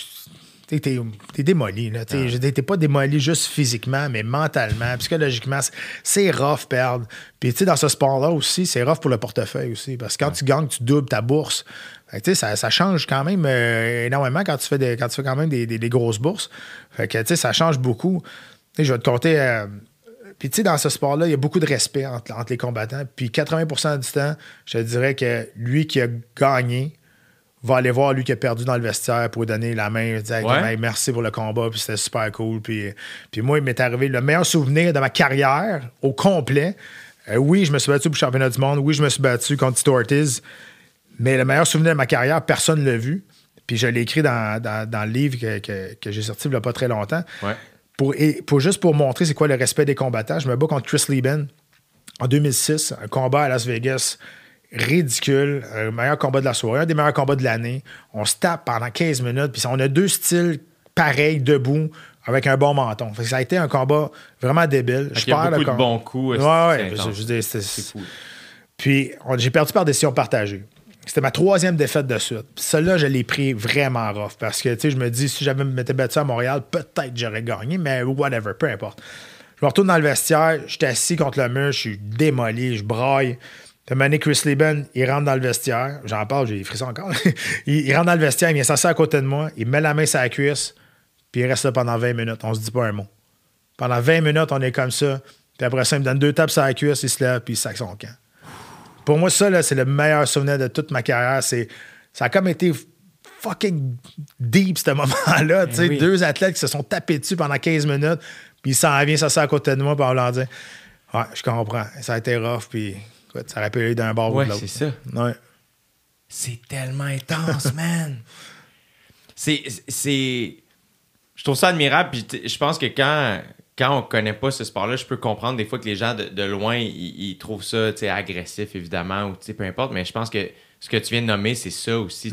t'es démoli, là. T'es pas démoli juste physiquement, mais mentalement, psychologiquement. C'est rough perdre. Puis, tu sais, dans ce sport-là aussi, c'est rough pour le portefeuille aussi. Parce que quand tu gagnes, tu doubles ta bourse. Fait que, ça change quand même énormément quand tu fais quand même des grosses bourses. Fait que, tu sais, ça change beaucoup. T'sais, je vais te compter. Puis, tu sais, dans ce sport-là, il y a beaucoup de respect entre les combattants. Puis, 80% du temps, je te dirais que lui qui a gagné va aller voir lui qui a perdu dans le vestiaire pour lui donner la main, dire hey, merci pour le combat, puis c'était super cool. Puis moi, il m'est arrivé le meilleur souvenir de ma carrière au complet. Oui, je me suis battu pour le championnat du monde. Oui, je me suis battu contre Tito Ortiz. Mais le meilleur souvenir de ma carrière, personne ne l'a vu. Puis je l'ai écrit dans le livre que j'ai sorti il n'y a pas très longtemps. Ouais. Juste pour montrer c'est quoi le respect des combattants. Je me bats contre Chris Lieben en 2006, un combat à Las Vegas ridicule, le meilleur combat de la soirée, un des meilleurs combats de l'année. On se tape pendant 15 minutes, puis on a deux styles pareils, debout, avec un bon menton. Fait que ça a été un combat vraiment débile. Il y a beaucoup de bons coups. C'est fou. Puis j'ai perdu par décision partagée. C'était ma 3e défaite de suite. Puis celle-là, je l'ai pris vraiment rough parce que, tu sais, je me dis, si j'avais m'étais battu à Montréal, peut-être j'aurais gagné, mais whatever, peu importe. Je me retourne dans le vestiaire, je suis assis contre le mur, je suis démoli, je braille. Puis mané Chris Lieben, il rentre dans le vestiaire. J'en parle, j'ai des frissons encore. il rentre dans le vestiaire, il vient s'asseoir à côté de moi, il met la main sur la cuisse, puis il reste là pendant 20 minutes. On se dit pas un mot. Pendant 20 minutes, on est comme ça. Puis après ça, il me donne 2 tapes sur la cuisse, il se lève, puis il sac son camp. Pour moi, ça, là, c'est le meilleur souvenir de toute ma carrière. Ça a comme été fucking deep, ce moment-là. Oui. 2 athlètes qui se sont tapés dessus pendant 15 minutes, puis il s'en vient s'asseoir à côté de moi, puis on leur dit « Ouais, je comprends. Ça a été rough, puis... » Ça aurait pu aller d'un bord ou de l'autre. Ouais, c'est ça. Ouais. C'est tellement intense, man. Je trouve ça admirable. Puis je pense que quand on connaît pas ce sport-là, je peux comprendre des fois que les gens de loin, ils trouvent ça agressif, évidemment, ou peu importe. Mais je pense que ce que tu viens de nommer, c'est ça aussi,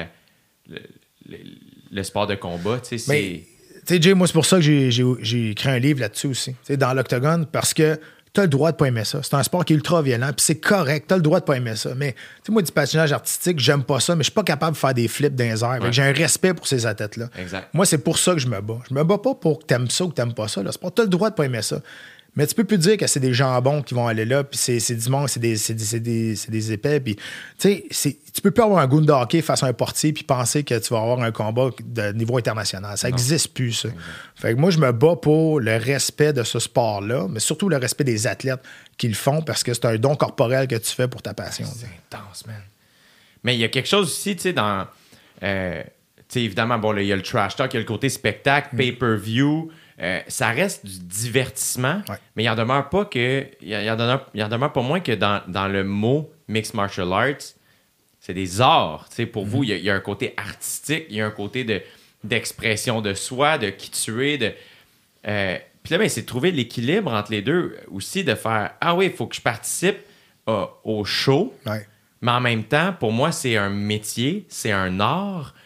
le sport de combat. Tu sais, Jay, moi, c'est pour ça que j'ai écrit un livre là-dessus aussi, dans l'Octogone, parce que t'as le droit de pas aimer ça. C'est un sport qui est ultra violent, puis c'est correct, t'as le droit de pas aimer ça. Mais, tu sais, moi, du patinage artistique, j'aime pas ça, mais je suis pas capable de faire des flips dans les airs. Ouais. J'ai un respect pour ces athlètes-là. Exact. Moi, c'est pour ça que je me bats. Je me bats pas pour que t'aimes ça ou que t'aimes pas ça. Là. C'est pas, t'as le droit de pas aimer ça. Mais tu peux plus dire que c'est des jambons qui vont aller là, puis c'est du monde, c'est des épais, puis tu sais, tu peux pas avoir un goût de hockey face à un portier puis penser que tu vas avoir un combat de niveau international. Ça n'existe plus, ça. Fait que moi, je me bats pour le respect de ce sport-là, mais surtout le respect des athlètes qui le font parce que c'est un don corporel que tu fais pour ta passion. C'est intense, man. Mais il y a quelque chose aussi, tu sais, dans... tu sais, évidemment, bon, il y a le trash talk, il y a le côté spectacle, pay-per-view... ça reste du divertissement, mais il en demeure pas que il en demeure pas moins que dans le mot mixed martial arts, c'est des arts. Pour vous, il y a un côté artistique, il y a un côté d'expression de soi, de qui tu es. Puis là, c'est de trouver l'équilibre entre les deux aussi, de faire ah oui, il faut que je participe au show, mais en même temps, pour moi, c'est un métier, c'est un art.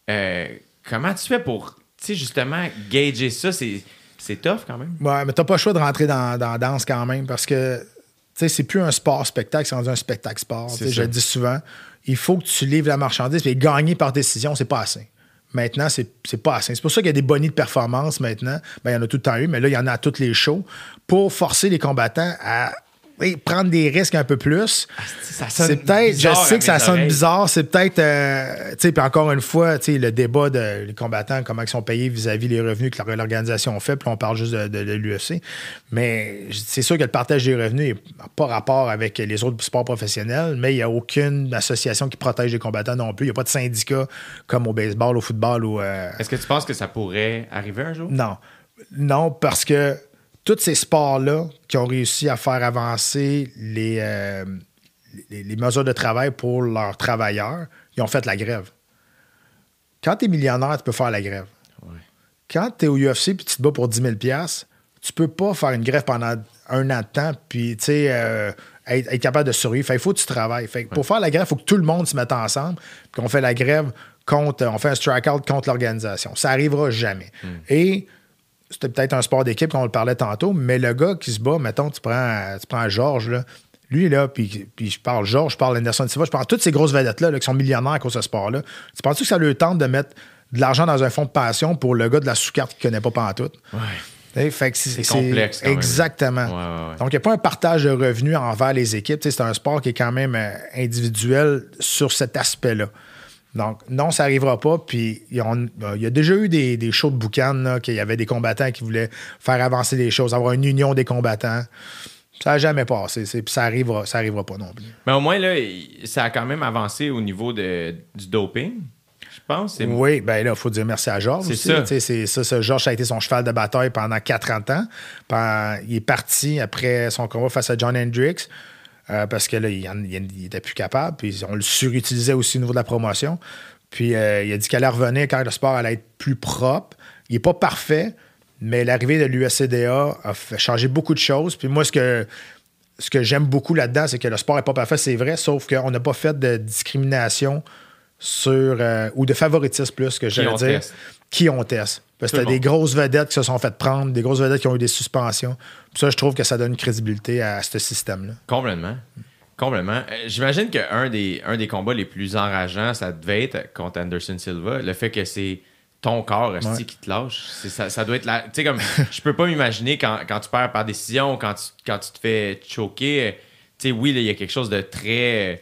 Comment tu fais pour justement, gager ça, c'est tough quand même. Ouais, mais t'as pas le choix de rentrer dans la danse quand même parce que c'est plus un sport-spectacle, c'est rendu un spectacle-sport. Je le dis souvent. Il faut que tu livres la marchandise et gagner par décision, c'est pas assez. Maintenant, c'est pas assez. C'est pour ça qu'il y a des bonnies de performance maintenant. Ben, il y en a tout le temps eu, mais là, il y en a à tous les shows pour forcer les combattants à prendre des risques un peu plus. C'est peut-être, je sais que ça sonne bizarre, c'est peut-être, puis encore une fois, le débat des combattants, comment ils sont payés vis-à-vis les revenus que l'organisation fait, puis on parle juste de l'UFC, mais c'est sûr que le partage des revenus n'a pas rapport avec les autres sports professionnels, mais il n'y a aucune association qui protège les combattants non plus. Il n'y a pas de syndicat comme au baseball, au football ou... Est-ce que tu penses que ça pourrait arriver un jour? Non, parce que tous ces sports-là qui ont réussi à faire avancer les mesures de travail pour leurs travailleurs, ils ont fait la grève. Quand tu es millionnaire, tu peux faire la grève. Ouais. Quand tu es au UFC et tu te bats pour 10 000 $, tu peux pas faire une grève pendant 1 an de temps, puis, tu sais, être capable de survivre. Fait, il faut que tu travailles. Fait, pour faire la grève, il faut que tout le monde se mette ensemble, puis qu'on fait la grève on fait un strike-out contre l'organisation. Ça n'arrivera jamais. Et c'était peut-être un sport d'équipe, comme on le parlait tantôt, mais le gars qui se bat, mettons, tu prends Georges, là, lui, là, puis je parle Georges, je parle Anderson Silva, je parle toutes ces grosses vedettes-là là, qui sont millionnaires à cause de ce sport-là. Tu penses-tu que ça leur tente de mettre de l'argent dans un fonds de pension pour le gars de la sous-carte qui ne connaît pas pantoute? Ouais. Fait que c'est complexe. Quand exactement. Ouais. Donc, il n'y a pas un partage de revenus envers les équipes. C'est un sport qui est quand même individuel sur cet aspect-là. Donc, non, ça n'arrivera pas. Puis, il y a déjà eu des shows de boucan, qu'il y avait des combattants qui voulaient faire avancer les choses, avoir une union des combattants. Ça n'a jamais passé. Ça n'arrivera pas non plus. Mais au moins, là, ça a quand même avancé au niveau du doping. Je pense. Oui, bien là, il faut dire merci à Georges. C'est aussi. Ça. Georges a été son cheval de bataille pendant 40 ans. Il est parti après son combat face à John Hendricks parce que là, il n'était plus capable. Puis on le surutilisait aussi au niveau de la promotion. Puis il a dit qu'elle allait revenir quand le sport allait être plus propre. Il n'est pas parfait, mais l'arrivée de l'USCDA a fait changer beaucoup de choses. Puis moi, ce que j'aime beaucoup là-dedans, c'est que le sport n'est pas parfait, c'est vrai, sauf qu'on n'a pas fait de discrimination ou de favoritisme plus, que j'allais dire, qui on teste. Parce que t'as des grosses vedettes qui se sont fait prendre, des grosses vedettes qui ont eu des suspensions. Puis ça, je trouve que ça donne une crédibilité à ce système-là. Complètement. J'imagine qu'un des combats les plus enrageants, ça devait être contre Anderson Silva. Le fait que c'est ton corps qui te lâche. Ça doit être là. Tu sais, comme, je peux pas m'imaginer quand tu perds par décision, quand tu te fais choquer. Tu sais, oui, il y a quelque chose de très...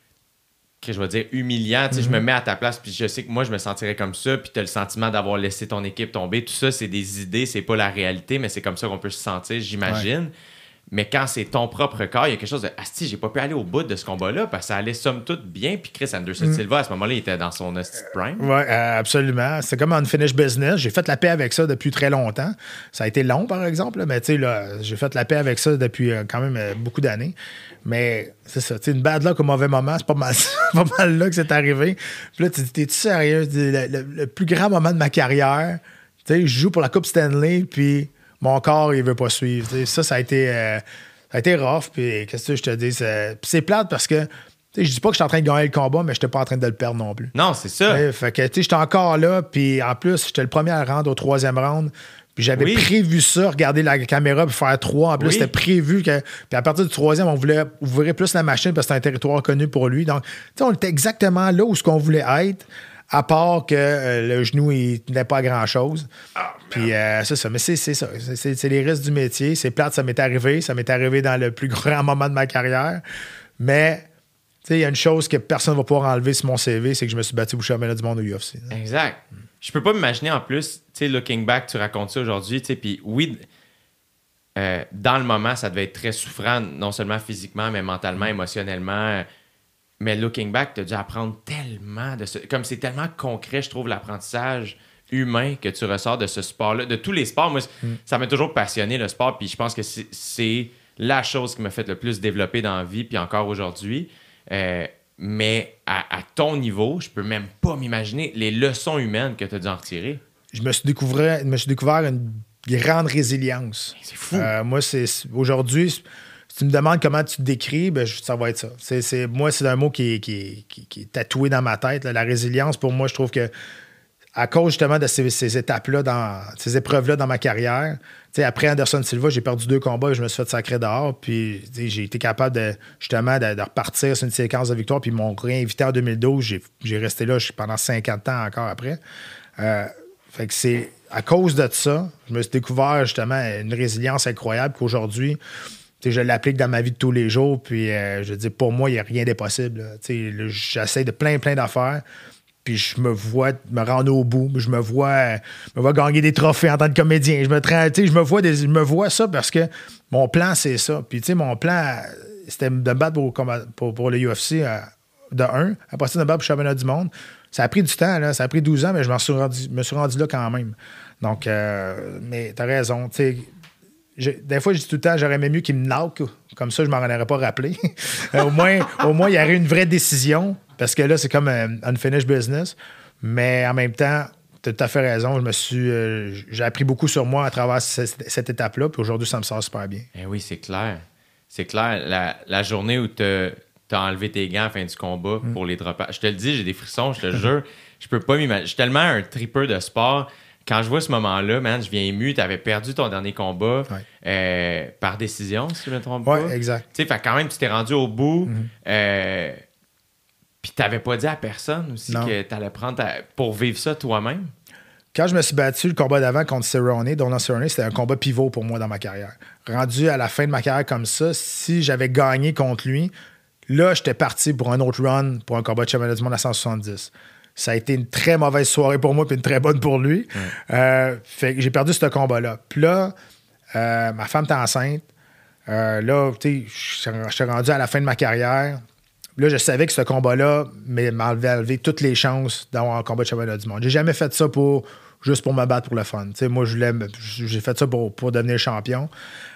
que je vais dire humiliant, je me mets à ta place, puis je sais que moi je me sentirais comme ça, puis tu as le sentiment d'avoir laissé ton équipe tomber, tout ça c'est des idées, c'est pas la réalité, mais c'est comme ça qu'on peut se sentir, j'imagine. Ouais. Mais quand c'est ton propre corps, il y a quelque chose de « Asti, j'ai pas pu aller au bout de ce combat-là parce que ça allait somme toute bien. » Puis Chris Anderson Silva, à ce moment-là, il était dans son prime. Oui, absolument. C'est comme unfinished business. J'ai fait la paix avec ça depuis très longtemps. Ça a été long, par exemple, mais tu sais, là, j'ai fait la paix avec ça depuis quand même beaucoup d'années. Mais c'est ça, tu sais, une bad luck au mauvais moment, c'est pas mal là que c'est arrivé. Puis là, t'es-tu sérieux? Le plus grand moment de ma carrière, tu sais, je joue pour la Coupe Stanley, puis mon corps, il veut pas suivre. Ça a été rough. Puis qu'est-ce que je te dis? C'est plate parce que je dis pas que je suis en train de gagner le combat, mais je n'étais pas en train de le perdre non plus. Non, c'est ça. Fait que j'étais encore là, puis en plus, j'étais le premier à rendre au 3e round. Puis j'avais prévu ça, regarder la caméra puis faire 3. En plus, c'était prévu que. Puis à partir du 3e, on voulait ouvrir plus la machine parce que c'était un territoire connu pour lui. Donc, tu sais, on était exactement là où ce qu'on voulait être. À part que le genou, il tenait pas à grand-chose. Puis c'est ça. Mais c'est ça. C'est les risques du métier. C'est plate, ça m'est arrivé. Ça m'est arrivé dans le plus grand moment de ma carrière. Mais, tu sais, il y a une chose que personne ne va pouvoir enlever sur mon CV, c'est que je me suis battu au championnat du monde au UFC. Exact. Je peux pas m'imaginer, en plus, tu sais, looking back, tu racontes ça aujourd'hui, tu sais, puis oui, dans le moment, ça devait être très souffrant, non seulement physiquement, mais mentalement, émotionnellement. Mais looking back, tu as dû apprendre tellement de ça. Comme c'est tellement concret, je trouve, l'apprentissage humain que tu ressors de ce sport-là. De tous les sports, moi, ça m'a toujours passionné, le sport. Puis je pense que c'est la chose qui m'a fait le plus développer dans la vie, puis encore aujourd'hui. Mais à ton niveau, je peux même pas m'imaginer les leçons humaines que tu as dû en retirer. Je me suis découvert une grande résilience. C'est fou. Moi, aujourd'hui... Si tu me demandes comment tu te décris, ben, ça va être ça. Moi, c'est un mot qui est tatoué dans ma tête. Là. La résilience, pour moi, je trouve que à cause justement de ces étapes-là, ces épreuves-là dans ma carrière, après Anderson Silva, j'ai perdu 2 combats et je me suis fait sacrer dehors. Puis j'ai été capable de repartir sur une séquence de victoires. Puis ils m'ont réinvité en 2012. J'ai resté là pendant 50 ans encore après. Fait que c'est à cause de ça, je me suis découvert justement une résilience incroyable qu'aujourd'hui... je l'applique dans ma vie de tous les jours, puis je dis pour moi, il n'y a rien d'impossible. J'essaie de plein d'affaires, puis je me vois me rendre au bout, je me vois gagner des trophées en tant que comédien. Je me vois ça parce que mon plan, c'est ça. Puis mon plan, c'était de me battre pour le UFC de 1, après ça, de me battre pour le championnat du monde. Ça a pris du temps, là, ça a pris 12 ans, mais je me suis rendu là quand même. Donc, mais t'as raison, tu sais. Des fois, je dis tout le temps, j'aurais aimé mieux qu'il me knock. Comme ça, je ne m'en aurais pas rappelé. au moins, il y aurait une vraie décision. Parce que là, c'est comme un unfinished business. Mais en même temps, as tout à fait raison. J'ai appris beaucoup sur moi à travers cette étape-là. Puis aujourd'hui, ça me sort super bien. Eh oui, c'est clair. C'est clair. La journée où t'as enlevé tes gants à la fin du combat pour les dropages. Je te le dis, j'ai des frissons, je te le jure. Je peux pas m'imaginer. Je suis tellement un tripeur de sport. Quand je vois ce moment-là, man, je viens ému. Tu avais perdu ton dernier combat par décision, si je me trompe pas. Oui, exact. Tu sais, fait quand même, tu t'es rendu au bout. Puis tu n'avais pas dit à personne aussi que tu allais prendre pour vivre ça toi-même. Quand je me suis battu le combat d'avant contre Cerrone, Donald Cerrone, c'était un combat pivot pour moi dans ma carrière. Rendu à la fin de ma carrière comme ça, si j'avais gagné contre lui, là, j'étais parti pour un autre run, pour un combat de championnat du monde à 170. Ça a été une très mauvaise soirée pour moi puis une très bonne pour lui. Fait que j'ai perdu ce combat-là. Puis là, ma femme était enceinte. Là, tu sais, je suis rendu à la fin de ma carrière. Là, je savais que ce combat-là m'avait enlevé toutes les chances d'avoir un combat de championnat du monde. J'ai jamais fait ça juste pour me battre pour le fun. T'sais, moi, j'ai fait ça pour devenir champion.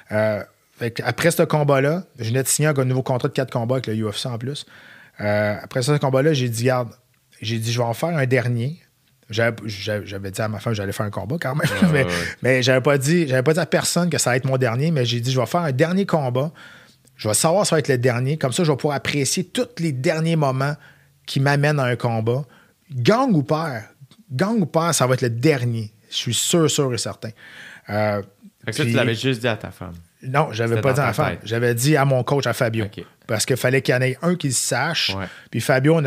Après ce combat-là, je venais de signer un nouveau contrat de 4 combats avec le UFC en plus. Après ce combat-là, j'ai dit, regarde, je vais en faire un dernier. J'avais dit à ma femme que j'allais faire un combat quand même. Mais j'avais pas dit à personne que ça allait être mon dernier, mais j'ai dit, je vais faire un dernier combat. Je vais savoir si ça va être le dernier. Comme ça, je vais pouvoir apprécier tous les derniers moments qui m'amènent à un combat. Gang ou père, ça va être le dernier. Je suis sûr et certain. Fait que ça, tu l'avais juste dit à ta femme? Non, j'avais pas dit à ma femme. J'avais dit à mon coach, à Fabio. Okay. Parce qu'il fallait qu'il y en ait un qui le sache. Ouais. Puis Fabio,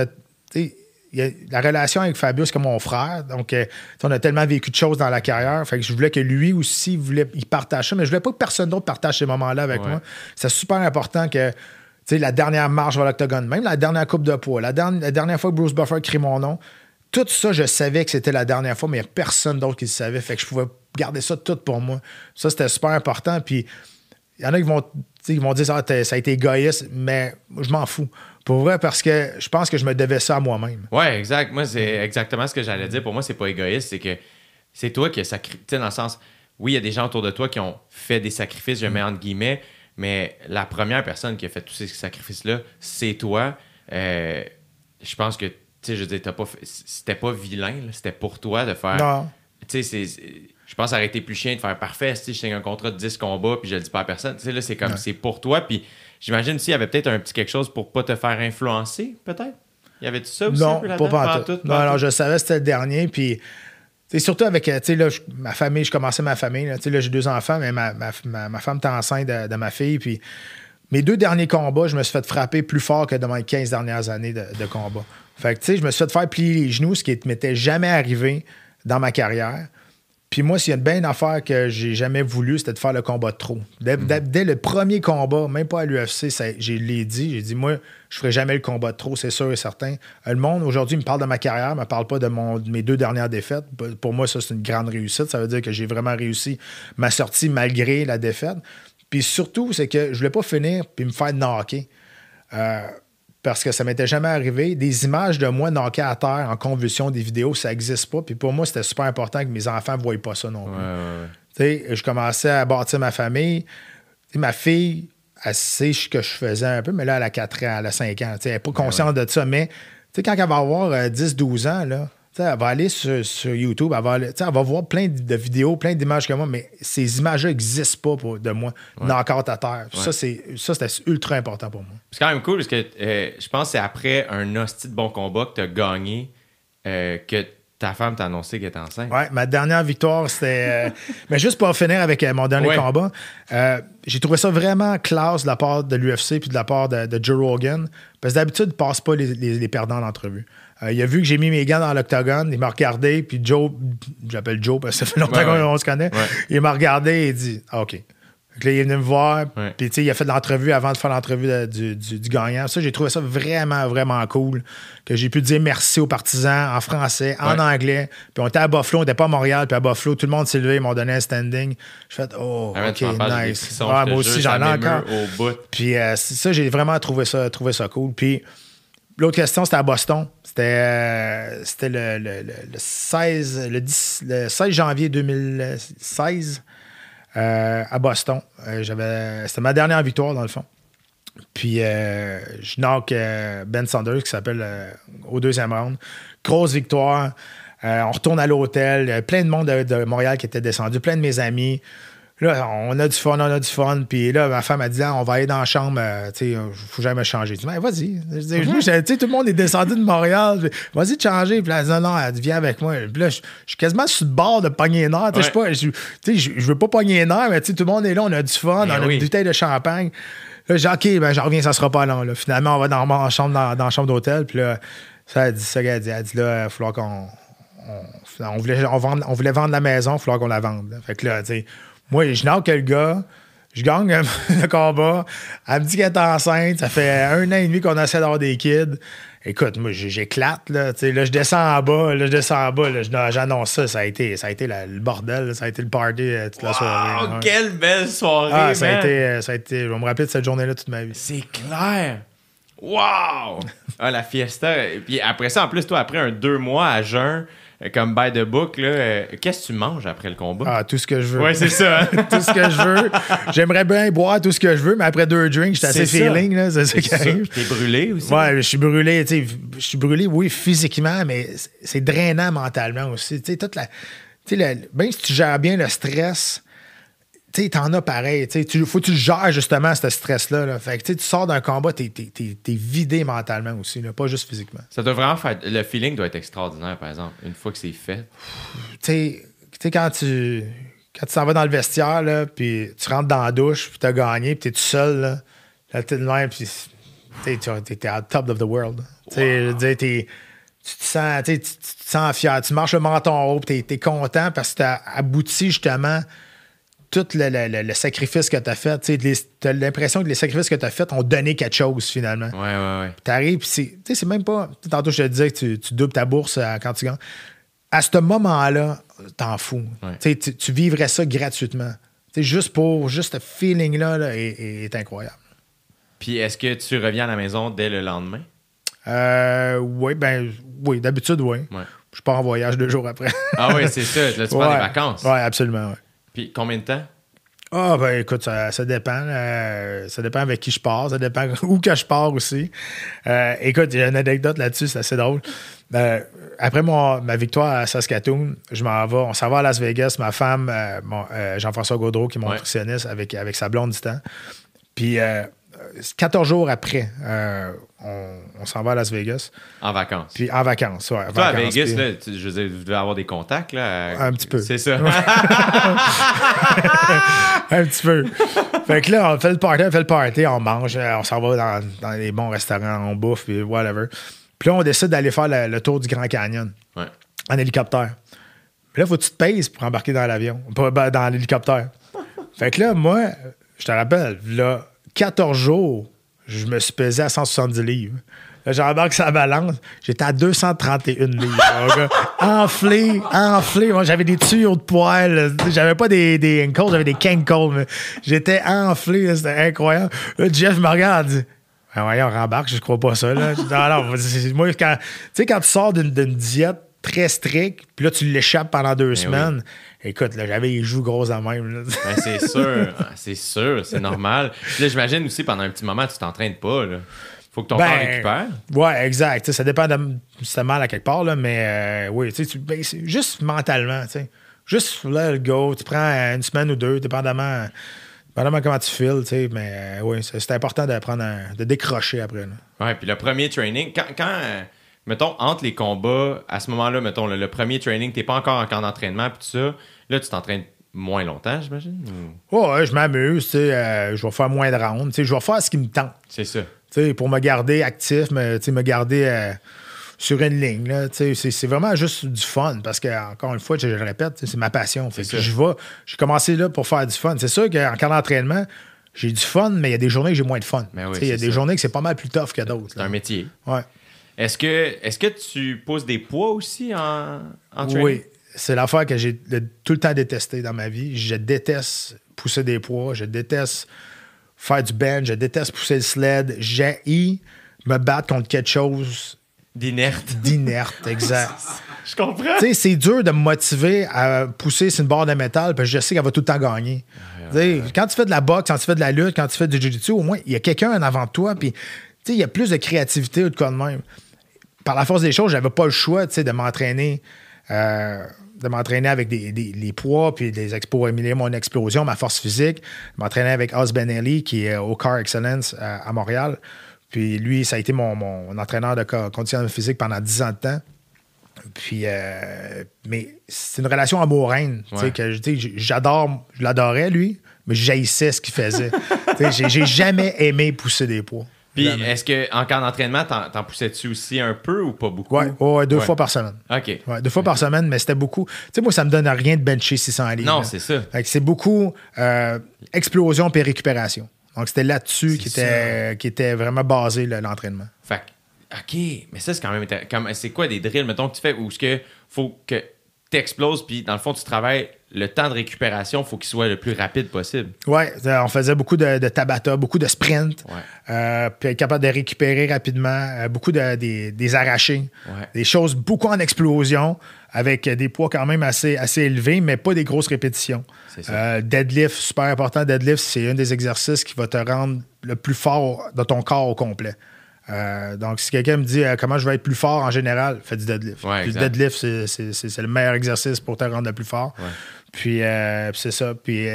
la relation avec Fabio, c'est comme mon frère. Donc, on a tellement vécu de choses dans la carrière. Fait que je voulais que lui aussi, il partage ça. Mais je voulais pas que personne d'autre partage ces moments-là avec moi. C'est super important que, tu sais, la dernière marche vers l'octogone, même la dernière coupe de poids, la dernière fois que Bruce Buffer crie mon nom, tout ça, je savais que c'était la dernière fois, mais il n'y a personne d'autre qui le savait. Fait que je pouvais garder ça tout pour moi. Ça, c'était super important. Puis, il y en a qui vont dire ça a été égoïste, mais je m'en fous. Pour vrai, parce que je pense que je me devais ça à moi-même. Oui, exact. Moi, c'est exactement ce que j'allais dire. Pour moi, c'est pas égoïste, c'est que c'est toi qui as sacrifié. Dans le sens, oui, il y a des gens autour de toi qui ont fait des sacrifices, je mets entre guillemets, mais la première personne qui a fait tous ces sacrifices-là, c'est toi. Je pense que, tu sais, je veux dire, c'était pas vilain, là, c'était pour toi de faire. Non. Tu sais, je pense que ça aurait été plus chiant de faire parfait. Si je signe un contrat de 10 combats puis je le dis pas à personne. Tu sais, là, c'est comme c'est pour toi. Puis j'imagine s'il y avait peut-être un petit quelque chose pour pas te faire influencer, peut-être. Y avait-tu ça aussi? Non, pas tout. Non, je savais que c'était le dernier. Puis, surtout avec, tu sais, là, ma famille, je commençais ma famille. Tu sais, là, j'ai 2 enfants, mais ma femme était enceinte de ma fille. Puis, mes 2 derniers combats, je me suis fait frapper plus fort que dans mes 15 dernières années de combat. Fait que, tu sais, je me suis fait faire plier les genoux, ce qui ne m'était jamais arrivé dans ma carrière. Puis moi, s'il y a une bonne affaire que j'ai jamais voulu, c'était de faire le combat de trop. Dès le premier combat, même pas à l'UFC, j'ai dit, moi, je ferai jamais le combat de trop, c'est sûr et certain. Le monde, aujourd'hui, me parle de ma carrière, me parle pas de mes 2 dernières défaites. Pour moi, ça, c'est une grande réussite. Ça veut dire que j'ai vraiment réussi ma sortie malgré la défaite. Puis surtout, c'est que je voulais pas finir puis me faire knocker. Parce que ça m'était jamais arrivé. Des images de moi knocké à terre en convulsion, des vidéos, ça n'existe pas. Puis pour moi, c'était super important que mes enfants ne voient pas ça non plus. Tu sais, je commençais à bâtir ma famille. T'sais, ma fille, elle sait ce que je faisais un peu, mais là, elle a 4 ans, elle a 5 ans. Elle n'est pas consciente de ça. Mais quand elle va avoir 10-12 ans, là, elle va aller sur YouTube, elle va voir plein de vidéos, plein d'images que moi, mais ces images-là n'existent pas de moi, knock-out à terre. Ça, c'était ultra important pour moi. C'est quand même cool parce que je pense que c'est après un hostie de bon combat que tu as gagné que ta femme t'a annoncé qu'elle était enceinte. Oui, ma dernière victoire, c'était... mais juste pour finir avec mon dernier combat, j'ai trouvé ça vraiment classe de la part de l'UFC puis de la part de Joe Rogan, parce que d'habitude, ils ne passent pas les perdants d'entrevue. Il a vu que j'ai mis mes gants dans l'octogone, il m'a regardé, puis Joe, j'appelle Joe parce que ça fait longtemps qu'on se connaît, il m'a regardé et il dit « OK ». Donc là, il est venu me voir, puis il a fait de l'entrevue avant de faire l'entrevue du gagnant. Ça, j'ai trouvé ça vraiment, vraiment cool, que j'ai pu dire merci aux partisans en français, en anglais. Puis on était à Buffalo, on n'était pas à Montréal, puis à Buffalo, tout le monde s'est levé, ils m'ont donné un standing. J'ai fait « Oh, OK, nice ». Moi aussi, j'en ai encore. Puis ça, j'ai vraiment trouvé ça cool. Puis l'autre question, c'était à Boston. C'était le 16 janvier 2016. À Boston. C'était ma dernière victoire, dans le fond. Puis, je knock Ben Saunders, qui s'appelle au 2e round. Grosse victoire. On retourne à l'hôtel. Plein de monde de Montréal qui était descendu, plein de mes amis. Là, on a du fun. Puis là, ma femme a dit, on va aller dans la chambre, il faut jamais me changer. Je dis, vas-y. Tout le monde est descendu de Montréal. Vas-y, te changer. Puis là, elle dit, non, elle dit, viens avec moi. Puis là, je suis quasiment sur le bord de pogner les nerfs. Je veux pas pogner les nerfs, mais tout le monde est là, on a du fun, on a une bouteille de champagne. Là, j'ai dit, OK, j'en reviens, ça sera pas long. Là. Finalement, on va dans la chambre d'hôtel. Puis là, elle dit, là, il va falloir qu'on. On voulait vendre la maison, il va falloir qu'on la vende. Là. Fait que là, tu sais. Moi, je n'ai que le gars, je gagne le combat. Elle me dit qu'elle est enceinte. Ça fait 1 an et demi qu'on essaie d'avoir des kids. Écoute, moi, j'éclate. Là, je descends en bas. Là, j'annonce ça. Ça a été le bordel. Là, ça a été le party toute la soirée. Ouais. Quelle belle soirée, ça a été, je vais me rappeler de cette journée-là toute ma vie. C'est clair. Wow! La fiesta. Et puis après ça, en plus, toi, après 2 mois à jeun, comme by the book, là, qu'est-ce que tu manges après le combat? Tout ce que je veux. Oui, c'est ça. Hein? Tout ce que je veux. J'aimerais bien boire tout ce que je veux, mais après 2 drinks, j'étais assez feeling. Là, c'est ça qui arrive. T'es brûlé aussi? Ouais, je suis brûlé. Je suis brûlé, oui, physiquement, mais c'est drainant mentalement aussi. Même si tu gères bien le stress, t'en as pareil. Faut que tu gères justement ce stress-là. Là. Fait que tu sors d'un combat, t'es vidé mentalement aussi, là, pas juste physiquement. Ça doit vraiment faire. Le feeling doit être extraordinaire, par exemple, une fois que c'est fait. Quand tu t'en vas dans le vestiaire, là, puis tu rentres dans la douche, puis t'as gagné, puis t'es tout seul, là t'es de même, puis t'es à top of the world. Wow. Tu te sens fier. Tu marches le menton haut, puis t'es content parce que t'as abouti justement tout le sacrifice que tu as fait. Tu as l'impression que les sacrifices que tu as faits ont donné quelque chose, finalement. Ouais. Tu arrives, puis c'est même pas... Tantôt, je te disais que tu doubles ta bourse quand tu gagnes. À ce moment-là, t'en fous. Ouais. Tu vivrais ça gratuitement. Juste ce feeling-là là, est incroyable. Puis est-ce que tu reviens à la maison dès le lendemain? Oui, d'habitude, oui. Ouais. Je pars en voyage 2 jours après. Ah oui, c'est ça. Là, tu prends des vacances. Oui, absolument, oui. Puis combien de temps? Écoute, ça dépend. Ça dépend avec qui je pars. Ça dépend où que je pars aussi. Écoute, j'ai une anecdote là-dessus, c'est assez drôle. Après ma victoire à Saskatoon, on s'en va à Las Vegas. Ma femme, Jean-François Gaudreau, qui est mon nutritionniste, avec sa blonde du temps. Puis 14 jours après, on s'en va à Las Vegas. En vacances. Puis en vacances, ouais. Toi, à Vegas, là, je veux dire, vous devez avoir des contacts, là. Un petit peu. C'est ça. Un petit peu. Fait que là, on fait le party, on mange, on s'en va dans les bons restaurants, on bouffe, puis whatever. Puis là, on décide d'aller faire le tour du Grand Canyon. Ouais. En hélicoptère. Puis là, faut que tu te pèses pour embarquer dans l'avion, pas dans l'hélicoptère. Fait que là, moi, je te rappelle, là, 14 jours, je me suis pesé à 170 livres. Là, j'embarque sur la balance, j'étais à 231 livres. Enflé. Moi, j'avais des tuyaux de poils. J'avais pas des ankles, j'avais des cankles. Mais j'étais enflé, là, c'était incroyable. Là, Jeff me regarde, dit, voyons, on rembarque, je crois pas ça. Là. Moi, quand tu sors d'une diète très stricte, puis là, tu l'échappes pendant 2 semaines. Oui. Écoute, là, j'avais les joues grosses à même. C'est sûr, c'est normal. Puis là, j'imagine aussi, pendant un petit moment, tu t'entraînes pas. Là. Faut que ton corps récupère. Ouais, exact. Ça dépend si t'as mal à quelque part, là, mais oui, c'est juste mentalement. T'sais. Juste let it go. Tu prends 1 semaine ou 2, dépendamment comment tu files. Mais oui, c'est important de décrocher après. Oui, puis le premier training, quand mettons, entre les combats, à ce moment-là, mettons, le premier training, t'es pas encore en camp d'entraînement, puis tout ça, là, tu t'entraînes moins longtemps, j'imagine? Ouais, je m'amuse, je vais faire moins de rounds, je vais faire ce qui me tente. C'est ça. Pour me garder actif, me garder sur une ligne, là, c'est vraiment juste du fun, parce que, encore une fois, je le répète, c'est ma passion. J'ai commencé là pour faire du fun. C'est sûr qu'en camp d'entraînement, j'ai du fun, mais il y a des journées que j'ai moins de fun. Il y a des journées que c'est pas mal plus tough que d'autres. C'est un métier. Ouais. Est-ce que tu poses des poids aussi en training? Oui, c'est l'affaire que j'ai tout le temps détesté dans ma vie. Je déteste pousser des poids, je déteste faire du bench, je déteste pousser le sled. J'haïs me battre contre quelque chose d'inerte. Exact. Je comprends. C'est dur de me motiver à pousser sur une barre de métal parce que je sais qu'elle va tout le temps gagner. Quand tu fais de la boxe, quand tu fais de la lutte, quand tu fais du jiu-jitsu, au moins, il y a quelqu'un en avant de toi, puis il y a plus de créativité ou de quoi de même. Par la force des choses, j'avais pas le choix de m'entraîner de m'entraîner avec les poids, puis pour améliorer mon explosion, ma force physique. Je m'entraînais avec Oz Benelli, qui est au Car Excellence à Montréal. Puis lui, ça a été mon entraîneur de conditionnement physique pendant 10 ans de temps. Puis, mais c'est une relation amour-haine. Je l'adorais, lui, mais je haïssais ce qu'il faisait. J'ai jamais aimé pousser des poids. Puis, jamais. est-ce qu'en camp d'entraînement, t'en poussais-tu aussi un peu ou pas beaucoup? Oui, 2 fois par semaine. OK. Ouais, 2 fois par semaine, mais c'était beaucoup. Tu sais, moi, ça me donne rien de bencher 600 livres. Non, c'est ça. C'est beaucoup explosion puis récupération. Donc, c'était là-dessus qui était vraiment basé l'entraînement. Fait OK, mais ça, c'est quand même intéressant. C'est quoi des drills, mettons, que tu fais où ce que faut que tu exploses, puis dans le fond, tu travailles le temps de récupération, il faut qu'il soit le plus rapide possible. Oui, on faisait beaucoup de Tabata, beaucoup de sprint, puis être capable de récupérer rapidement, beaucoup des arrachés, des choses beaucoup en explosion, avec des poids quand même assez élevés, mais pas des grosses répétitions. C'est ça. Deadlift, super important. Deadlift, c'est un des exercices qui va te rendre le plus fort de ton corps au complet. Donc, si quelqu'un me dit comment je vais être plus fort en général, fais du deadlift. Ouais, le deadlift, c'est le meilleur exercice pour te rendre le plus fort. Ouais. Puis, c'est ça. Puis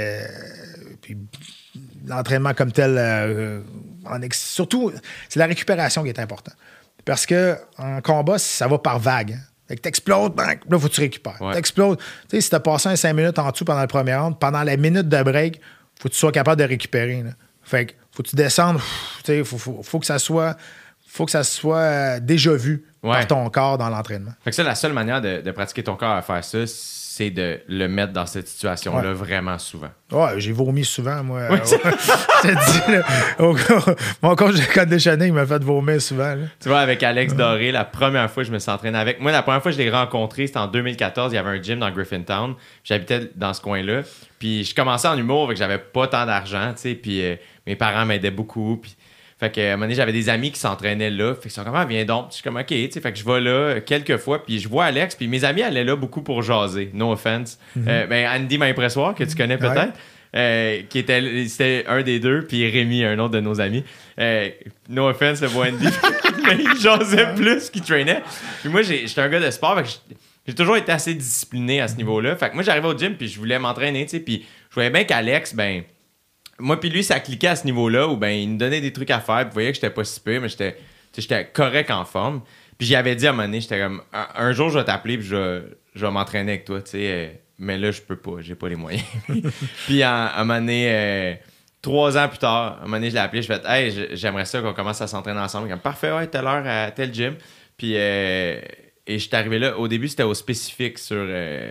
l'entraînement comme tel, surtout, c'est la récupération qui est importante. Parce qu'en combat, ça va par vague. Hein. Fait que t'exploses, là, il faut que tu récupères. Ouais. T'exploses. Tu sais, si t'as passé un 5 minutes en dessous pendant le premier round, pendant la minute de break, faut que tu sois capable de récupérer. Là. Fait que faut que tu descendes. Tu sais, faut que ça soit déjà vu par ton corps dans l'entraînement. Fait que ça, la seule manière de pratiquer ton corps à faire ça, c'est de le mettre dans cette situation-là vraiment souvent. Ouais, j'ai vomi souvent, moi. Je te dis, là, mon coach de conditioning, il m'a fait vomir souvent. Là. Tu vois, avec Alex Doré, la première fois que je me suis entraîné avec... Moi, la première fois que je l'ai rencontré, c'était en 2014. Il y avait un gym dans Griffintown. J'habitais dans ce coin-là. Puis je commençais en humour, fait que j'avais pas tant d'argent, tu sais. Puis mes parents m'aidaient beaucoup. Puis... Fait que, à un moment donné, j'avais des amis qui s'entraînaient là. Fait que ça, comment viens donc? Je suis comme, OK, tu sais. Fait que je vais là quelques fois, puis je vois Alex, puis mes amis allaient là beaucoup pour jaser. No offense. Andy M'Impressoir, que tu connais peut-être, c'était un des deux, puis Rémi, un autre de nos amis. No offense, le beau Andy. Mais il jasait plus qu'il traînait. Puis moi, j'étais un gars de sport, fait que j'ai toujours été assez discipliné à ce niveau-là. Fait que moi, j'arrivais au gym, puis je voulais m'entraîner, tu sais. Puis je voyais bien qu'Alex, moi puis lui, ça cliquait à ce niveau-là où il me donnait des trucs à faire. Puis vous voyez que j'étais pas si pire, mais j'étais correct en forme. Puis j'y avais dit à un moment donné, j'étais comme un jour je vais t'appeler puis je vais m'entraîner avec toi, tu sais. Mais là, je peux pas, j'ai pas les moyens. Puis à un moment donné, 3 ans plus tard, à un moment donné, je l'ai appelé, je fais hey, j'aimerais ça qu'on commence à s'entraîner ensemble. Comme parfait, ouais, telle heure à tel gym. Puis et je suis arrivé là. Au début, c'était au spécifique sur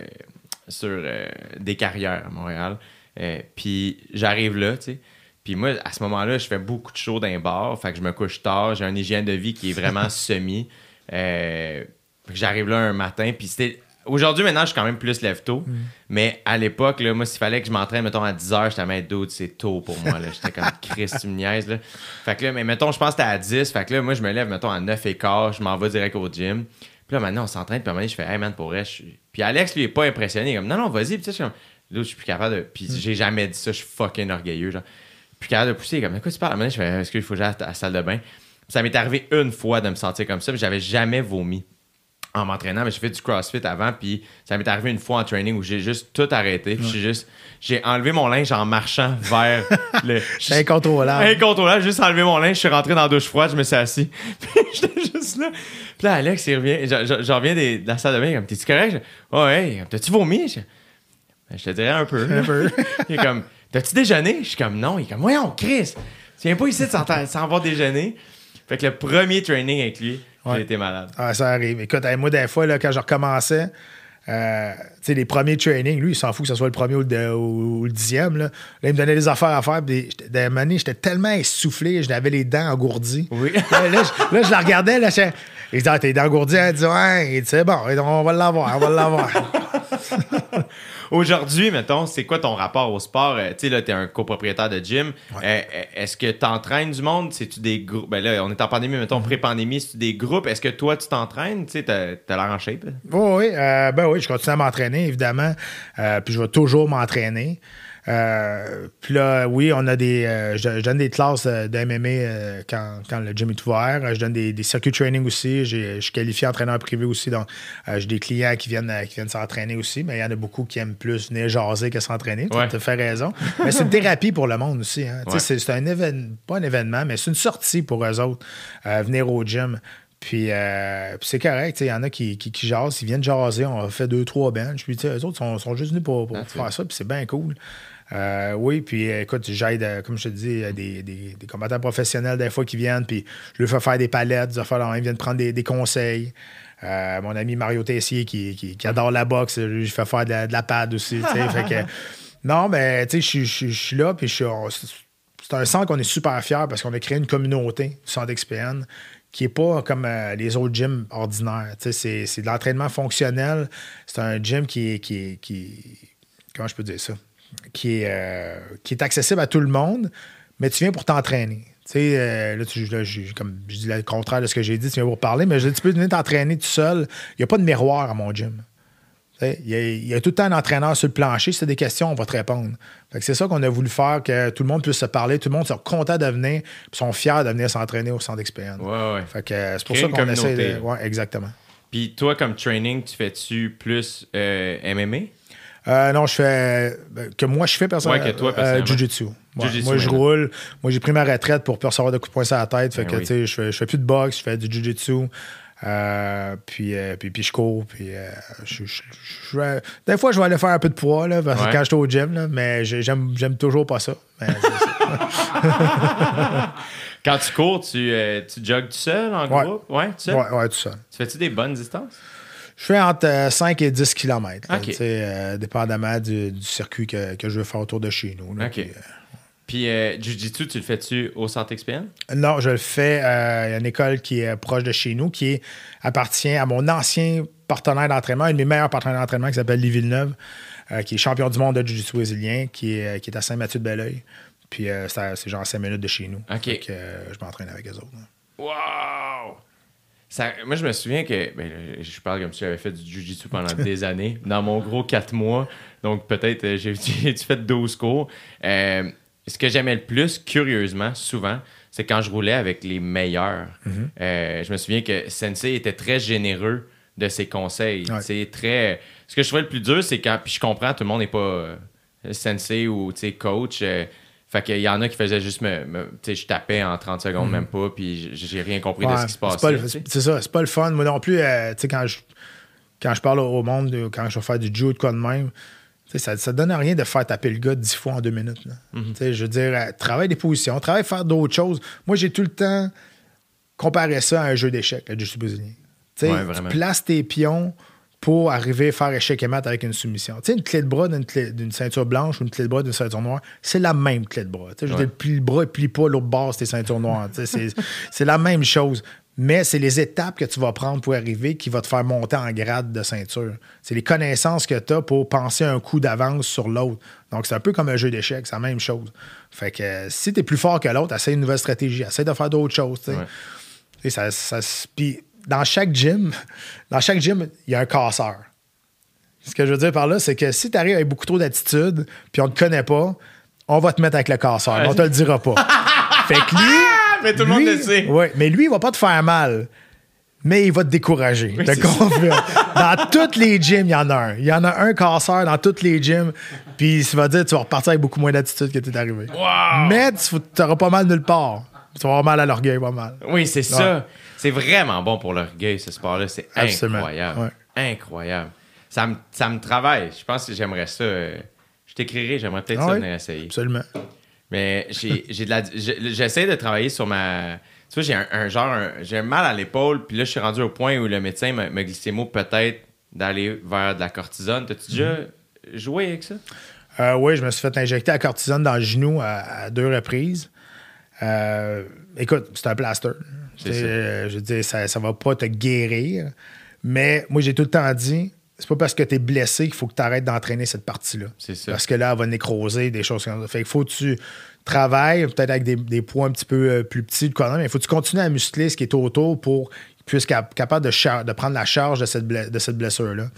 des carrières à Montréal. Puis j'arrive là, tu sais. Puis moi, à ce moment-là, je fais beaucoup de shows dans les bars. Fait que je me couche tard. J'ai une hygiène de vie qui est vraiment semi. Fait que j'arrive là un matin. Puis c'était... Aujourd'hui, maintenant, je suis quand même plus lève-tôt. Mais à l'époque, là, moi, s'il fallait que je m'entraîne, mettons, à 10h, j'étais à mettre d'autres. C'est tôt pour moi, là. J'étais comme, Christ, tu me niaises, là. Fait que là, mais mettons, je pense que c'était à 10. Fait que là, moi, je me lève, mettons, à 9h15. Je m'en vais direct au gym. Puis là, maintenant, on s'entraîne. Puis à un moment donné, je fais, hey, man, pour vrai, Puis Alex, lui, il est pas impressionné. Il est comme, non, vas-y. Puis tu sais, je suis plus capable de. Puis j'ai jamais dit ça, je suis fucking orgueilleux, genre. Plus capable de pousser, comme, de quoi tu parles? À un moment donné, je fais, est-ce qu'il faut que j'aille à la salle de bain? Puis ça m'est arrivé une fois de me sentir comme ça, puis j'avais jamais vomi en m'entraînant, mais j'ai fait du CrossFit avant, puis ça m'est arrivé une fois en training où j'ai juste tout arrêté, puis j'ai enlevé mon linge en marchant vers le... C'est incontrôlable. Incontrôlable, j'ai juste enlevé mon linge, je suis rentré dans la douche froide, je me suis assis, puis j'étais juste là. Puis là, Alex, il revient, je reviens de la salle de bain, comme, t'es-tu correct? Oh, hey, t'as-tu vomi? Je te dirais un peu. Il est comme, t'as-tu déjeuné? Je suis comme, non. Il est comme, voyons, Chris, tu viens pas ici sans avoir déjeuné. Fait que le premier training avec lui, j'ai été malade. Ah, ça arrive. Écoute, moi, des fois, là, quand je recommençais, tu sais, les premiers trainings, lui, il s'en fout que ce soit le premier ou le 10e. Là, il me donnait des affaires à faire. D'un moment donné, j'étais tellement essoufflé, j'avais les dents engourdies. Oui. là, je la regardais, là, il disait, t'es dents engourdies? Elle dit, ouais. Il dit, c'est bon, on va l'avoir. Aujourd'hui, mettons, c'est quoi ton rapport au sport? Tu sais, là, t'es un copropriétaire de gym. Est-ce que t'entraînes du monde? C'est-tu des groupes? Ben là, on est en pandémie, mettons, pré-pandémie. C'est-tu des groupes? Est-ce que toi, tu t'entraînes? Tu sais, t'as l'air en shape? Oui, je continue à m'entraîner, évidemment. Puis je vais toujours m'entraîner. Puis là, oui, on a je donne des classes de MMA quand le gym est ouvert. Je donne des circuits training aussi. Je suis qualifié entraîneur privé aussi. Donc, j'ai des clients qui viennent s'entraîner aussi. Mais il y en a beaucoup qui aiment plus venir jaser que s'entraîner. Ouais. Tu as fait raison. Mais c'est une thérapie pour le monde aussi. Hein. Ouais. C'est un événement, pas un événement, mais c'est une sortie pour eux autres, venir au gym. Puis c'est correct, il y en a qui jasent, ils viennent jaser, on a fait 2-3 benches, puis eux autres sont juste venus pour faire ça, puis c'est bien cool. Oui, puis écoute, j'aide, comme je te dis, des combattants professionnels des fois qui viennent, puis je leur fais faire des palettes, des affaires, ils viennent prendre des conseils. Mon ami Mario Tessier qui adore la boxe, je lui fais faire de la pad aussi, fait que... Non, mais tu sais, je suis là, puis c'est un centre qu'on est super fiers parce qu'on a créé une communauté du centre XPN qui n'est pas comme les autres gyms ordinaires. C'est de l'entraînement fonctionnel. C'est un gym qui comment je peux dire ça? Qui est accessible à tout le monde, mais tu viens pour t'entraîner. Là, comme je dis le contraire de ce que j'ai dit, tu viens pour parler, mais tu peux venir t'entraîner tout seul. Il n'y a pas de miroir à mon gym. Il y a tout le temps un entraîneur sur le plancher. Si tu as des questions, on va te répondre. Fait que c'est ça qu'on a voulu faire, que tout le monde puisse se parler, tout le monde soit content de venir, puis sont fiers de venir s'entraîner au centre XPN. Ouais. Fait que c'est pour ça qu'on essaie de... Ouais, exactement. Puis toi, comme training, tu fais-tu plus MMA? Non, je fais... que moi, je fais personnellement. Ouais, que toi, personnellement. Jiu-Jitsu. Ouais, Jiu-jitsu, moi, je roule. Moi, j'ai pris ma retraite pour ne pas recevoir de coups de poing sur la tête. Fait que, oui. tu sais, je fais plus de boxe, je fais du Jiu-Jitsu. Puis je cours, puis des fois je vais aller faire un peu de poids là, parce que quand je suis au gym là, mais j'aime toujours pas ça. Mais Quand tu cours, tu jogues tout seul en groupe? Ouais, tout seul? Ouais, tout seul. Tu fais-tu des bonnes distances? Je fais entre 5 et 10 km, Okay. dépendamment du circuit que je veux faire autour de chez nous. Là, OK. Puis Jiu-Jitsu, tu le fais-tu au centre XPN? Non, je le fais à une école qui est proche de chez nous, qui appartient à mon ancien partenaire d'entraînement, un de mes meilleurs partenaires d'entraînement qui s'appelle Lee Villeneuve, qui est champion du monde de Jiu-Jitsu brésilien, qui est à Saint-Mathieu-de-Belleuil. Puis c'est genre 5 minutes de chez nous. OK. Donc, je m'entraîne avec eux autres. Là. Wow! Moi, je me souviens que... je parle comme si j'avais fait du Jiu-Jitsu pendant des années. Dans mon gros 4 mois. Donc, peut-être, j'ai fait 12 cours. Ce que j'aimais le plus, curieusement, souvent, c'est quand je roulais avec les meilleurs. Mm-hmm. Je me souviens que Sensei était très généreux de ses conseils. Ouais. C'est très... Ce que je trouvais le plus dur, c'est quand... Puis je comprends, tout le monde n'est pas Sensei ou coach. Fait qu'il y en a qui faisaient juste je tapais en 30 secondes, même pas, puis j'ai rien compris de ce qui se passait. C'est ça, c'est pas le fun. Moi non plus, quand je parle au monde, quand je vais faire du judo de quoi de même, ça donne rien de faire taper le gars 10 fois en 2 minutes. Là. Mm-hmm. Je veux dire, travaille des positions, travaille faire d'autres choses. Moi, j'ai tout le temps comparé ça à un jeu d'échecs, le jiu-jitsu brésilien. Tu places tes pions pour arriver à faire échec et mat avec une soumission. Tu sais, une clé de bras d'une ceinture blanche ou une clé de bras d'une ceinture noire, c'est la même clé de bras. Je veux dire, le bras ne plie pas, l'autre bord, c'est tes ceintures noires. C'est la même chose. Mais c'est les étapes que tu vas prendre pour arriver qui va te faire monter en grade de ceinture. C'est les connaissances que tu as pour penser un coup d'avance sur l'autre. Donc, c'est un peu comme un jeu d'échecs, c'est la même chose. Fait que si tu es plus fort que l'autre, essaie une nouvelle stratégie, essaie de faire d'autres choses. Puis, dans chaque gym, il y a un casseur. Ce que je veux dire par là, c'est que si tu arrives avec beaucoup trop d'attitude, puis on te connaît pas, on va te mettre avec le casseur. On te le dira pas. Fait que lui... mais tout le monde le sait. Ouais, mais lui, il va pas te faire mal. Mais il va te décourager. Oui, dans tous les gyms, il y en a un. Il y en a un casseur dans tous les gyms. Puis ça va dire que tu vas repartir avec beaucoup moins d'attitude que tu es arrivé. Wow! Mais tu auras pas mal nulle part. Tu vas avoir mal à l'orgueil, pas mal. Oui, c'est ça. C'est vraiment bon pour l'orgueil, ce sport-là. C'est incroyable. Ouais. Incroyable. Ça me travaille. Je pense que j'aimerais ça. Je t'écrirai, j'aimerais peut-être ça venir essayer. Absolument. Mais j'essaie de travailler sur ma... Tu vois, j'ai un mal à l'épaule, puis là, je suis rendu au point où le médecin m'a glissé mot peut-être d'aller vers de la cortisone. T'as-tu déjà joué avec ça? Oui, je me suis fait injecter la cortisone dans le genou à 2 reprises. Écoute, c'est un plaster. Je veux dire, ça va pas te guérir. Mais moi, j'ai tout le temps dit, c'est pas parce que tu es blessé qu'il faut que tu arrêtes d'entraîner cette partie-là. C'est ça. Parce que là, elle va nécroser, des choses comme ça. Fait qu'il faut que tu travailles, peut-être avec des poids un petit peu plus petits, mais il faut que tu continues à muscler ce qui est autour pour qu'il puisse être capable de prendre la charge de cette blessure-là.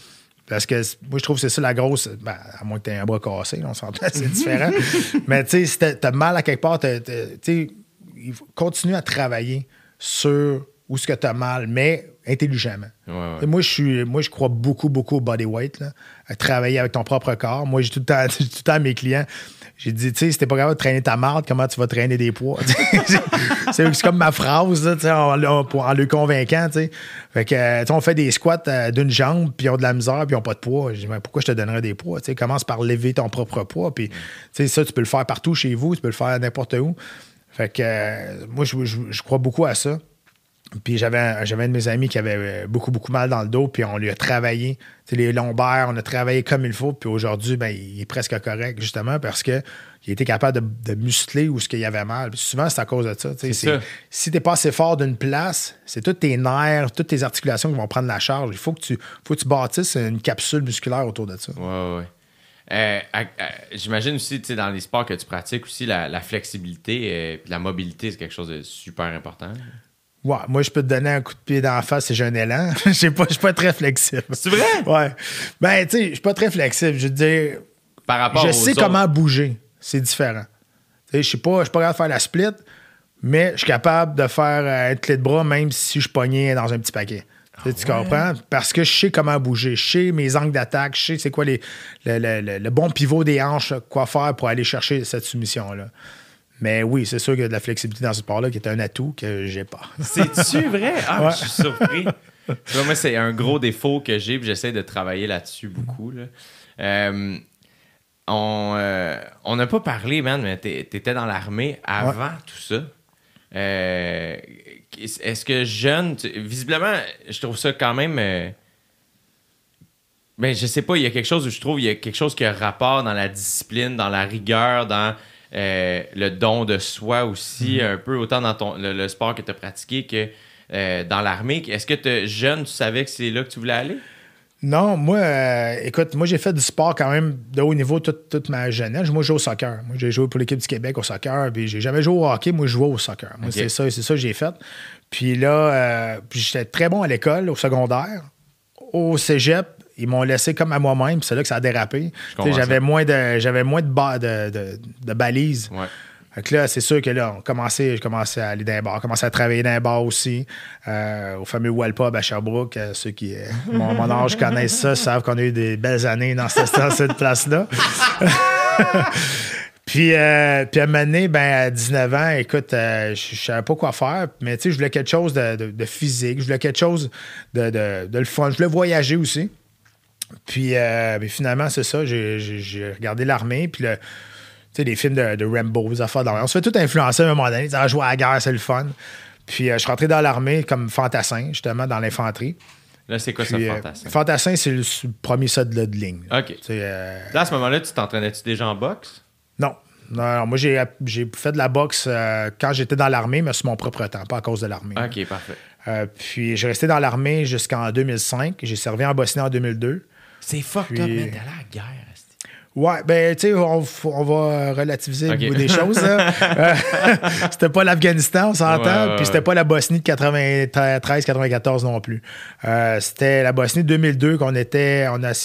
Parce que moi, je trouve que c'est ça la grosse... Ben, à moins que tu aies un bras cassé, là, on s'entend, c'est différent. Mais tu sais, si t'as mal à quelque part, tu sais, il faut continuer à travailler sur où est-ce que tu as mal, mais intelligemment. Ouais. Moi, je crois beaucoup au body weight, là, à travailler avec ton propre corps. Moi, j'ai tout le temps à mes clients, j'ai dit, tu sais, si t'es pas capable de traîner ta marde, comment tu vas traîner des poids? c'est comme ma phrase, là, en le convainquant. T'sais. Fait que, on fait des squats d'une jambe, puis ils ont de la misère, puis ils n'ont pas de poids. Je dis, mais pourquoi je te donnerais des poids? T'sais, commence par lever ton propre poids, puis ça, tu peux le faire partout chez vous, tu peux le faire n'importe où. Fait que, moi, je crois beaucoup à ça. Puis j'avais un de mes amis qui avait beaucoup mal dans le dos, puis on lui a travaillé, les lombaires, on a travaillé comme il faut, puis aujourd'hui, ben, il est presque correct, justement, parce qu'il était capable de muscler où ce qu'il y avait mal. Puis souvent, c'est à cause de ça. Si t'es pas assez fort d'une place, c'est tous tes nerfs, toutes tes articulations qui vont prendre la charge. Il faut que tu bâtisses une capsule musculaire autour de ça. Ouais. J'imagine aussi, dans les sports que tu pratiques aussi, la flexibilité et la mobilité, c'est quelque chose de super important. Ouais, moi, je peux te donner un coup de pied dans la face si j'ai un élan. Je suis pas très flexible. C'est vrai? Ouais. Ben, tu sais, je suis pas très flexible. Je veux dire, par rapport je sais comment bouger. C'est différent. Tu sais, je suis pas capable de faire la split, mais je suis capable de faire un clé de bras même si je pognais dans un petit paquet. Tu comprends? Parce que je sais comment bouger. Je sais mes angles d'attaque. Je sais c'est quoi le bon pivot des hanches, quoi faire pour aller chercher cette soumission-là. Mais oui, c'est sûr qu'il y a de la flexibilité dans ce sport-là qui est un atout que j'ai pas. C'est-tu vrai? Ah, ouais. Je suis surpris. Moi, c'est un gros défaut que j'ai, puis j'essaie de travailler là-dessus beaucoup. Là. On n'a pas parlé, man, mais t'étais dans l'armée avant tout ça. Est-ce que jeune... visiblement, je trouve ça quand même... ben, je sais pas, il y a quelque chose où je trouve il y a quelque chose qui a rapport dans la discipline, dans la rigueur, dans... le don de soi aussi, un peu autant dans le sport que tu as pratiqué que dans l'armée. Est-ce que jeune, tu savais que c'est là que tu voulais aller? Non, moi, écoute, j'ai fait du sport quand même de haut niveau toute ma jeunesse. Moi, je joue au soccer. Moi, j'ai joué pour l'équipe du Québec au soccer, puis j'ai jamais joué au hockey. Moi, je jouais au soccer. Moi, c'est ça que j'ai fait. Puis là, j'étais très bon à l'école, au secondaire. Au cégep, ils m'ont laissé comme à moi-même, puis c'est là que ça a dérapé. J'avais moins de balises. Ouais. Fait que là, c'est sûr que là, je commençais à aller dans les bars, commençais à travailler dans les bars aussi, au fameux Walpub à Sherbrooke. Ceux qui, mon âge connaissent ça, savent qu'on a eu des belles années dans cette place-là. Puis à un moment donné, à 19 ans, écoute, je savais pas quoi faire, mais tu sais, je voulais quelque chose de physique, je voulais quelque chose de le fun, je voulais voyager aussi. Puis finalement, c'est ça, j'ai regardé l'armée, puis tu sais, les films de Rambo, des affaires on se fait tout influencer à un moment donné, jouer à la guerre, c'est le fun. Puis je suis rentré dans l'armée comme fantassin, justement, dans l'infanterie. Là, c'est quoi ça, fantassin? Fantassin, c'est le premier solde de ligne. OK. Là, à ce moment-là, tu t'entraînais-tu déjà en boxe? Non, moi, j'ai fait de la boxe quand j'étais dans l'armée, mais sur mon propre temps, pas à cause de l'armée. OK, parfait. Puis j'ai resté dans l'armée jusqu'en 2005. J'ai servi en Bosnie en 2002. C'est fucked up, man. T'es allé à la guerre. Ouais, tu sais, on va relativiser des choses. C'était pas l'Afghanistan, on s'entend, puis c'était pas la Bosnie de 93-94 non plus. C'était la Bosnie de 2002 on aidait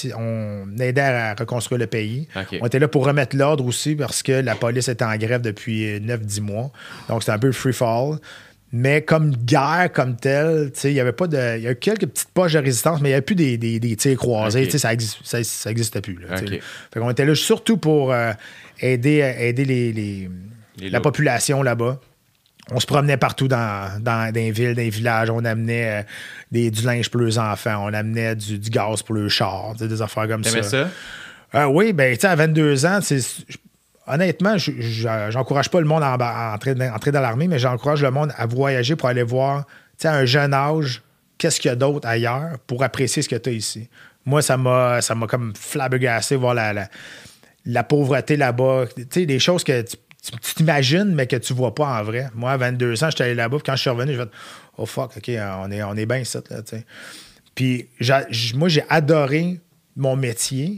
à reconstruire le pays. Okay. On était là pour remettre l'ordre aussi parce que la police était en grève depuis 9-10 mois. Donc, c'était un peu free fall. Mais comme guerre, comme telle, il y avait pas de. Il y a eu quelques petites poches de résistance, mais il n'y avait plus des tirs croisés. Okay. Ça n'existait plus. Là, okay. Fait qu'on était là surtout pour aider la population là-bas. On se promenait partout dans des villes, des villages. On amenait du linge pour les enfants. On amenait du gaz pour le char. Des affaires comme ça. T'aimais ça? Oui, à 22 ans, honnêtement, j'encourage pas le monde à entrer dans l'armée, mais j'encourage le monde à voyager pour aller voir, à un jeune âge, qu'est-ce qu'il y a d'autre ailleurs pour apprécier ce que tu as ici. Moi, ça m'a comme flabbergassé voir la pauvreté là-bas. Tu sais, des choses que tu t'imagines, mais que tu vois pas en vrai. Moi, à 22 ans, j'étais allé là-bas, puis quand je suis revenu, j'ai fait « Oh fuck, OK, on est bien ici. » Puis moi, j'ai adoré mon métier.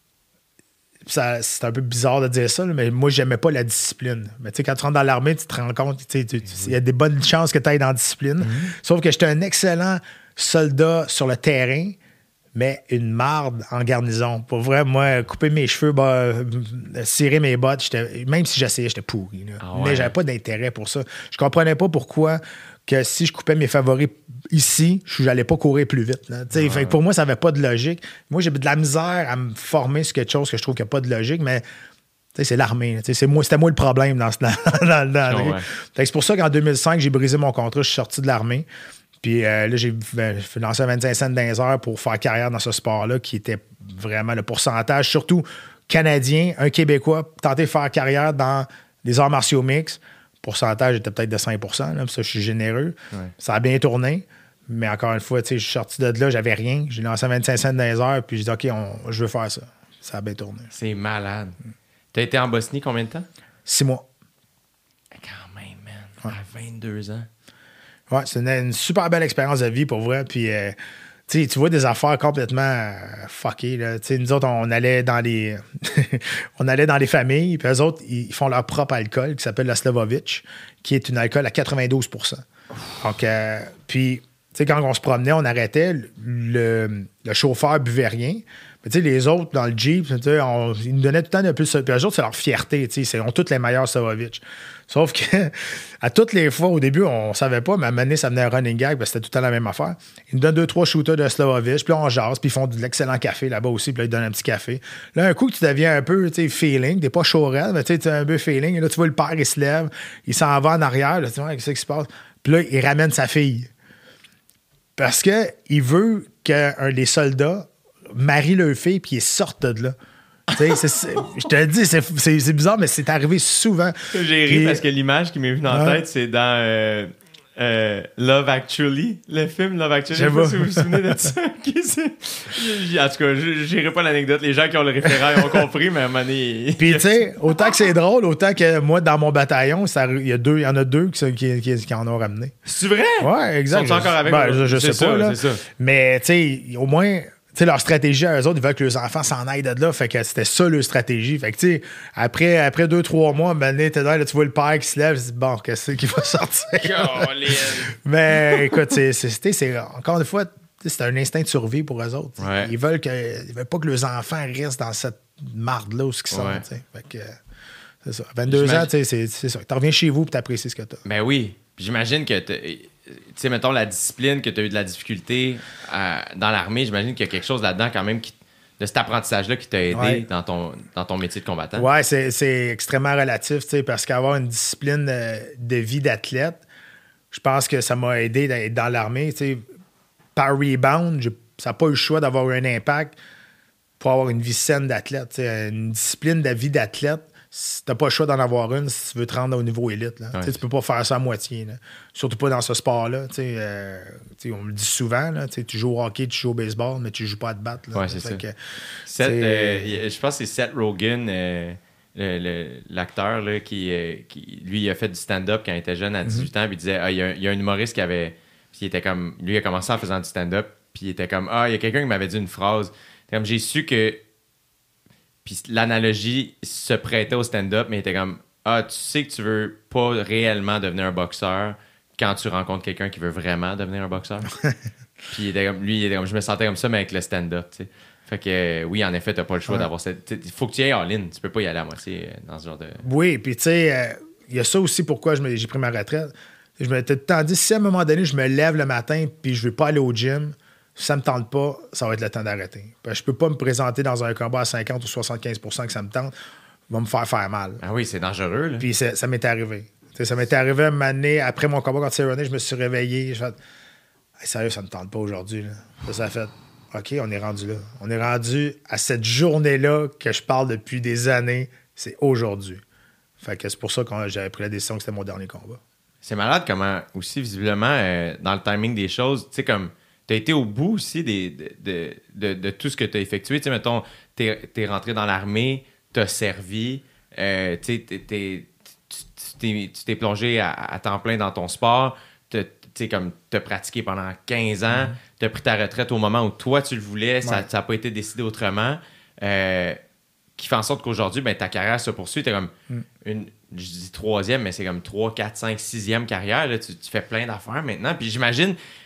C'est un peu bizarre de dire ça, mais moi, j'aimais pas la discipline. Mais tu sais, quand tu rentres dans l'armée, tu te rends compte qu'il y a des bonnes chances que tu ailles dans la discipline. Sauf que j'étais un excellent soldat sur le terrain, mais une marde en garnison. Pour vrai, moi, couper mes cheveux, cirer mes bottes, même si j'essayais, j'étais pourri. Mais j'avais pas d'intérêt pour ça. Je comprenais pas pourquoi que si je coupais mes favoris ici, je n'allais pas courir plus vite. Fait que pour moi, ça n'avait pas de logique. Moi, j'ai de la misère à me former sur quelque chose que je trouve qu'il n'y a pas de logique, mais c'est l'armée. C'était moi le problème dans c'est pour ça qu'en 2005, j'ai brisé mon contrat, je suis sorti de l'armée. Puis là, j'ai lancé 25 cents dans les heures pour faire carrière dans ce sport-là, qui était vraiment le pourcentage, surtout canadien, un Québécois, tenter de faire carrière dans les arts martiaux mixtes. Le pourcentage était peut-être de 5 %, ça, je suis généreux. Ouais. Ça a bien tourné, mais encore une fois, je suis sorti de là, j'avais rien. J'ai lancé 25 cents dans les heures, puis j'ai dit, OK, je veux faire ça. Ça a bien tourné. C'est malade. Tu as été en Bosnie combien de temps? 6 mois. Quand même, man. À 22 ans. Ouais, c'est une super belle expérience de vie, pour vrai. Puis, tu vois des affaires complètement fuckées. Là. Nous autres, on allait dans les on allait dans les familles, puis eux autres, ils font leur propre alcool qui s'appelle la Slavovic, qui est une alcool à 92 %. Donc, puis, quand on se promenait, on arrêtait, le chauffeur buvait rien. Mais les autres, dans le Jeep, ils nous donnaient tout le temps un peu ça. Puis eux autres, c'est leur fierté. Ils ont toutes les meilleures Slavovic. Sauf que à toutes les fois, au début, on savait pas, mais à un moment donné, ça venait un running gag, parce que c'était tout le temps la même affaire. Ils nous donnent 2-3 shooters de Slavovic, puis là, on jase, puis ils font de l'excellent café là-bas aussi, puis là, ils donnent un petit café. Là, un coup, tu deviens un peu, feeling, t'es pas chaud raide, mais tu as un peu feeling. Et là, tu vois le père, il se lève, il s'en va en arrière, là, tu vois, qu'est-ce qui se passe? Puis là, il ramène sa fille. Parce qu'il veut qu'un des soldats marie leur fille, puis ils sortent de là. Je te le dis, c'est bizarre, mais c'est arrivé souvent. J'ai ri parce que l'image qui m'est venue en tête, c'est dans Love Actually, le film Love Actually. Je sais pas si vous vous souvenez de ça. En tout cas, je n'irai pas l'anecdote. Les gens qui ont le référent ont compris, mais à un moment donné... Puis, tu sais, autant que c'est drôle, autant que moi, dans mon bataillon, il y en a deux qui en ont ramené. C'est vrai? Ouais, exact. Ils sont encore avec moi? Je sais pas, là. Mais, tu sais, au moins... leur stratégie à eux autres, ils veulent que les enfants s'en aillent de là. Fait que c'était ça, leur stratégie. Fait que, tu sais, après 2-3 mois, t'es là, tu vois le père qui se lève, tu dis, bon, qu'est-ce qui va sortir? Mais écoute, c'est encore une fois, c'est un instinct de survie pour eux autres. Ouais. Ils veulent pas que leurs enfants restent dans cette marde-là où ils sont. Ouais. Fait que, c'est ça. 22 ans, c'est ça. Tu reviens chez vous et tu apprécies ce que tu as. Ben oui. Puis j'imagine que tu sais, mettons, la discipline, que tu as eu de la difficulté dans l'armée, j'imagine qu'il y a quelque chose là-dedans quand même de cet apprentissage-là qui t'a aidé dans ton métier de combattant. Oui, c'est extrêmement relatif, parce qu'avoir une discipline de vie d'athlète, je pense que ça m'a aidé d'être dans l'armée. Par rebound, ça n'a pas eu le choix d'avoir eu un impact pour avoir une vie saine d'athlète. Une discipline de vie d'athlète, t'as pas le choix d'en avoir une si tu veux te rendre au niveau élite. Là. Ouais. Tu peux pas faire ça à moitié. Là. Surtout pas dans ce sport-là. On me le dit souvent. Là, tu joues au hockey, tu joues au baseball, mais tu joues pas à te battre. Oui, c'est ça. Je pense que c'est Seth Rogen, l'acteur, là, qui lui, il a fait du stand-up quand il était jeune, à 18 ans. Puis il disait, il y a un humoriste qui avait... Puis il était comme... Lui, il a commencé en faisant du stand-up. Puis il était comme, il y a quelqu'un qui m'avait dit une phrase. Comme, j'ai su que... Puis l'analogie se prêtait au stand-up, mais il était comme, tu sais que tu veux pas réellement devenir un boxeur quand tu rencontres quelqu'un qui veut vraiment devenir un boxeur. Puis il était comme, je me sentais comme ça, mais avec le stand-up, tu sais. Fait que oui, en effet, t'as pas le choix d'avoir cette... Il faut que tu y ailles en ligne. Tu peux pas y aller à moitié dans ce genre de... Oui, puis tu sais, il y a ça aussi pourquoi j'ai pris ma retraite. Je me suis dit, si à un moment donné, je me lève le matin puis je veux pas aller au gym, si ça me tente pas, ça va être le temps d'arrêter. Je peux pas me présenter dans un combat à 50 ou 75 % que ça me tente. Va me faire mal. Ah oui, c'est dangereux, là. Puis ça m'est arrivé. Ça m'est arrivé une année après mon combat contre Cerrone, je me suis réveillé. Je fait, sérieux, ça me tente pas aujourd'hui. Là. Ça a fait, OK, on est rendu là. On est rendu à cette journée-là que je parle depuis des années. C'est aujourd'hui. Fait que c'est pour ça que j'avais pris la décision que c'était mon dernier combat. C'est malade comment, aussi, visiblement, dans le timing des choses, tu sais, comme... Tu as été au bout aussi de tout ce que tu as effectué. Tu sais, mettons, t'es rentré dans l'armée, t'as servi, tu t'es plongé à temps plein dans ton sport, tu sais, comme t'as pratiqué pendant 15 ans, t'as pris ta retraite au moment où toi, tu le voulais, ça n'a pas été décidé autrement, qui fait en sorte qu'aujourd'hui, ben, ta carrière se poursuit. T'es comme je dis 3e, mais c'est comme 3, 4, 5, 6e carrière. Là, tu fais plein d'affaires maintenant. Puis j'imagine...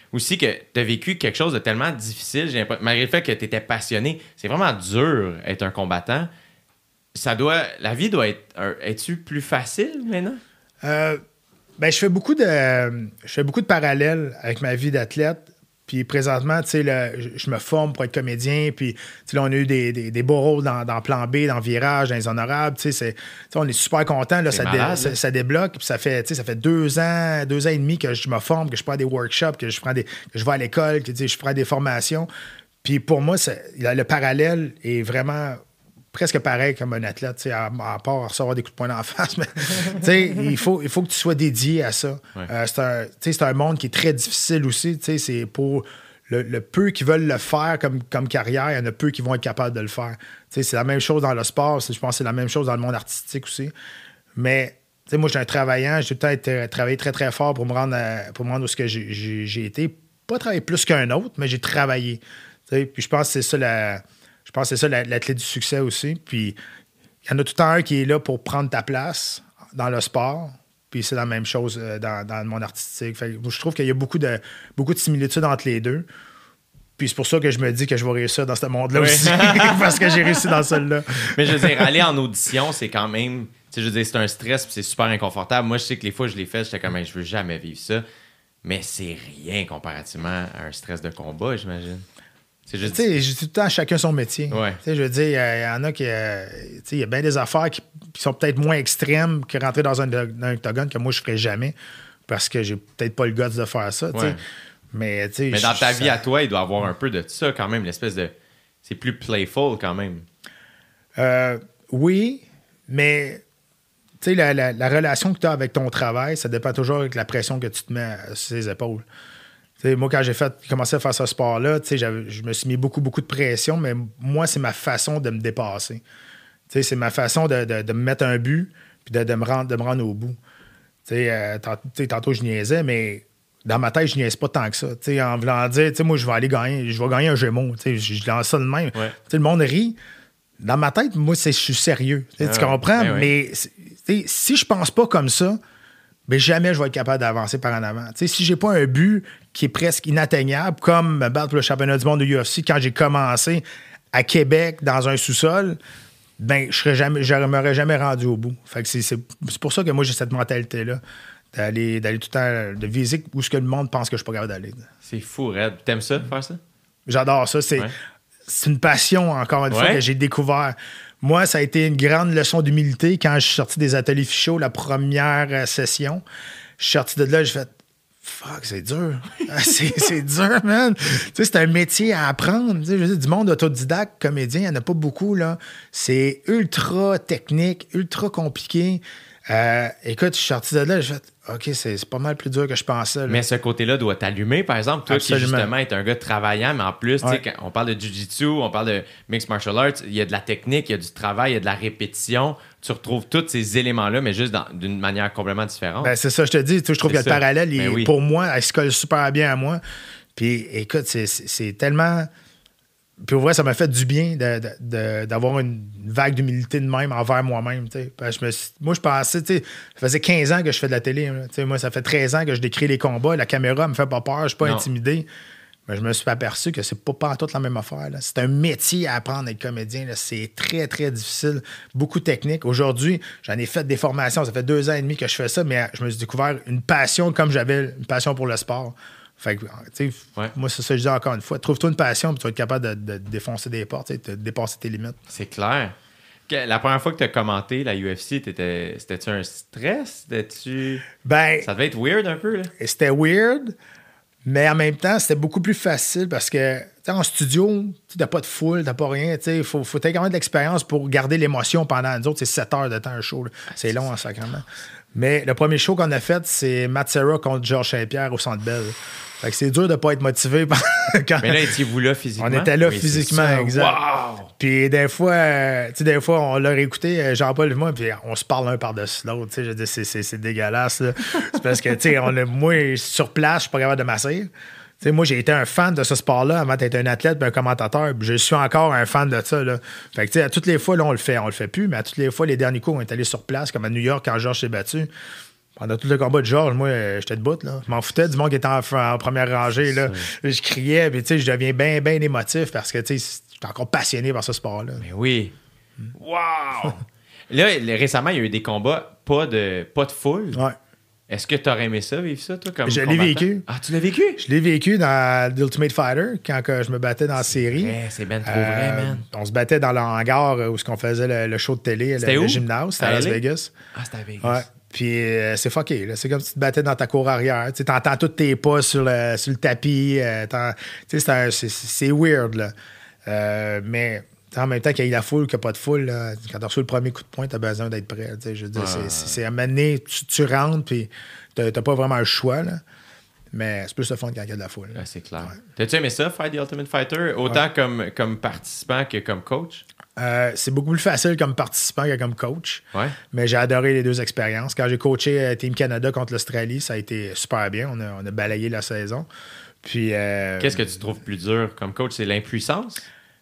aussi que tu as vécu quelque chose de tellement difficile, malgré le fait que tu étais passionné, c'est vraiment dur être un combattant. La vie doit être... Es-tu plus facile maintenant? Je fais beaucoup de parallèles avec ma vie d'athlète. Puis présentement, tu sais, je me forme pour être comédien. Puis, tu sais, là, on a eu des beaux rôles dans Plan B, dans Virage, dans Les Honorables. Tu sais, on est super contents. Là, ça débloque. Puis ça fait 2 ans et demi que je me forme, que je prends des workshops, que je vais à l'école, que je prends des formations. Puis pour moi, le parallèle est vraiment presque pareil comme un athlète, tu sais, à part recevoir des coups de poing en face. Mais tu sais, il faut que tu sois dédié à ça. Ouais. C'est un monde qui est très difficile aussi. Tu sais, c'est pour le peu qui veulent le faire comme carrière, il y en a peu qui vont être capables de le faire. Tu sais, c'est la même chose dans le sport. Je pense que c'est la même chose dans le monde artistique aussi. Mais tu sais, moi, je suis un travaillant. J'ai tout le temps travaillé très, très fort pour me rendre où ce que j'ai été. Pas travailler plus qu'un autre, mais j'ai travaillé. Tu sais, puis je pense que c'est ça la clé du succès aussi. Puis, il y en a tout le temps un qui est là pour prendre ta place dans le sport. Puis, c'est la même chose dans le monde artistique. Fait que, je trouve qu'il y a beaucoup de similitudes entre les deux. Puis, c'est pour ça que je me dis que je vais réussir dans ce monde-là aussi. Parce que j'ai réussi dans celui-là. Mais je veux dire, aller en audition, c'est quand même... Tu sais, je veux dire, c'est un stress puis c'est super inconfortable. Moi, je sais que les fois je l'ai fait, j'étais comme, je veux jamais vivre ça. Mais c'est rien comparativement à un stress de combat, j'imagine. Tu sais, j'ai tout le temps chacun son métier. Ouais. Tu sais, je veux dire, il y en a qui... tu sais, il y a bien des affaires qui sont peut-être moins extrêmes que rentrer dans un octogone que moi, je ferais jamais parce que j'ai peut-être pas le guts de faire ça, tu sais. Mais dans ta vie à toi, il doit y avoir un peu de ça quand même, l'espèce de... C'est plus playful quand même. Oui, mais... Tu sais, la relation que tu as avec ton travail, ça dépend toujours avec la pression que tu te mets sur les épaules. T'sais, moi, quand j'ai commencé à faire ce sport-là, je me suis mis beaucoup, beaucoup de pression, mais moi, c'est ma façon de me dépasser. T'sais, c'est ma façon de me mettre un but puis de me rendre au bout. Tantôt, je niaisais, mais dans ma tête, je niaise pas tant que ça. En voulant dire, moi, je vais gagner un Gémeaux. Je lance ça de même. Ouais. Le monde rit. Dans ma tête, moi, je suis sérieux. Tu comprends? Mais si je pense pas comme ça, mais jamais je vais être capable d'avancer par en avant. T'sais, si j'ai pas un but qui est presque inatteignable, comme me battre pour le championnat du monde de UFC quand j'ai commencé à Québec dans un sous-sol, ben je m'aurais jamais rendu au bout. Fait que c'est pour ça que moi j'ai cette mentalité-là d'aller tout le temps, de viser où ce que le monde pense que je suis pas capable d'aller. C'est fou, Red. T'aimes ça, faire ça? J'adore ça. C'est une passion, encore une fois, que j'ai découvert. Moi, ça a été une grande leçon d'humilité quand je suis sorti des ateliers Fichot, la première session. Je suis sorti de là, j'ai fait « Fuck, c'est dur. c'est dur, man. » Tu sais, c'est un métier à apprendre. Tu sais, je veux dire, du monde autodidacte, comédien, il n'y en a pas beaucoup, là. C'est ultra technique, ultra compliqué. Écoute, je suis sorti de là, j'ai fait OK, c'est pas mal plus dur que je pensais. Là. Mais ce côté-là doit t'allumer, par exemple. Toi qui, justement, est un gars travaillant, mais en plus, quand on parle de jiu-jitsu, on parle de mixed martial arts, il y a de la technique, il y a du travail, il y a de la répétition. Tu retrouves tous ces éléments-là, mais juste d'une manière complètement différente. Ben, c'est ça, je te dis. Je trouve que le parallèle, pour moi, elle se colle super bien à moi. Puis, écoute, c'est tellement... Puis au vrai, ça m'a fait du bien d'avoir une vague d'humilité de même envers moi-même. Moi, je pensais, ça faisait 15 ans que je fais de la télé. Moi, ça fait 13 ans que je décris les combats. La caméra me fait pas peur, je suis pas intimidé. Mais je me suis aperçu que c'est pas toute la même affaire. Là. C'est un métier à apprendre d'être comédien. Là. C'est très, très difficile. Beaucoup de technique. Aujourd'hui, j'en ai fait des formations. Ça fait 2 ans et demi que je fais ça, mais je me suis découvert une passion comme j'avais une passion pour le sport. Fait que, moi, c'est ça que je dis encore une fois. Trouve-toi une passion, puis tu vas être capable de défoncer des portes, de dépasser tes limites. C'est clair. La première fois que tu as commenté la UFC, c'était-tu un stress? Ça devait être weird un peu, là. C'était weird, mais en même temps, c'était beaucoup plus facile parce que, en studio, tu n'as pas de foule, t'as pas rien. Il faut avoir quand même de l'expérience pour garder l'émotion pendant nous autres. C'est 7 heures de temps, un show. Là. C'est long, en sacrément. Mais le premier show qu'on a fait, c'est Matt Serra contre Georges Saint-Pierre au Centre Bell. Fait que c'est dur de pas être motivé. Mais là, étiez-vous là physiquement? On était là physiquement, exact. Wow! Puis des fois, on l'a réécouté, Jean-Paul et moi, puis on se parle l'un par-dessus l'autre. Je dis, c'est dégueulasse. Là. C'est parce que, moi, sur place, je suis pas capable de m'asseoir. Moi, j'ai été un fan de ce sport-là avant d'être un athlète et un commentateur. Je suis encore un fan de ça. Là. Fait que, à toutes les fois, là, on le fait plus, mais à toutes les fois, les derniers coups, on est allé sur place, comme à New York, quand Georges s'est battu. Pendant tout le combat de Georges, moi, j'étais debout, là. Je m'en foutais du monde qui était en première rangée, là. Je criais, puis tu sais, je deviens bien, bien émotif parce que, tu sais, j'étais encore passionné par ce sport-là. Mais oui. Wow! Là, récemment, il y a eu des combats pas de foule. Ouais. Est-ce que tu aurais aimé ça, vivre ça, toi, comme Je l'ai vécu. Ah, tu l'as vécu? Je l'ai vécu dans The Ultimate Fighter, quand je me battais dans la série. C'est ben trop vrai, man. On se battait dans le hangar où on faisait le show de télé, le gymnase. C'était à Las Vegas. Ah, c'était à Vegas. Ouais. Puis c'est fucké, là. C'est comme si tu te battais dans ta cour arrière. Tu entends tous tes pas sur le tapis. C'est weird, là. Mais en même temps qu'il y ait la foule, qu'il n'y a pas de foule, là, quand tu reçois le premier coup de poing, tu as besoin d'être prêt. Je veux dire, c'est à un moment donné, tu rentres, puis tu n'as pas vraiment le choix, là. Mais c'est plus le fun quand il y a de la foule. Ah, c'est clair. Ouais. T'as-tu aimé ça, faire The Ultimate Fighter, autant comme participant que comme coach? C'est beaucoup plus facile comme participant que comme coach. Ouais. Mais j'ai adoré les deux expériences. Quand j'ai coaché Team Canada contre l'Australie, ça a été super bien. On a balayé la saison. Puis, qu'est-ce que tu trouves plus dur comme coach? C'est l'impuissance?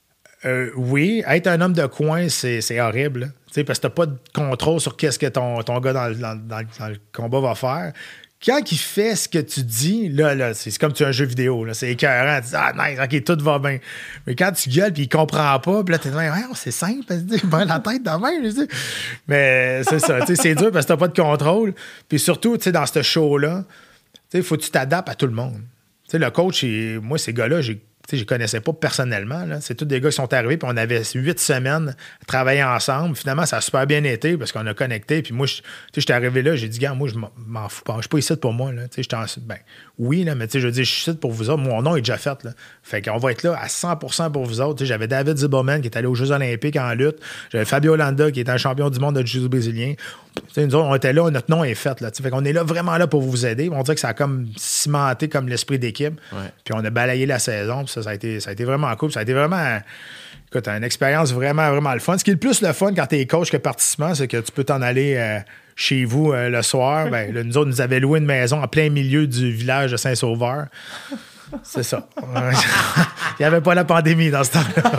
Oui. Être un homme de coin, c'est horrible. Parce que tu n'as pas de contrôle sur qu'est-ce que ton gars dans le combat va faire. Quand il fait ce que tu dis, là c'est comme tu as un jeu vidéo. Là, c'est écœurant. Tu dis, ah, nice, OK, tout va bien. Mais quand tu gueules puis il comprend pas, puis là, tu dis, ouais, c'est simple. Il prend la tête dans même. Mais c'est ça. C'est dur parce que tu n'as pas de contrôle. Puis surtout, dans ce show-là, il faut que tu t'adaptes à tout le monde. Le coach, moi, ces gars-là, je ne connaissais pas personnellement. Là. C'est tous des gars qui sont arrivés, puis on avait 8 semaines à travailler ensemble. Finalement, ça a super bien été parce qu'on a connecté. Puis moi, j'étais arrivé là, j'ai dit, gars, moi, je m'en fous pas. Je suis pas ici pour moi. Là. Oui, là, mais je veux dire, je suis ici pour vous autres. Mon nom est déjà fait. Là. Fait qu'on va être là à 100% pour vous autres. J'avais David Zibelman qui est allé aux Jeux olympiques en lutte. J'avais Fabio Landa qui est un champion du monde de jiu-jitsu brésilien. Nous autres, on était là, notre nom est fait. Là, fait qu'on est là vraiment là pour vous aider. On dirait que ça a comme cimenté comme l'esprit d'équipe. Ouais. Puis on a balayé la saison. Puis ça a été vraiment cool. Ça a été vraiment, écoute, une expérience vraiment, vraiment le fun. Ce qui est le plus le fun quand tu es coach que participant, c'est que tu peux t'en aller chez vous le soir. Ben, là, nous autres, nous avions loué une maison en plein milieu du village de Saint-Sauveur. C'est ça. Il n'y avait pas la pandémie dans ce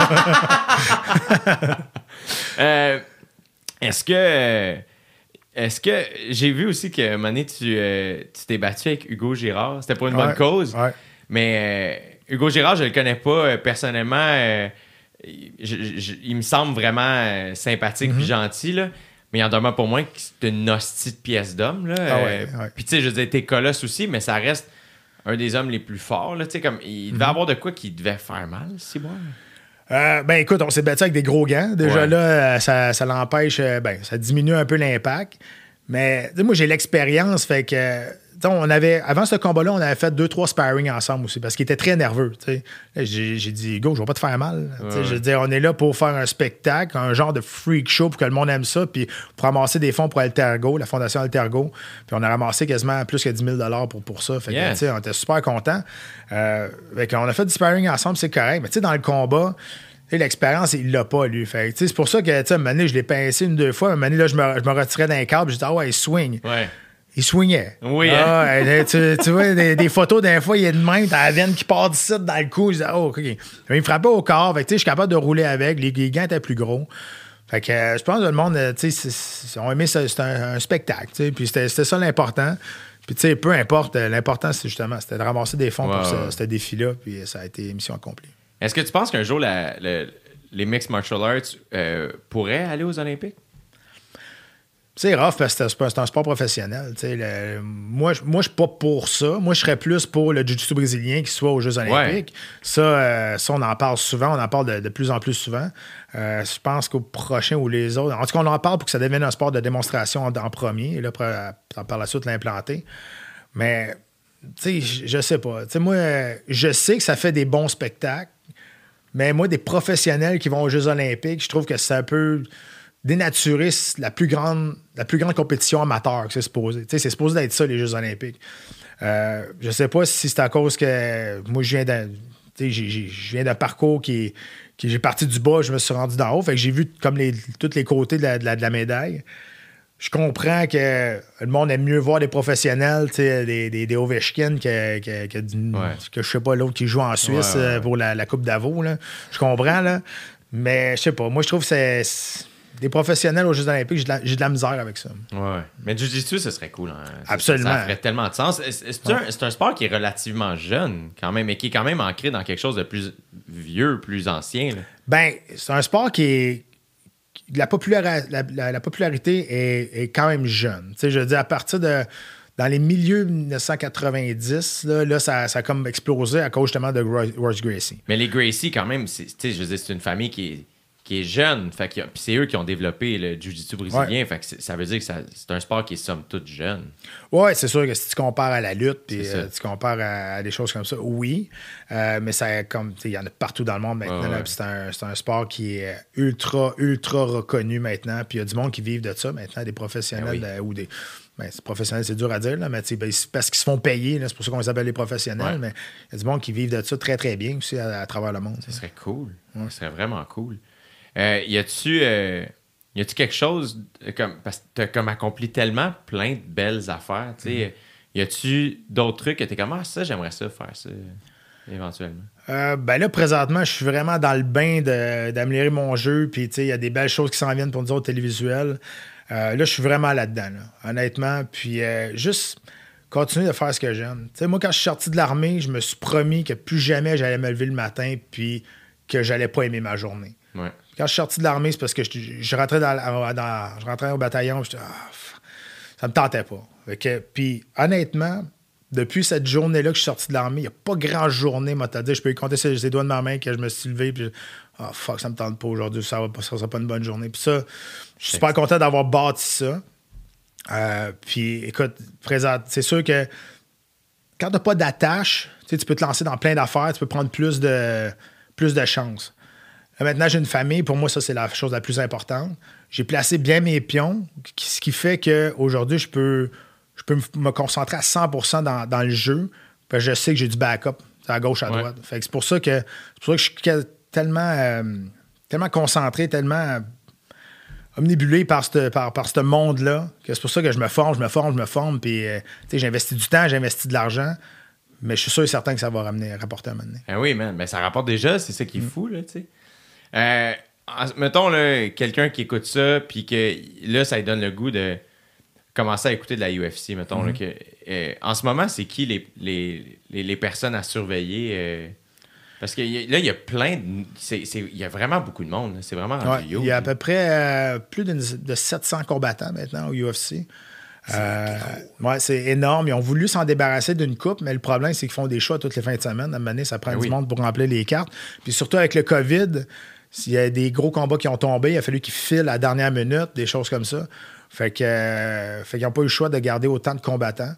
temps-là. Est-ce que j'ai vu aussi qu'à un moment donné, tu t'es battu avec Hugo Girard. C'était pour une bonne cause. Ouais. Mais Hugo Girard, je le connais pas personnellement. Il me semble vraiment sympathique et gentil, là. Mais il en demeure pour moi que c'est une hostie de pièce d'homme. Là. Puis tu sais, je veux dire, t'es colosse aussi, mais ça reste un des hommes les plus forts. Là. Comme, il devait avoir de quoi qui devait faire mal, si bon. Ben écoute, on s'est battu avec des gros gants. Déjà là, ça l'empêche, ça diminue un peu l'impact. Mais moi, j'ai l'expérience, fait que avant ce combat-là, on avait fait 2-3 sparring ensemble aussi parce qu'il était très nerveux. Là, j'ai dit, go, je vais pas te faire mal. Je veux dire, on est là pour faire un spectacle, un genre de freak show pour que le monde aime ça, puis pour ramasser des fonds pour Altergo, la fondation Altergo. Puis on a ramassé quasiment plus que 10 000 pour ça. Fait que, on était super contents. On a fait du sparring ensemble, c'est correct. Mais dans le combat, l'expérience, il l'a pas, lui. Fait c'est pour ça que, à un moment donné, je l'ai pincé 1-2 fois. À un moment donné, là, je me retirais d'un câble. Je disais, il swing. Ouais. Il swingait. Oui, tu vois, des photos d'un fois, il y a de même, t'as la veine qui part d'ici dans le cou. Je disais, OK. Il me frappait au corps. Fait que, je suis capable de rouler avec. Les gants étaient plus gros. Fait que je pense que le monde, ont aimé ça. C'était un spectacle. Puis c'était ça l'important. Puis, peu importe. L'important, c'était de ramasser des fonds pour ce défi-là. Puis ça a été mission accomplie. Est-ce que tu penses qu'un jour, les mixed martial arts pourraient aller aux Olympiques? C'est rough parce que c'est un sport professionnel. Moi, je suis pas pour ça. Moi, je serais plus pour le jiu-jitsu brésilien qui soit aux Jeux olympiques. Ouais. Ça, on en parle souvent. On en parle de plus en plus souvent. Je pense qu'au prochain ou les autres... En tout cas, on en parle pour que ça devienne un sport de démonstration en premier. Et là, par la suite, l'implanter. Mais, je sais pas. Moi, je sais que ça fait des bons spectacles. Mais moi, des professionnels qui vont aux Jeux olympiques, je trouve que c'est un peu dénaturer la plus grande compétition amateur que c'est supposé. C'est supposé d'être ça, les Jeux olympiques. Je sais pas si c'est à cause que moi, je viens d'un parcours qui j'ai parti du bas, je me suis rendu d'en haut. Fait que j'ai vu comme tous les côtés de la médaille. Je comprends que le monde aime mieux voir des professionnels, des Ovechkin que je sais pas, l'autre qui joue en Suisse pour la Coupe Davo. Là. Je comprends, là. Mais je sais pas. Moi, je trouve que des professionnels aux Jeux olympiques, j'ai de la misère avec ça. Ouais. Mais Jiu-Jitsu, ce serait cool. Hein. Absolument. Ça ferait tellement de sens. C'est un sport qui est relativement jeune, quand même, mais qui est quand même ancré dans quelque chose de plus vieux, plus ancien. Là. Ben, c'est un sport qui est... La popularité est quand même jeune. Tu sais, je veux dire, à partir de... Dans les milieux 1990, là ça a comme explosé à cause justement de Royce Gracie. Mais les Gracie, quand même, je veux dire, c'est une famille qui est jeune. Fait que, puis c'est eux qui ont développé le Jiu-Jitsu brésilien. Ouais. Fait que ça veut dire que c'est un sport qui est somme toute jeune. Oui, c'est sûr que si tu compares à la lutte, puis tu compares à des choses comme ça, oui. Mais ça, comme il y en a partout dans le monde maintenant. Là, c'est un sport qui est ultra, ultra reconnu maintenant. Puis il y a du monde qui vivent de ça maintenant, des professionnels ou des... Ben, c'est professionnel, c'est dur à dire, là, mais c'est parce qu'ils se font payer, là, c'est pour ça qu'on les appelle les professionnels, mais il y a du monde qui vivent de ça très, très bien aussi à travers le monde. Ça serait cool. Ça serait vraiment cool. Y a-tu quelque chose, parce que tu as comme accompli tellement plein de belles affaires, tu sais, y a-tu d'autres trucs que tu es comme, ça, j'aimerais ça, faire ça, éventuellement? Ben là, présentement, je suis vraiment dans le bain d'améliorer mon jeu, puis tu sais, il y a des belles choses qui s'en viennent pour nous autres télévisuels. Là, je suis vraiment là-dedans, là, honnêtement. Puis juste continuer de faire ce que j'aime. Tu sais, moi, quand je suis sorti de l'armée, je me suis promis que plus jamais j'allais me lever le matin puis que j'allais pas aimer ma journée. Ouais. Quand je suis sorti de l'armée, c'est parce que je rentrais je rentrais au bataillon, ça me tentait pas. Puis honnêtement, depuis cette journée-là que je suis sorti de l'armée, il n'y a pas grand journée, moi, t'as dit, je peux y compter sur les doigts de ma main que je me suis levé, puis fuck, ça me tente pas aujourd'hui, ça sera pas une bonne journée. Puis ça, je suis super content d'avoir bâti ça. Puis écoute, c'est sûr que quand t'as pas d'attache, tu peux te lancer dans plein d'affaires, tu peux prendre plus de chance. Là, maintenant, j'ai une famille, pour moi, ça, c'est la chose la plus importante. J'ai placé bien mes pions, ce qui fait qu'aujourd'hui, je peux me concentrer à 100% dans le jeu, parce que je sais que j'ai du backup à gauche, à droite. Fait que c'est pour ça que je suis tellement concentré, tellement omnibulé par ce monde-là, que c'est pour ça que je me forme, puis j'investis du temps, j'investis de l'argent, mais je suis sûr et certain que ça va rapporter un moment donné. Ah oui, man, mais ça rapporte déjà, c'est ça qui est fou, là, tu sais. Mettons, là, quelqu'un qui écoute ça, puis que là, ça lui donne le goût de commencer à écouter de la UFC, mettons. Là, en ce moment, c'est qui les personnes à surveiller? Parce que là, il y a plein de... Il y a vraiment beaucoup de monde. Là. C'est vraiment rendu il y a à peu près plus de 700 combattants maintenant au UFC. C'est énorme. Ils ont voulu s'en débarrasser d'une coupe, mais le problème, c'est qu'ils font des choix toutes les fins de semaine. À un moment donné, ça prend du monde pour remplir les cartes. Puis surtout avec le COVID, s'il y a des gros combats qui ont tombé, il a fallu qu'ils filent à la dernière minute, des choses comme ça. Fait qu'ils n'ont pas eu le choix de garder autant de combattants.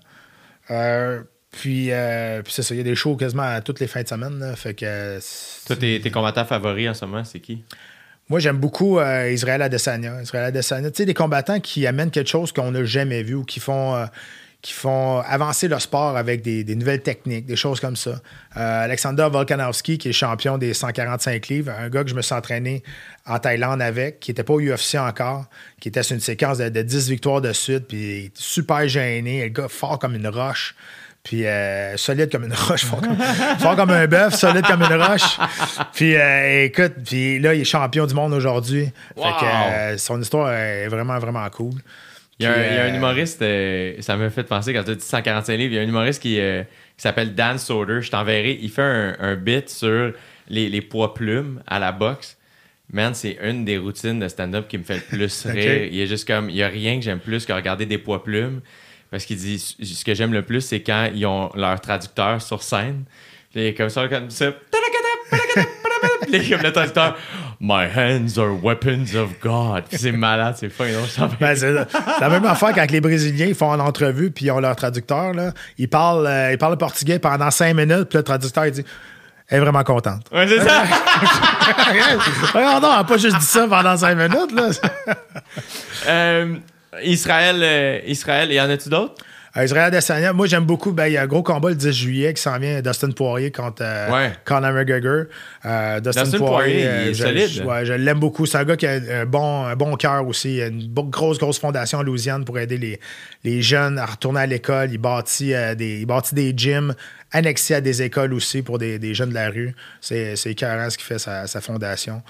Puis c'est ça, il y a des shows quasiment à toutes les fins de semaine. Là, fait que, toi, tes combattants favoris en ce moment, c'est qui? Moi, j'aime beaucoup Israël Adesanya. Tu sais, des combattants qui amènent quelque chose qu'on n'a jamais vu ou qui font avancer le sport avec des nouvelles techniques, des choses comme ça. Alexander Volkanovski, qui est champion des 145 livres, un gars que je me suis entraîné en Thaïlande avec, qui n'était pas au UFC encore, qui était sur une séquence de 10 victoires de suite, puis super gêné, le gars fort comme une roche. Puis solide comme une roche, fort comme un bœuf, solide comme une roche. Puis écoute, puis là, il est champion du monde aujourd'hui. Wow. Fait que son histoire est vraiment, vraiment cool. Il y a un humoriste, ça m'a fait penser quand tu as dit 145 livres, il y a un humoriste qui s'appelle Dan Soder, je t'enverrai, il fait un bit sur les poids plumes à la boxe. Man, c'est une des routines de stand-up qui me fait le plus rire. Okay. Il est juste comme, il y a rien que j'aime plus que regarder des poids plumes. Parce qu'il dit, ce que j'aime le plus, c'est quand ils ont leur traducteur sur scène. Puis il est comme ça. Puis il est comme le traducteur, My hands are weapons of God. Puis c'est malade, c'est fun. C'est la même affaire quand les Brésiliens ils font une entrevue, puis ils ont leur traducteur. Là. Ils parlent le portugais pendant 5 minutes, puis le traducteur, il dit, elle est vraiment contente. Ouais, c'est ça. Non, on n'a pas juste dit ça pendant 5 minutes. Là. Israël, y en a-tu d'autres? Israël Adesanya, moi j'aime beaucoup. Il y a un gros combat le 10 juillet qui s'en vient, Dustin Poirier contre Conor McGregor. Dustin Poirier, il est solide. Je l'aime beaucoup. C'est un gars qui a un bon cœur aussi. Il a une grosse fondation en Louisiane pour aider les jeunes à retourner à l'école. Il bâtit des gyms annexés à des écoles aussi pour des jeunes de la rue. C'est écœurant ce qui fait sa fondation.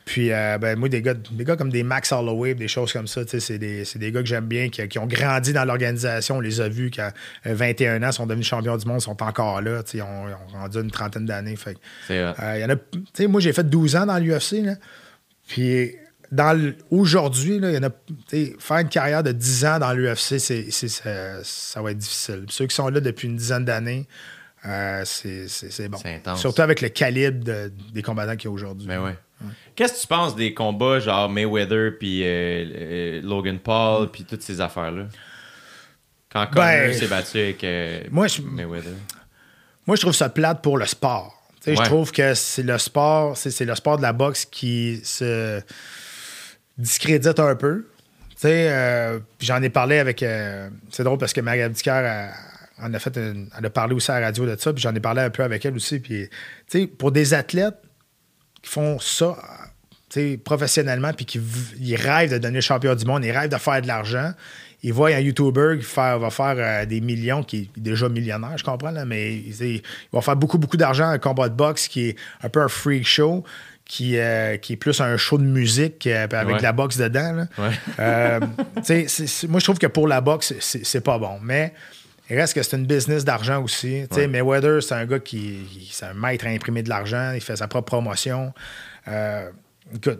Puis, moi, des gars comme des Max Holloway, des choses comme ça, c'est des gars que j'aime bien, qui ont grandi dans l'organisation. On les a vus qu'à 21 ans, sont devenus champions du monde, sont encore là. Ils ont rendu une trentaine d'années. Fait, y en a, moi, j'ai fait 12 ans dans l'UFC. Puis, aujourd'hui, il y en a, faire une carrière de 10 ans dans l'UFC, ça va être difficile. Puis ceux qui sont là depuis une dizaine d'années, c'est bon. C'est intense. Surtout avec le calibre des combattants qu'il y a aujourd'hui. Mais ouais. Qu'est-ce que tu penses des combats genre Mayweather puis Logan Paul puis toutes ces affaires-là? Quand Conor s'est battu avec Mayweather. Moi, je trouve ça plate pour le sport. Je trouve que c'est le sport de la boxe qui se discrédite un peu. J'en ai parlé avec... c'est drôle parce que Magali Dicker elle a parlé aussi à la radio de ça, puis j'en ai parlé un peu avec elle aussi. Puis, pour des athlètes qui font ça professionnellement, puis ils rêvent de devenir champion du monde, ils rêvent de faire de l'argent, ils voient un YouTuber qui va faire des millions, qui est déjà millionnaire, je comprends, là, mais il va faire beaucoup, beaucoup d'argent un combat de boxe qui est un peu un freak show, qui est plus un show de musique avec de la boxe dedans. Là. Moi, je trouve que pour la boxe, c'est pas bon. Mais il reste que c'est une business d'argent aussi. Mayweather, c'est un gars c'est un maître à imprimer de l'argent. Il fait sa propre promotion. Écoute,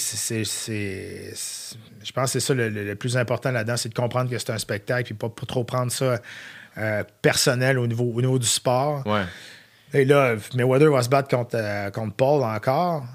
je pense que c'est ça le plus important là-dedans, c'est de comprendre que c'est un spectacle et pas trop prendre ça personnel au niveau du sport. Ouais. Et là, Mayweather va se battre contre Paul encore.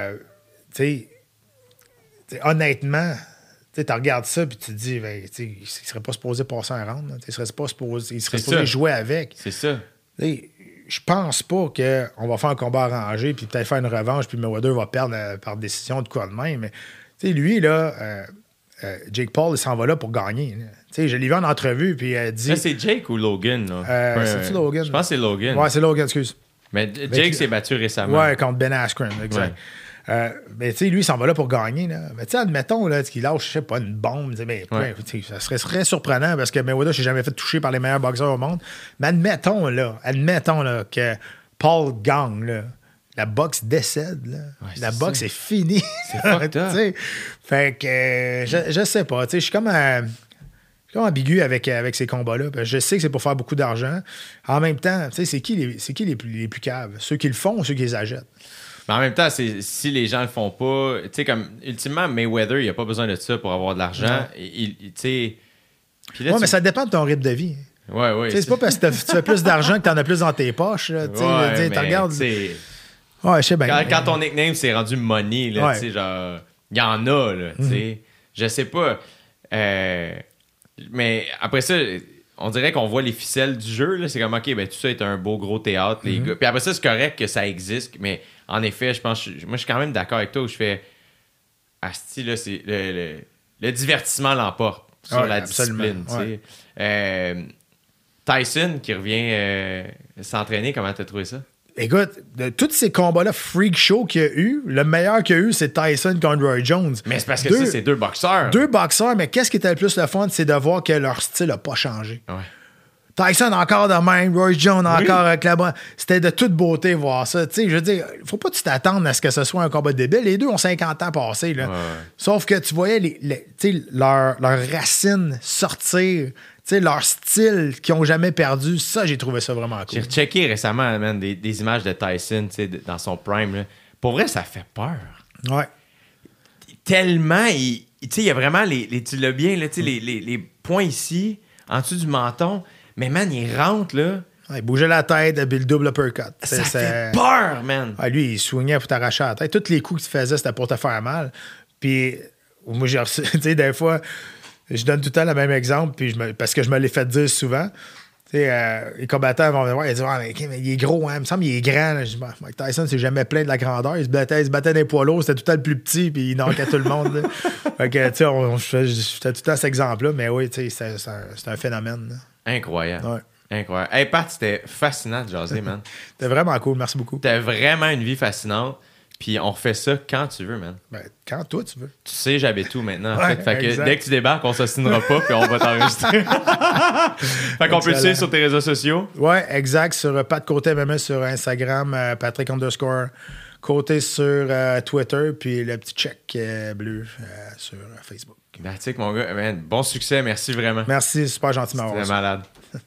Honnêtement, tu regardes ça et tu te dis, il ne serait pas supposé passer un round. Il serait supposé jouer avec. C'est ça. Je pense pas qu'on va faire un combat arrangé puis peut-être faire une revanche puis Mayweather va perdre par décision de quoi de même. Mais lui, là, Jake Paul, il s'en va là pour gagner. Je l'ai vu en entrevue puis il dit... Là, c'est Jake ou Logan? Là? C'est-tu Logan? Je pense que c'est Logan. Ouais, c'est Logan, excuse. Mais Jake s'est battu récemment. Ouais, contre Ben Askren, exact. Ouais. Mais lui, il s'en va là pour gagner. Là. Mais admettons là, qu'il lâche, je sais pas, une bombe. Ça serait très surprenant parce que Mayweather, je n'ai jamais fait toucher par les meilleurs boxeurs au monde. Mais admettons là, que Paul gagne. Là. La boxe décède. Là. Ouais, la boxe est finie. C'est fucked up. Fait que je sais pas. Je suis comme ambigu avec ces combats-là. Je sais que c'est pour faire beaucoup d'argent. En même temps, c'est qui les plus caves? Ceux qui le font ou ceux qui les achètent? Mais en même temps, si les gens le font pas, comme ultimement, Mayweather, il a pas besoin de ça pour avoir de l'argent. Mais ça dépend de ton rythme de vie. Ouais. C'est pas parce que tu fais plus d'argent que tu en as plus dans tes poches. Tu regardes. Ouais, je sais bien. Quand ton nickname s'est rendu Money, là, genre, il y en a, là, je sais pas. Mais après ça, on dirait qu'on voit les ficelles du jeu. Là. C'est comme, OK, tout ça est un beau gros théâtre, les gars. Puis après ça, c'est correct que ça existe. Mais en effet, je pense, moi, je suis quand même d'accord avec toi où je fais, asti, là, c'est le divertissement l'emporte sur la discipline. Tyson qui revient s'entraîner, comment t'as trouvé ça? Écoute, de tous ces combats-là freak show qu'il y a eu, le meilleur qu'il y a eu, c'est Tyson contre Roy Jones. Mais c'est parce que c'est deux boxeurs. Deux boxeurs, mais qu'est-ce qui était le plus le fun, c'est de voir que leur style n'a pas changé. Ouais. Tyson encore de même, Roy Jones encore avec la bonne. C'était de toute beauté voir ça. Je veux dire, faut pas que tu t'attendes à ce que ce soit un combat débile. Les deux ont 50 ans passés. Là. Ouais. Sauf que tu voyais leurs racines sortir. Leur style qu'ils n'ont jamais perdu, ça, j'ai trouvé ça vraiment cool. J'ai rechecké récemment, man, des images de Tyson dans son prime. Là. Pour vrai, ça fait peur. Ouais. Tellement, il y a vraiment, tu l'as bien, là, les points ici, en dessous du menton. Mais man, il rentre, là. Ouais, il bougeait la tête, puis le double uppercut. Ça fait peur, man. Ouais, lui, il soignait pour t'arracher la tête. Tous les coups qu'il faisait, c'était pour te faire mal. Puis, moi, j'ai reçu, des fois... Je donne tout le temps le même exemple parce que je me l'ai fait dire souvent. Les combattants vont me voir, ils disent mais il est gros, hein? Il me semble qu'il est grand. Là. Je dis, Mike Tyson, c'est jamais plein de la grandeur. Il se battait des poids lourds, c'était tout le temps le plus petit, puis il knockait tout le monde. Fait que, je fais tout le temps cet exemple-là, mais oui, c'est un phénomène. Là. Incroyable. Ouais. Incroyable. Hey, Pat, c'était fascinant de jaser, man. C'était vraiment cool, merci beaucoup. T'as vraiment une vie fascinante. Puis on refait ça quand tu veux, man. Quand toi, tu veux. Tu sais, j'habite où maintenant? Ouais, fait que dès que tu débarques, on s'ostinera pas puis on va t'enregistrer. Fait qu'on peut te suivre sur tes réseaux sociaux? Ouais, exact. Sur Pat Côté MMA sur Instagram, Patrick _ côté sur Twitter, puis le petit check bleu sur Facebook. Ben, tu sais que mon gars, man, bon succès, merci vraiment. Merci, super gentil de m'avoir C'était reçu. malade.